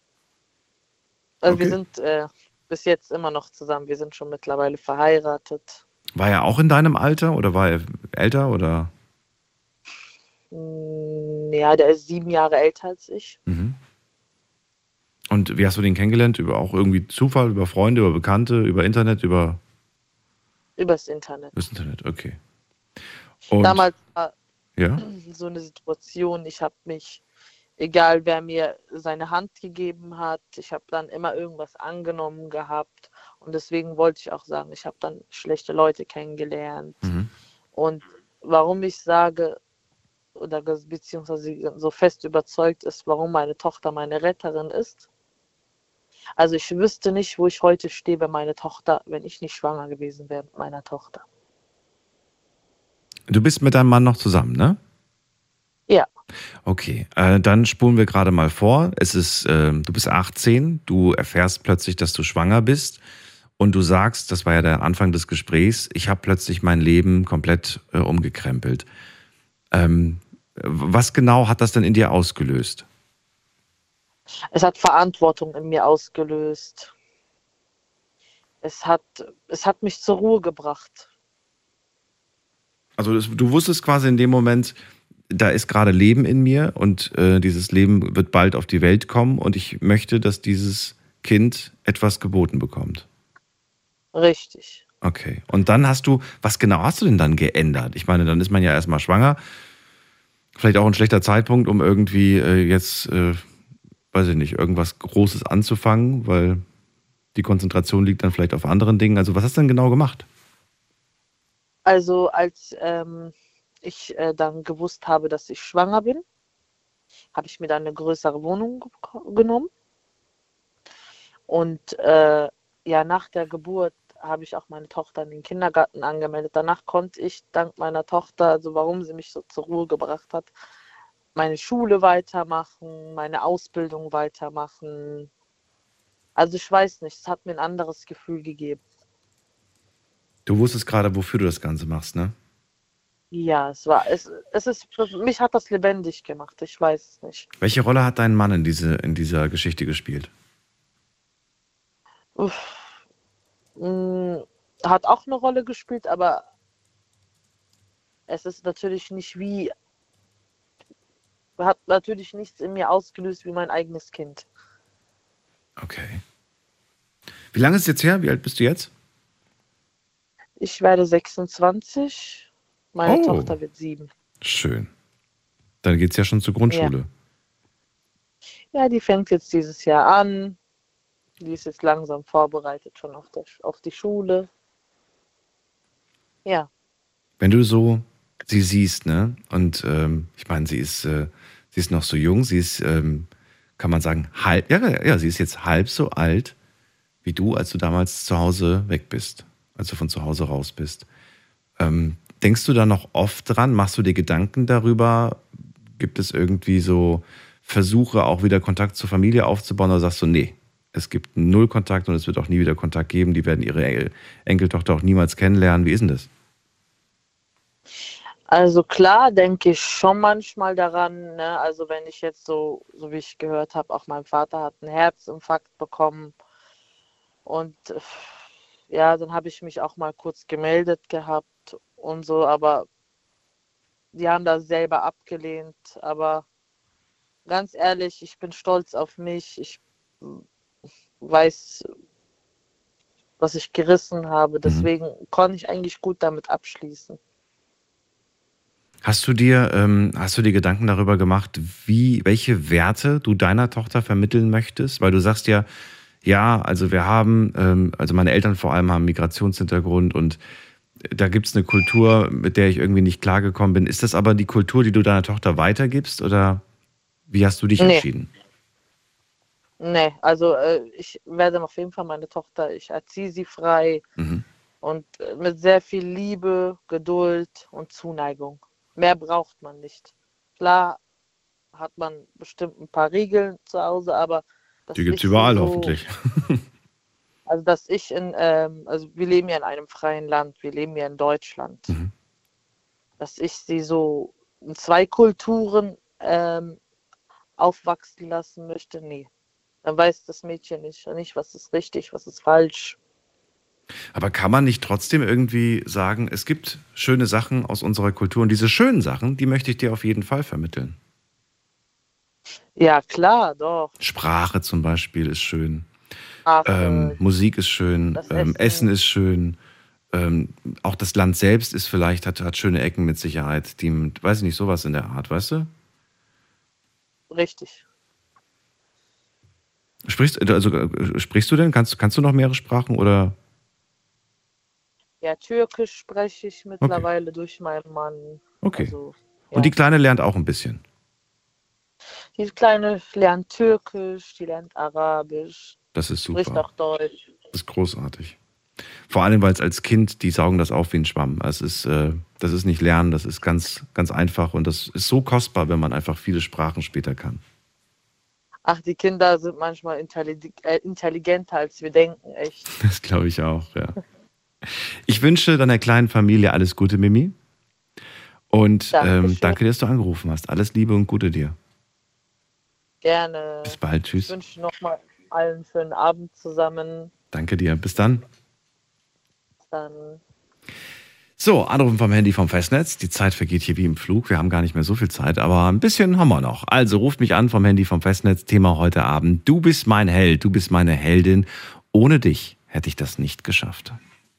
Also wir
Okay.
sind bis jetzt immer noch zusammen. Wir sind schon mittlerweile verheiratet.
War er auch in deinem Alter oder war er älter oder?
Ja, der ist 7 Jahre älter als ich.
Und wie hast du den kennengelernt? Über auch irgendwie Zufall, über Freunde, über Bekannte, über Internet, über
Übers Internet.
das Internet, okay. Und,
Damals war
ja?
so eine Situation, ich habe mich, egal wer mir seine Hand gegeben hat, ich habe dann immer irgendwas angenommen gehabt. Und deswegen wollte ich auch sagen, ich habe dann schlechte Leute kennengelernt. Und warum ich sage, oder beziehungsweise so fest überzeugt ist, warum meine Tochter meine Retterin ist. Also ich wüsste nicht, wo ich heute stehe, wenn ich nicht schwanger gewesen wäre mit meiner Tochter.
Du bist mit deinem Mann noch zusammen, ne?
Ja.
Okay, dann spulen wir gerade mal vor. Du bist 18, du erfährst plötzlich, dass du schwanger bist und du sagst, das war ja der Anfang des Gesprächs, ich habe plötzlich mein Leben komplett umgekrempelt. Was genau hat das denn in dir ausgelöst?
Es hat Verantwortung in mir ausgelöst. Es hat mich zur Ruhe gebracht.
Also du wusstest quasi in dem Moment, da ist gerade Leben in mir und dieses Leben wird bald auf die Welt kommen und ich möchte, dass dieses Kind etwas geboten bekommt.
Richtig.
Okay. Und dann was genau hast du denn dann geändert? Ich meine, dann ist man ja erstmal schwanger. Vielleicht auch ein schlechter Zeitpunkt, um irgendwie weiß ich nicht, irgendwas Großes anzufangen, weil die Konzentration liegt dann vielleicht auf anderen Dingen. Also was hast du denn genau gemacht?
Also als ich dann gewusst habe, dass ich schwanger bin, habe ich mir dann eine größere Wohnung genommen. Und ja, nach der Geburt habe ich auch meine Tochter in den Kindergarten angemeldet. Danach konnte ich dank meiner Tochter, also warum sie mich so zur Ruhe gebracht hat, meine Schule weitermachen, meine Ausbildung weitermachen. Also ich weiß nicht, es hat mir ein anderes Gefühl gegeben.
Du wusstest gerade, wofür du das Ganze machst, ne?
Ja, für mich hat das lebendig gemacht, ich weiß es nicht.
Welche Rolle hat dein Mann in dieser Geschichte gespielt?
Hat auch eine Rolle gespielt, aber es ist natürlich hat natürlich nichts in mir ausgelöst wie mein eigenes Kind.
Okay. Wie lange ist es jetzt her? Wie alt bist du jetzt?
Ich werde 26, meine Tochter wird 7.
Schön. Dann geht es ja schon zur Grundschule.
Ja, die fängt jetzt dieses Jahr an. Die ist jetzt langsam vorbereitet schon auf die Schule. Ja.
Wenn du so sie siehst, ne? Und ich meine, sie ist noch so jung, sie ist, kann man sagen, sie ist jetzt halb so alt wie du, als du damals zu Hause weg bist, als du von zu Hause raus bist. Denkst du da noch oft dran? Machst du dir Gedanken darüber? Gibt es irgendwie so Versuche, auch wieder Kontakt zur Familie aufzubauen, oder sagst du, nee, es gibt null Kontakt und es wird auch nie wieder Kontakt geben, die werden ihre Enkeltochter auch niemals kennenlernen. Wie ist denn das?
Also klar denke ich schon manchmal daran, ne? Also wenn ich jetzt so wie ich gehört habe, auch mein Vater hat einen Herzinfarkt bekommen und ja, dann habe ich mich auch mal kurz gemeldet gehabt und so, aber die haben das selber abgelehnt, aber ganz ehrlich, ich bin stolz auf mich, ich weiß, was ich gerissen habe, deswegen konnte ich eigentlich gut damit abschließen.
Hast du dir Gedanken darüber gemacht, welche Werte du deiner Tochter vermitteln möchtest? Weil du sagst ja, also wir haben, also meine Eltern vor allem haben Migrationshintergrund und da gibt es eine Kultur, mit der ich irgendwie nicht klargekommen bin. Ist das aber die Kultur, die du deiner Tochter weitergibst oder wie hast du dich entschieden?
Nee, also ich werde auf jeden Fall meine Tochter, ich erziehe sie frei und mit sehr viel Liebe, Geduld und Zuneigung. Mehr braucht man nicht. Klar hat man bestimmt ein paar Regeln zu Hause, aber
die gibt es überall hoffentlich.
Also dass ich also wir leben ja in einem freien Land, wir leben ja in Deutschland. Dass ich sie so in 2 Kulturen aufwachsen lassen möchte, nee. Dann weiß das Mädchen nicht, was ist richtig, was ist falsch.
Aber kann man nicht trotzdem irgendwie sagen, es gibt schöne Sachen aus unserer Kultur und diese schönen Sachen, die möchte ich dir auf jeden Fall vermitteln?
Ja, klar, doch.
Sprache zum Beispiel ist schön. Musik ist schön. Essen ist schön. Auch das Land selbst ist vielleicht, hat schöne Ecken mit Sicherheit. Weiß ich nicht, sowas in der Art, weißt du?
Richtig.
Sprichst du denn? Kannst du noch mehrere Sprachen oder?
Ja, Türkisch spreche ich mittlerweile durch meinen Mann.
Okay.
Also, ja.
Und die Kleine lernt auch ein bisschen?
Die Kleine lernt Türkisch, die lernt Arabisch.
Das ist super.
Spricht auch Deutsch.
Das ist großartig. Vor allem, weil es als Kind, die saugen das auf wie ein Schwamm. Das ist nicht Lernen, das ist ganz, ganz einfach und das ist so kostbar, wenn man einfach viele Sprachen später kann.
Ach, die Kinder sind manchmal intelligenter, als wir denken, echt.
Das glaube ich auch, ja. Ich wünsche deiner kleinen Familie alles Gute, Mimi. Und danke, dass du angerufen hast. Alles Liebe und Gute dir.
Gerne.
Bis bald, tschüss.
Ich wünsche nochmal allen einen schönen Abend zusammen.
Danke dir, bis dann.
Bis dann.
So, Anrufen vom Handy vom Festnetz. Die Zeit vergeht hier wie im Flug. Wir haben gar nicht mehr so viel Zeit, aber ein bisschen haben wir noch. Also ruft mich an vom Handy vom Festnetz. Thema heute Abend. Du bist mein Held, du bist meine Heldin. Ohne dich hätte ich das nicht geschafft.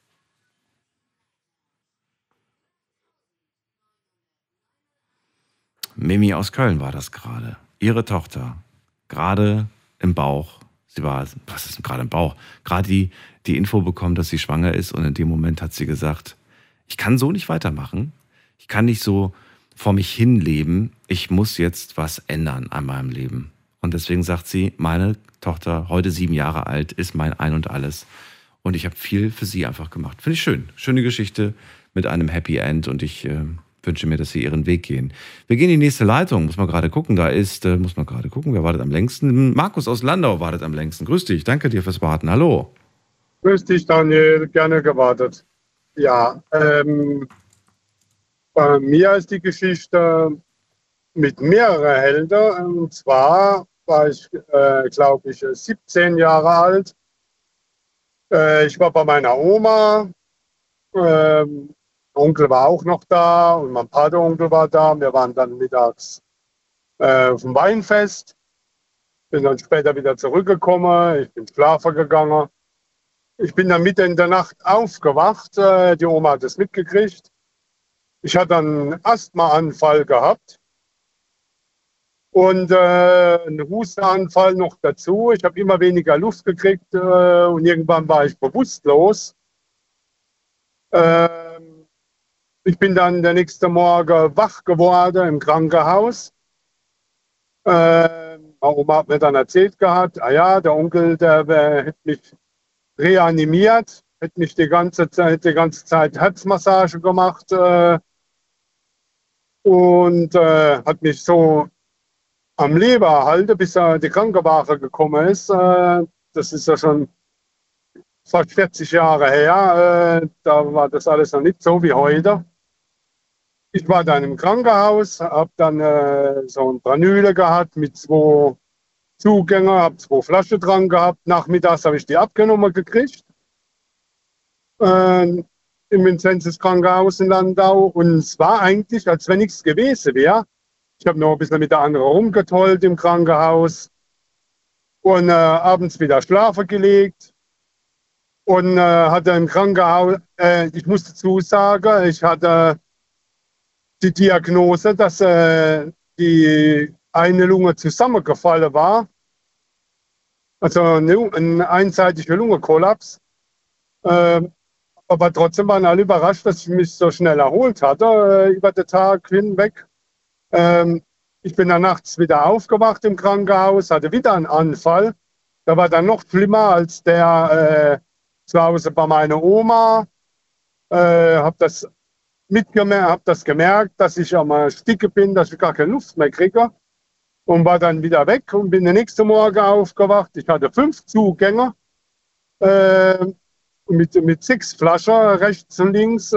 Mimi aus Köln war das gerade. Ihre Tochter, gerade im Bauch. Was ist denn gerade im Bauch? Gerade die Info bekommen, dass sie schwanger ist und in dem Moment hat sie gesagt, ich kann so nicht weitermachen. Ich kann nicht so vor mich hin leben. Ich muss jetzt was ändern an meinem Leben. Und deswegen sagt sie, meine Tochter, heute 7 Jahre alt, ist mein Ein und Alles. Und ich habe viel für sie einfach gemacht. Finde ich schön. Schöne Geschichte mit einem Happy End. Und ich wünsche mir, dass sie ihren Weg gehen. Wir gehen in die nächste Leitung. Muss man gerade gucken. Wer wartet am längsten? Markus aus Landau wartet am längsten. Grüß dich. Danke dir fürs Warten. Hallo.
Grüß dich, Daniel. Gerne gewartet. Ja, bei mir ist die Geschichte mit mehreren Helden. Und zwar war ich, glaube ich, 17 Jahre alt. Ich war bei meiner Oma. Onkel war auch noch da und mein Patenonkel war da. Wir waren dann mittags auf dem Weinfest. Bin dann später wieder zurückgekommen. Ich bin schlafen gegangen. Ich bin dann mitten in der Nacht aufgewacht. Die Oma hat es mitgekriegt. Ich hatte einen Asthmaanfall gehabt und einen Hustenanfall noch dazu. Ich habe immer weniger Luft gekriegt und irgendwann war ich bewusstlos. Ich bin dann der nächste Morgen wach geworden im Krankenhaus. Meine Oma hat mir dann erzählt gehabt, der Onkel, der hätte mich reanimiert, hätte mich die ganze Zeit Herzmassage gemacht und hat mich so am Leben erhalten, bis die Krankenwache gekommen ist. Das ist ja schon fast 40 Jahre her. Da war das alles noch nicht so wie heute. Ich war dann im Krankenhaus, habe dann so ein Pranüle gehabt mit 2 Zugängen, habe 2 Flaschen dran gehabt. Nachmittags habe ich die abgenommen gekriegt im Vinzentis Krankenhaus in Landau. Und es war eigentlich, als wenn nichts gewesen wäre. Ich habe noch ein bisschen mit der anderen rumgetollt im Krankenhaus und abends wieder schlafen gelegt. Und hatte im Krankenhaus, ich muss dazu sagen, ich hatte die Diagnose, dass die eine Lunge zusammengefallen war. Also ein einseitiger Lungenkollaps. Aber trotzdem waren alle überrascht, dass ich mich so schnell erholt hatte über den Tag hinweg. Ich bin dann nachts wieder aufgewacht im Krankenhaus, hatte wieder einen Anfall. Der war dann noch schlimmer als der zu Hause bei meiner Oma. Habe das gemerkt, dass ich am Sticken bin, dass ich gar keine Luft mehr kriege. Und war dann wieder weg und bin den nächsten Morgen aufgewacht. Ich hatte 5 Zugänge mit 6 Flaschen rechts und links.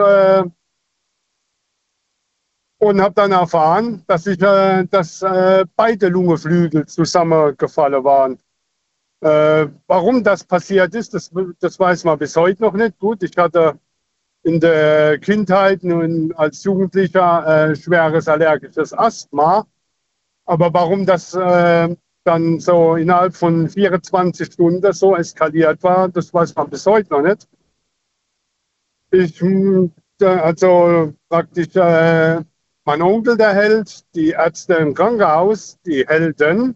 Und habe dann erfahren, dass beide Lungenflügel zusammengefallen waren. Warum das passiert ist, das weiß man bis heute noch nicht. Gut, ich hatte in der Kindheit und als Jugendlicher schweres allergisches Asthma. Aber warum das dann so innerhalb von 24 Stunden so eskaliert war, das weiß man bis heute noch nicht. Also praktisch mein Onkel, der Held, die Ärzte im Krankenhaus, die Helden.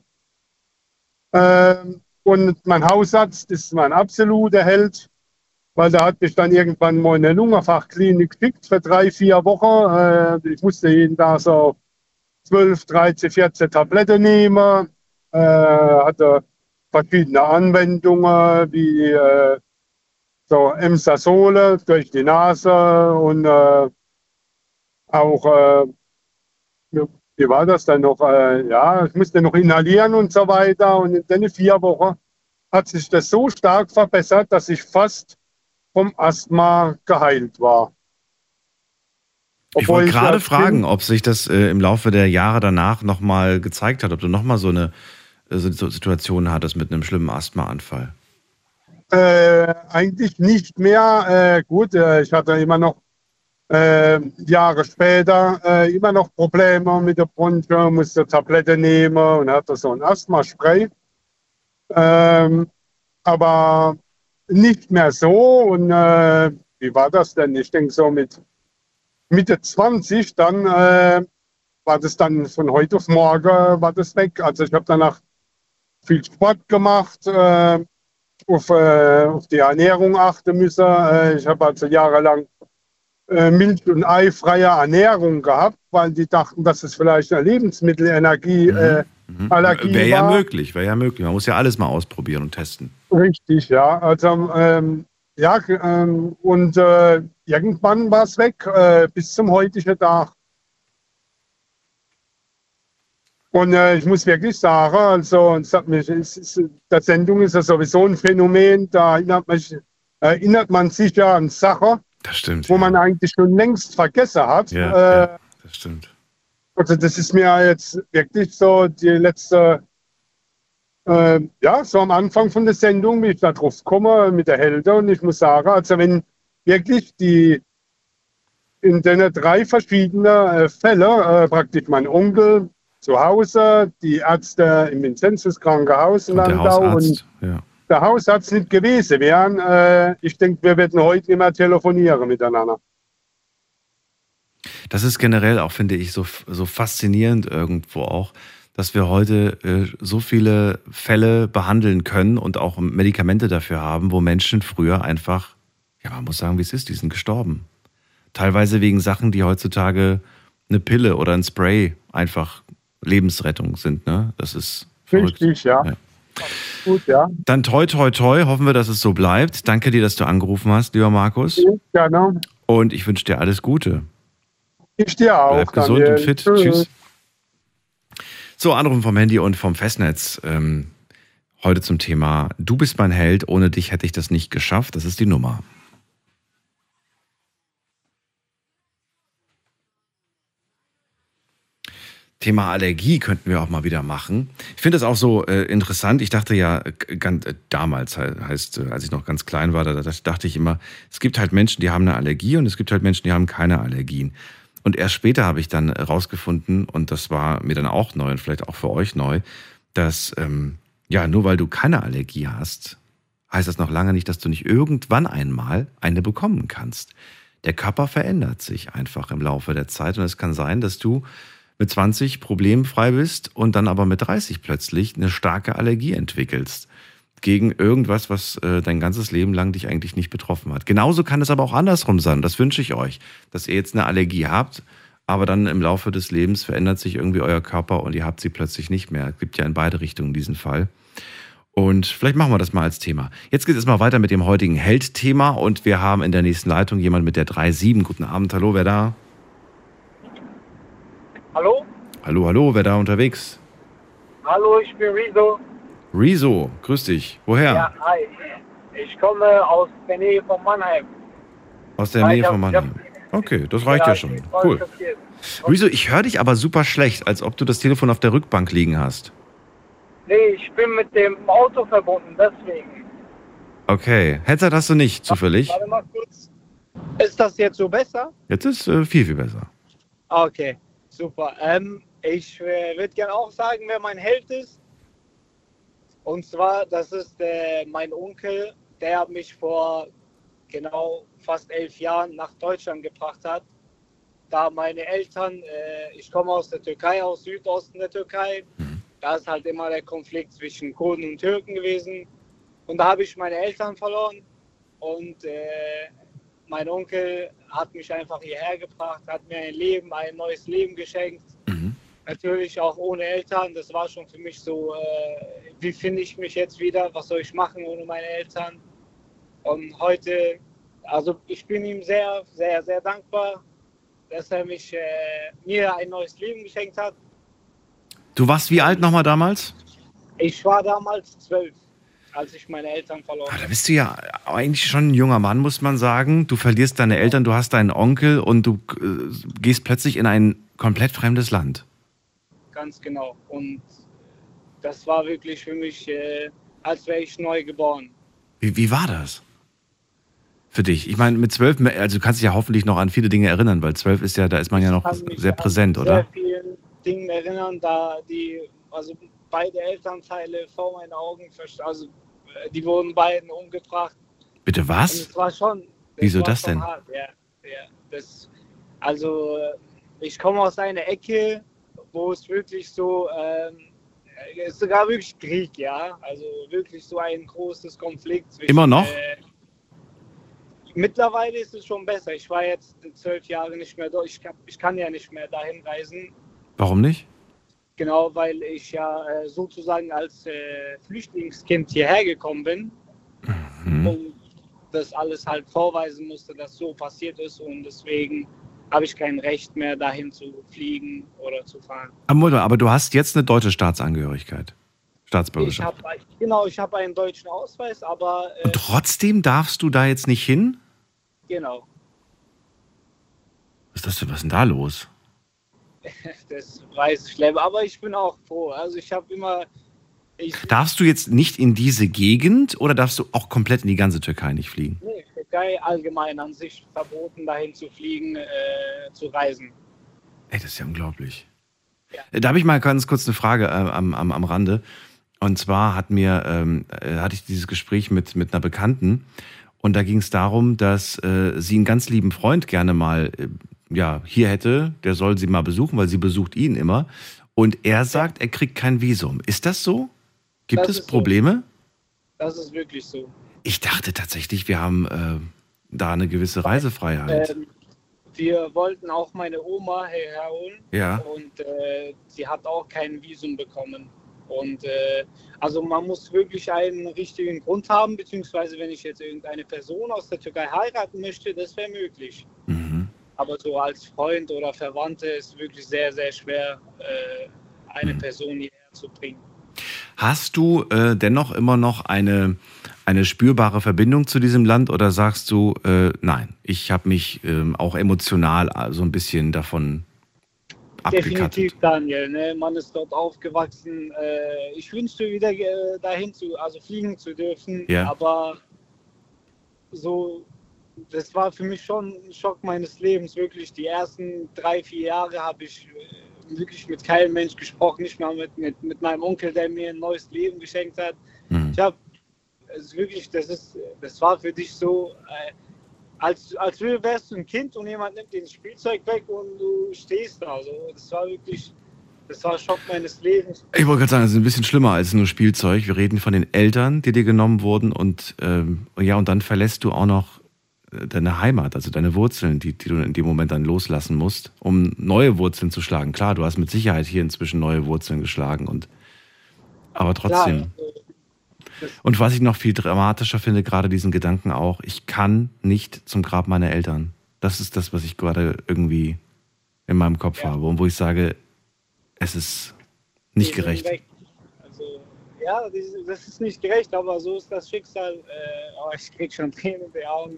Und mein Hausarzt ist mein absoluter Held, weil der hat mich dann irgendwann mal in eine Lungenfachklinik geschickt für 3-4 Wochen. Ich musste jeden Tag so 12, 13, 14 Tabletten nehmen. Hatte verschiedene Anwendungen wie so Emsasole durch die Nase und auch, wie war das dann noch? Ich musste noch inhalieren und so weiter. Und in den 4 Wochen hat sich das so stark verbessert, dass ich fast vom Asthma geheilt war.
Ich wollte gerade fragen, ob sich das im Laufe der Jahre danach nochmal gezeigt hat, ob du nochmal so eine Situation hattest mit einem schlimmen Asthmaanfall.
Eigentlich nicht mehr. Ich hatte immer noch Jahre später immer noch Probleme mit der Bronchien, musste Tablette nehmen und hatte so ein Asthmaspray. Aber nicht mehr so. Und wie war das denn? Ich denke so mit Mitte 20, dann war das dann von heute auf morgen war das weg. Also ich habe danach viel Sport gemacht, auf die Ernährung achten müssen. Ich habe also jahrelang Milch- und Eifreie Ernährung gehabt, weil die dachten, dass es vielleicht eine Lebensmittelenergie Allergie
wäre ja möglich. Man muss ja alles mal ausprobieren und testen.
Richtig, ja. Also Ja, und irgendwann war es weg, bis zum heutigen Tag. Und ich muss wirklich sagen, also der Sendung ist ja sowieso ein Phänomen, da erinnert man sich ja an Sachen,
Das stimmt.
wo man eigentlich schon längst vergessen hat.
Ja, das stimmt.
Also das ist mir jetzt wirklich so die letzte, so am Anfang von der Sendung bin ich da drauf gekommen mit der Helden und ich muss sagen, also wenn wirklich in den 3 verschiedenen Fällen, praktisch mein Onkel zu Hause, die Ärzte im Vincenzus-Krankenhaus in
Und der
Landau
Hausarzt,
und
ja.
der Hausarzt nicht gewesen wären, ich denke, wir werden heute nicht mehr telefonieren miteinander.
Das ist generell auch, finde ich, so faszinierend irgendwo auch, dass wir heute so viele Fälle behandeln können und auch Medikamente dafür haben, wo Menschen früher einfach, ja, man muss sagen, wie es ist, die sind gestorben. Teilweise wegen Sachen, die heutzutage eine Pille oder ein Spray einfach Lebensrettung sind, ne? Das ist verrückt.
Richtig, ja. Gut, ja.
Dann toi, toi, toi, hoffen wir, dass es so bleibt. Danke dir, dass du angerufen hast, lieber Markus.
Ja, genau.
Und ich wünsche dir alles Gute.
Ich dir auch.
Bleib gesund
Daniel.
und fit. Tschüss. So, Anrufen vom Handy und vom Festnetz. Heute zum Thema: Du bist mein Held, ohne dich hätte ich das nicht geschafft. Das ist die Nummer. Thema Allergie könnten wir auch mal wieder machen. Ich finde das auch so interessant. Ich dachte ja, damals heißt, als ich noch ganz klein war, da dachte ich immer, es gibt halt Menschen, die haben eine Allergie und es gibt halt Menschen, die haben keine Allergien. Und erst später habe ich dann rausgefunden, und das war mir dann auch neu und vielleicht auch für euch neu, dass nur weil du keine Allergie hast, heißt das noch lange nicht, dass du nicht irgendwann einmal eine bekommen kannst. Der Körper verändert sich einfach im Laufe der Zeit und es kann sein, dass du mit 20 problemfrei bist und dann aber mit 30 plötzlich eine starke Allergie entwickelst gegen irgendwas, was dein ganzes Leben lang dich eigentlich nicht betroffen hat. Genauso kann es aber auch andersrum sein. Das wünsche ich euch, dass ihr jetzt eine Allergie habt, aber dann im Laufe des Lebens verändert sich irgendwie euer Körper und ihr habt sie plötzlich nicht mehr. Es gibt ja in beide Richtungen diesen Fall. Und vielleicht machen wir das mal als Thema. Jetzt geht es mal weiter mit dem heutigen Held-Thema und wir haben in der nächsten Leitung jemand mit der 37. Guten Abend, hallo, wer da?
Hallo?
Hallo, wer da unterwegs?
Hallo, ich bin Rizo.
Rezo, grüß dich. Woher?
Ja, hi. Ich komme aus der Nähe von Mannheim.
Aus der Nähe von Mannheim. Okay, das reicht ja schon. Cool. Rezo, ich höre dich aber super schlecht, als ob du das Telefon auf der Rückbank liegen hast.
Nee, ich bin mit dem Auto verbunden, deswegen.
Okay, Headset hast du nicht zufällig?
Warte mal kurz. Ist das jetzt so besser?
Jetzt ist viel, viel besser.
Okay, super. Ich würde gerne auch sagen, wer mein Held ist. Und zwar, das ist mein Onkel, der mich vor genau fast 11 Jahren nach Deutschland gebracht hat. Da meine Eltern, ich komme aus der Türkei, aus Südosten der Türkei. Da ist halt immer der Konflikt zwischen Kurden und Türken gewesen. Und da habe ich meine Eltern verloren. Und mein Onkel hat mich einfach hierher gebracht, hat mir ein neues Leben geschenkt. Natürlich auch ohne Eltern. Das war schon für mich so, wie finde ich mich jetzt wieder? Was soll ich machen ohne meine Eltern? Und heute, also ich bin ihm sehr, sehr, sehr dankbar, dass er mir ein neues Leben geschenkt hat.
Du warst wie alt nochmal damals?
Ich war damals 12, als ich meine Eltern verloren habe.
Da bist du ja eigentlich schon ein junger Mann, muss man sagen. Du verlierst deine Eltern, du hast deinen Onkel und du gehst plötzlich in ein komplett fremdes Land.
Ganz genau. Und das war wirklich für mich, als wäre ich neu geboren.
Wie war das für dich? Ich meine, mit 12, also du kannst dich ja hoffentlich noch an viele Dinge erinnern, weil 12 ist ja, da ist man ja noch sehr präsent, oder?
Sehr vielen Dingen erinnern, da beide Elternteile vor meinen Augen, also die wurden beiden umgebracht.
Bitte was?
Und es war schon,
Wieso das denn?
Hart. Ja. Ich komme aus einer Ecke, wo es wirklich so, es ist sogar wirklich Krieg, ja, also wirklich so ein großes Konflikt zwischen.
Immer noch?
Mittlerweile ist es schon besser. Ich war jetzt 12 Jahre nicht mehr dort. Ich kann ja nicht mehr dahin reisen.
Warum nicht?
Genau, weil ich ja sozusagen als Flüchtlingskind hierher gekommen bin. Und das alles halt vorweisen musste, dass so passiert ist und deswegen habe ich kein Recht mehr, dahin zu fliegen oder zu fahren.
Aber du hast jetzt eine deutsche Staatsangehörigkeit, Staatsbürgerschaft.
Ich habe einen deutschen Ausweis, aber...
Und trotzdem darfst du da jetzt nicht hin?
Genau.
Was ist denn da los?
Das weiß ich leider, aber ich bin auch froh. Also ich habe immer...
Darfst du jetzt nicht in diese Gegend oder darfst du auch komplett in die ganze Türkei nicht fliegen?
Nee, Türkei allgemein an sich verboten, dahin zu fliegen, zu reisen.
Ey, das ist ja unglaublich. Ja. Da habe ich mal ganz kurz eine Frage am Rande. Und zwar hatte ich dieses Gespräch mit einer Bekannten und da ging es darum, dass sie einen ganz lieben Freund gerne mal hier hätte, der soll sie mal besuchen, weil sie besucht ihn immer. Und er sagt, er kriegt kein Visum. Ist das so? Gibt es Probleme?
So. Das ist wirklich so.
Ich dachte tatsächlich, wir haben da eine gewisse Reisefreiheit.
Wir wollten auch meine Oma herholen.
Ja.
Und sie hat auch kein Visum bekommen. Und also man muss wirklich einen richtigen Grund haben, beziehungsweise wenn ich jetzt irgendeine Person aus der Türkei heiraten möchte, das wäre möglich.
Mhm.
Aber so als Freund oder Verwandte ist wirklich sehr, sehr schwer, eine Person hierher zu bringen.
Hast du dennoch immer noch eine spürbare Verbindung zu diesem Land oder sagst du, nein, ich habe mich auch emotional so ein bisschen davon abgekattet?
Definitiv, Daniel. Ne? Man ist dort aufgewachsen. Ich wünschte wieder dahin fliegen zu dürfen,
ja.
Aber so... Das war für mich schon ein Schock meines Lebens, wirklich. Die ersten 3-4 Jahre habe ich wirklich mit keinem Mensch gesprochen, nicht mal mit meinem Onkel, der mir ein neues Leben geschenkt hat.
Mhm.
Ich habe wirklich, das war für dich so, als wärst du ein Kind und jemand nimmt dir das Spielzeug weg und du stehst da. Also, das war ein Schock meines Lebens.
Ich wollte gerade sagen, es ist ein bisschen schlimmer als nur Spielzeug. Wir reden von den Eltern, die dir genommen wurden und dann verlässt du auch noch deine Heimat, also deine Wurzeln, die du in dem Moment dann loslassen musst, um neue Wurzeln zu schlagen. Klar, du hast mit Sicherheit hier inzwischen neue Wurzeln geschlagen, aber trotzdem. Ja, und was ich noch viel dramatischer finde, gerade diesen Gedanken auch, ich kann nicht zum Grab meiner Eltern. Das ist das, was ich gerade irgendwie in meinem Kopf habe und wo ich sage, es ist nicht gerecht.
Ja, das ist nicht gerecht, aber so ist das Schicksal. Ich krieg schon Tränen in die Augen.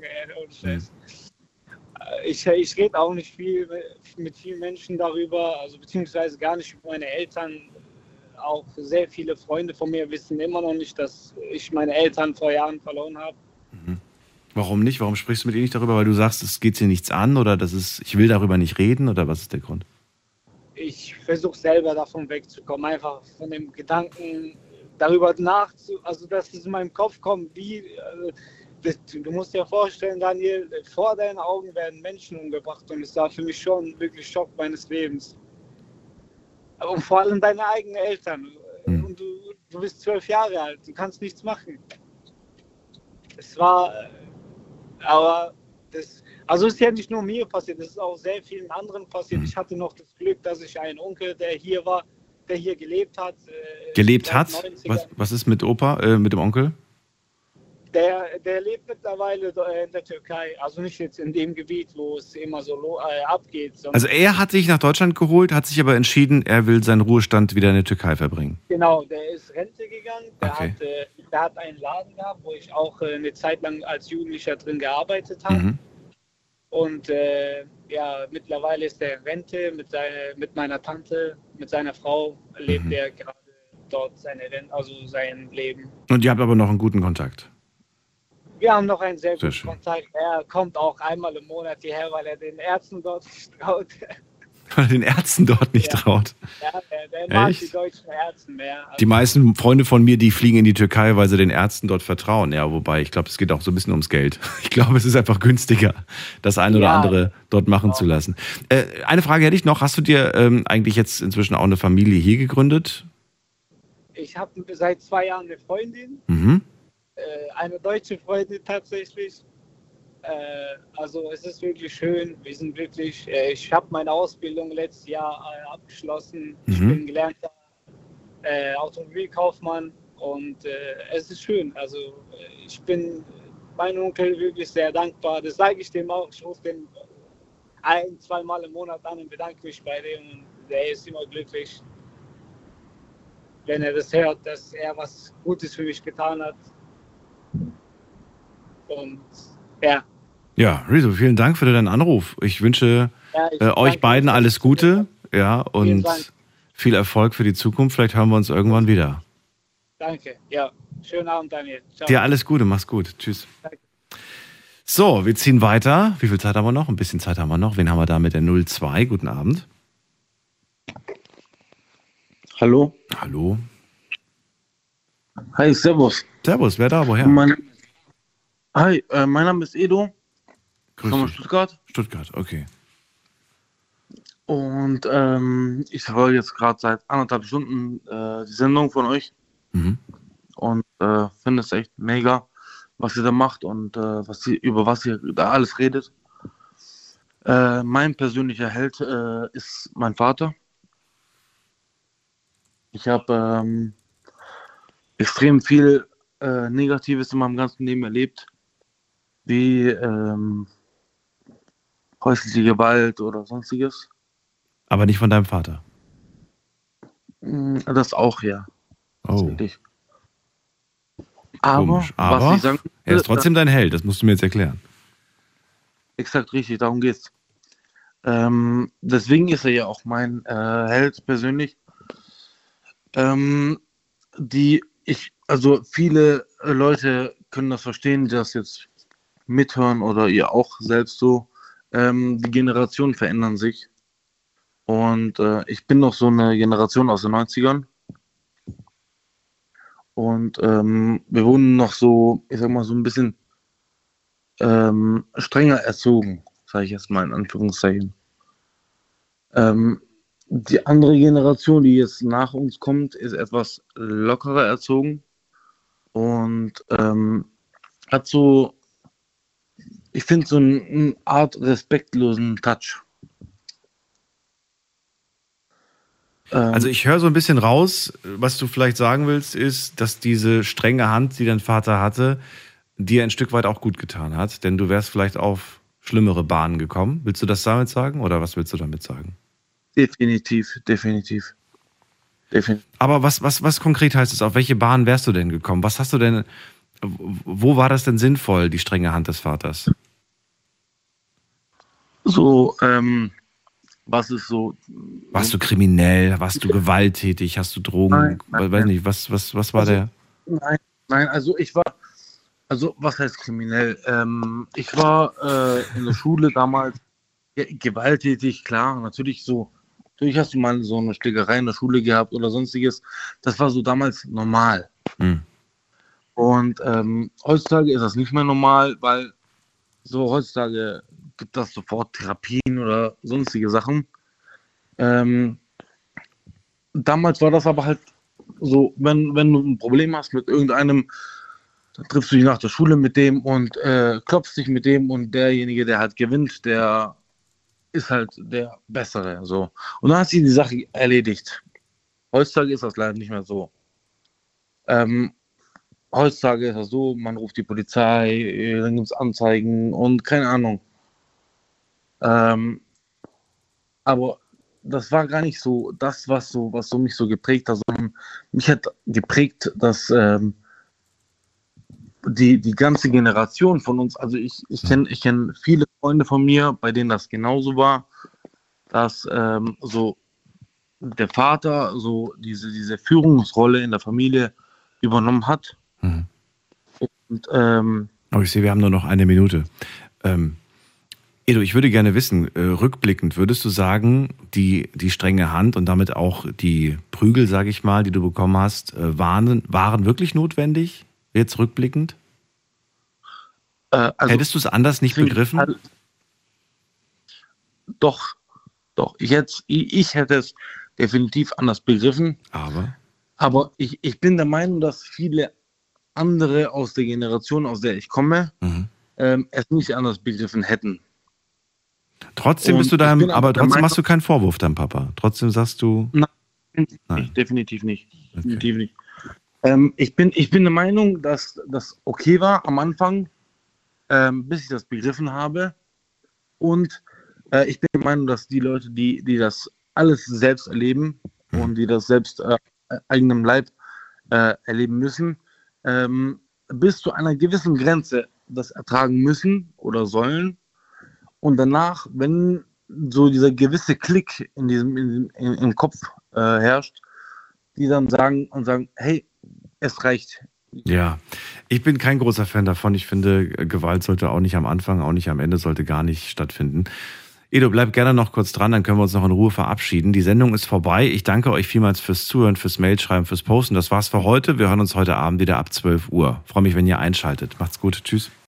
Ich rede auch nicht viel mit vielen Menschen darüber, also beziehungsweise gar nicht über meine Eltern. Auch sehr viele Freunde von mir wissen immer noch nicht, dass ich meine Eltern vor Jahren verloren habe.
Mhm. Warum nicht? Warum sprichst du mit ihnen nicht darüber? Weil du sagst, es geht dir nichts an oder ich will darüber nicht reden oder was ist der Grund?
Ich versuche selber davon wegzukommen, einfach von dem Gedanken, darüber also dass es in meinem Kopf kommt, du musst dir vorstellen, Daniel, vor deinen Augen werden Menschen umgebracht und es war für mich schon wirklich Schock meines Lebens. Und vor allem deine eigenen Eltern. Und du bist 12 Jahre alt, du kannst nichts machen. Also ist ja nicht nur mir passiert, es ist auch sehr vielen anderen passiert. Ich hatte noch das Glück, dass ich einen Onkel, der hier gelebt hat.
Gelebt hat? Was ist mit Opa, mit dem Onkel?
Der lebt mittlerweile in der Türkei. Also nicht jetzt in dem Gebiet, wo es immer so abgeht.
Also er hat sich nach Deutschland geholt, hat sich aber entschieden, er will seinen Ruhestand wieder in der Türkei verbringen.
Genau, der ist Rente gegangen. Der hat einen Laden gehabt, wo ich auch eine Zeit lang als Jugendlicher drin gearbeitet habe. Mhm. Und mittlerweile ist er in Rente mit meiner Tante, mit seiner Frau lebt er gerade dort sein Leben.
Und ihr habt aber noch einen guten Kontakt?
Wir haben noch einen sehr guten Kontakt. Er kommt auch einmal im Monat hierher, weil er den Ärzten dort nicht traut.
Weil er den Ärzten dort nicht traut?
Ja, der mag die deutschen Ärzte mehr.
Die meisten Freunde von mir, die fliegen in die Türkei, weil sie den Ärzten dort vertrauen. Ja, wobei, ich glaube, es geht auch so ein bisschen ums Geld. Ich glaube, es ist einfach günstiger, das eine oder andere dort machen zu lassen. Eine Frage hätte ich noch. Hast du dir eigentlich jetzt inzwischen auch eine Familie hier gegründet?
Ich habe seit 2 Jahren eine Freundin.
Mhm.
Eine deutsche Freundin tatsächlich. Also es ist wirklich schön. Wir sind wirklich, ich habe meine Ausbildung letztes Jahr abgeschlossen. Ich bin gelernter Automobilkaufmann und es ist schön. Also ich bin mein Onkel wirklich sehr dankbar. Das sage ich dem auch. Ich rufe den 1-2 Mal im Monat an und bedanke mich bei dem. Und der ist immer glücklich, wenn er das hört, dass er was Gutes für mich getan hat. Und ja.
Ja, Rezo, vielen Dank für deinen Anruf. Ich wünsche euch beiden alles Gute, ja, und viel Erfolg für die Zukunft. Vielleicht hören wir uns irgendwann wieder.
Danke, ja. Schönen Abend, Daniel. Ciao.
Dir alles Gute, mach's gut. Tschüss.
Danke.
So, wir ziehen weiter. Wie viel Zeit haben wir noch? Ein bisschen Zeit haben wir noch. Wen haben wir da mit der 02? Guten Abend.
Hallo.
Hallo.
Hi, servus.
Servus, wer da? Woher?
Hi, mein Name ist Edo.
Grüß
Von
dich.
Stuttgart.
Stuttgart, okay.
Und ich verfolge jetzt gerade seit 1,5 Stunden die Sendung von euch.
Mhm.
Und finde es echt mega, was ihr da macht und über was ihr da alles redet. Mein persönlicher Held ist mein Vater. Ich habe extrem viel Negatives in meinem ganzen Leben erlebt, wie häusliche Gewalt oder sonstiges.
Aber nicht von deinem Vater?
Das auch, ja.
Oh.
Tatsächlich. Aber,
Komisch. Aber
was ich sagen
er ist trotzdem dein Held, das musst du mir jetzt erklären.
Exakt richtig, darum geht's. Deswegen ist er ja auch mein Held persönlich. Also viele Leute können das verstehen, die das jetzt mithören oder ihr auch selbst so. Die Generationen verändern sich. Und ich bin noch so eine Generation aus den 90ern. Und wir wurden noch so, ich sag mal, so ein bisschen strenger erzogen, sage ich jetzt mal in Anführungszeichen. Die andere Generation, die jetzt nach uns kommt, ist etwas lockerer erzogen und hat so, ich finde, so eine Art respektlosen Touch.
Also ich höre so ein bisschen raus, was du vielleicht sagen willst, ist, dass diese strenge Hand, die dein Vater hatte, dir ein Stück weit auch gut getan hat, denn du wärst vielleicht auf schlimmere Bahnen gekommen. Willst du das damit sagen oder was willst du damit sagen?
Definitiv.
Aber was konkret heißt es? Auf welche Bahn wärst du denn gekommen? Was hast du denn, wo war das denn sinnvoll, die strenge Hand des Vaters?
So, was ist so...
Warst du kriminell? Warst du gewalttätig? Hast du Drogen?
Nein.
Weiß nicht, was war der?
Nein, also ich war... Also, was heißt kriminell? Ich war in der Schule damals gewalttätig, klar, natürlich so. Natürlich hast du mal so eine Schlägerei in der Schule gehabt oder sonstiges. Das war so damals normal.
Mhm.
Und heutzutage ist das nicht mehr normal, weil so heutzutage gibt das sofort Therapien oder sonstige Sachen. Damals war das aber halt so, wenn du ein Problem hast mit irgendeinem, dann triffst du dich nach der Schule mit dem und klopfst dich mit dem und derjenige, der halt gewinnt, der ist halt der Bessere. So. Und dann hat sie die Sache erledigt. Heutzutage ist das leider nicht mehr so. Heutzutage ist das so, man ruft die Polizei, dann gibt es Anzeigen und keine Ahnung. Aber das war gar nicht so das, was so mich so geprägt hat, sondern mich hat geprägt, dass die ganze Generation von uns, also ich kenn viele Freunde von mir, bei denen das genauso war, dass so der Vater so diese Führungsrolle in der Familie übernommen hat.
Mhm.
Und,
aber ich sehe, wir haben nur noch 1 Minute. Edo, ich würde gerne wissen, rückblickend, würdest du sagen, die strenge Hand und damit auch die Prügel, sage ich mal, die du bekommen hast, waren wirklich notwendig, jetzt rückblickend? Also hättest du es anders nicht begriffen?
Doch. Ich hätte es definitiv anders begriffen. Aber ich bin der Meinung, dass viele andere aus der Generation, aus der ich komme, es nicht anders begriffen hätten.
Trotzdem bist du trotzdem machst du keinen Vorwurf deinem Papa. Trotzdem sagst du.
Nein. Definitiv nicht. Okay. Definitiv nicht. Ich bin der Meinung, dass das okay war am Anfang, bis ich das begriffen habe. Und ich bin der Meinung, dass die Leute, die das alles selbst erleben und die das selbst eigenem Leib erleben müssen, bis zu einer gewissen Grenze das ertragen müssen oder sollen. Und danach, wenn so dieser gewisse Klick im Kopf herrscht, die dann sagen, hey, es reicht.
Ja, ich bin kein großer Fan davon. Ich finde, Gewalt sollte auch nicht am Anfang, auch nicht am Ende, sollte gar nicht stattfinden. Edo, bleib gerne noch kurz dran, dann können wir uns noch in Ruhe verabschieden. Die Sendung ist vorbei. Ich danke euch vielmals fürs Zuhören, fürs Mailschreiben, fürs Posten. Das war's für heute. Wir hören uns heute Abend wieder ab 12 Uhr. Freue mich, wenn ihr einschaltet. Macht's gut. Tschüss.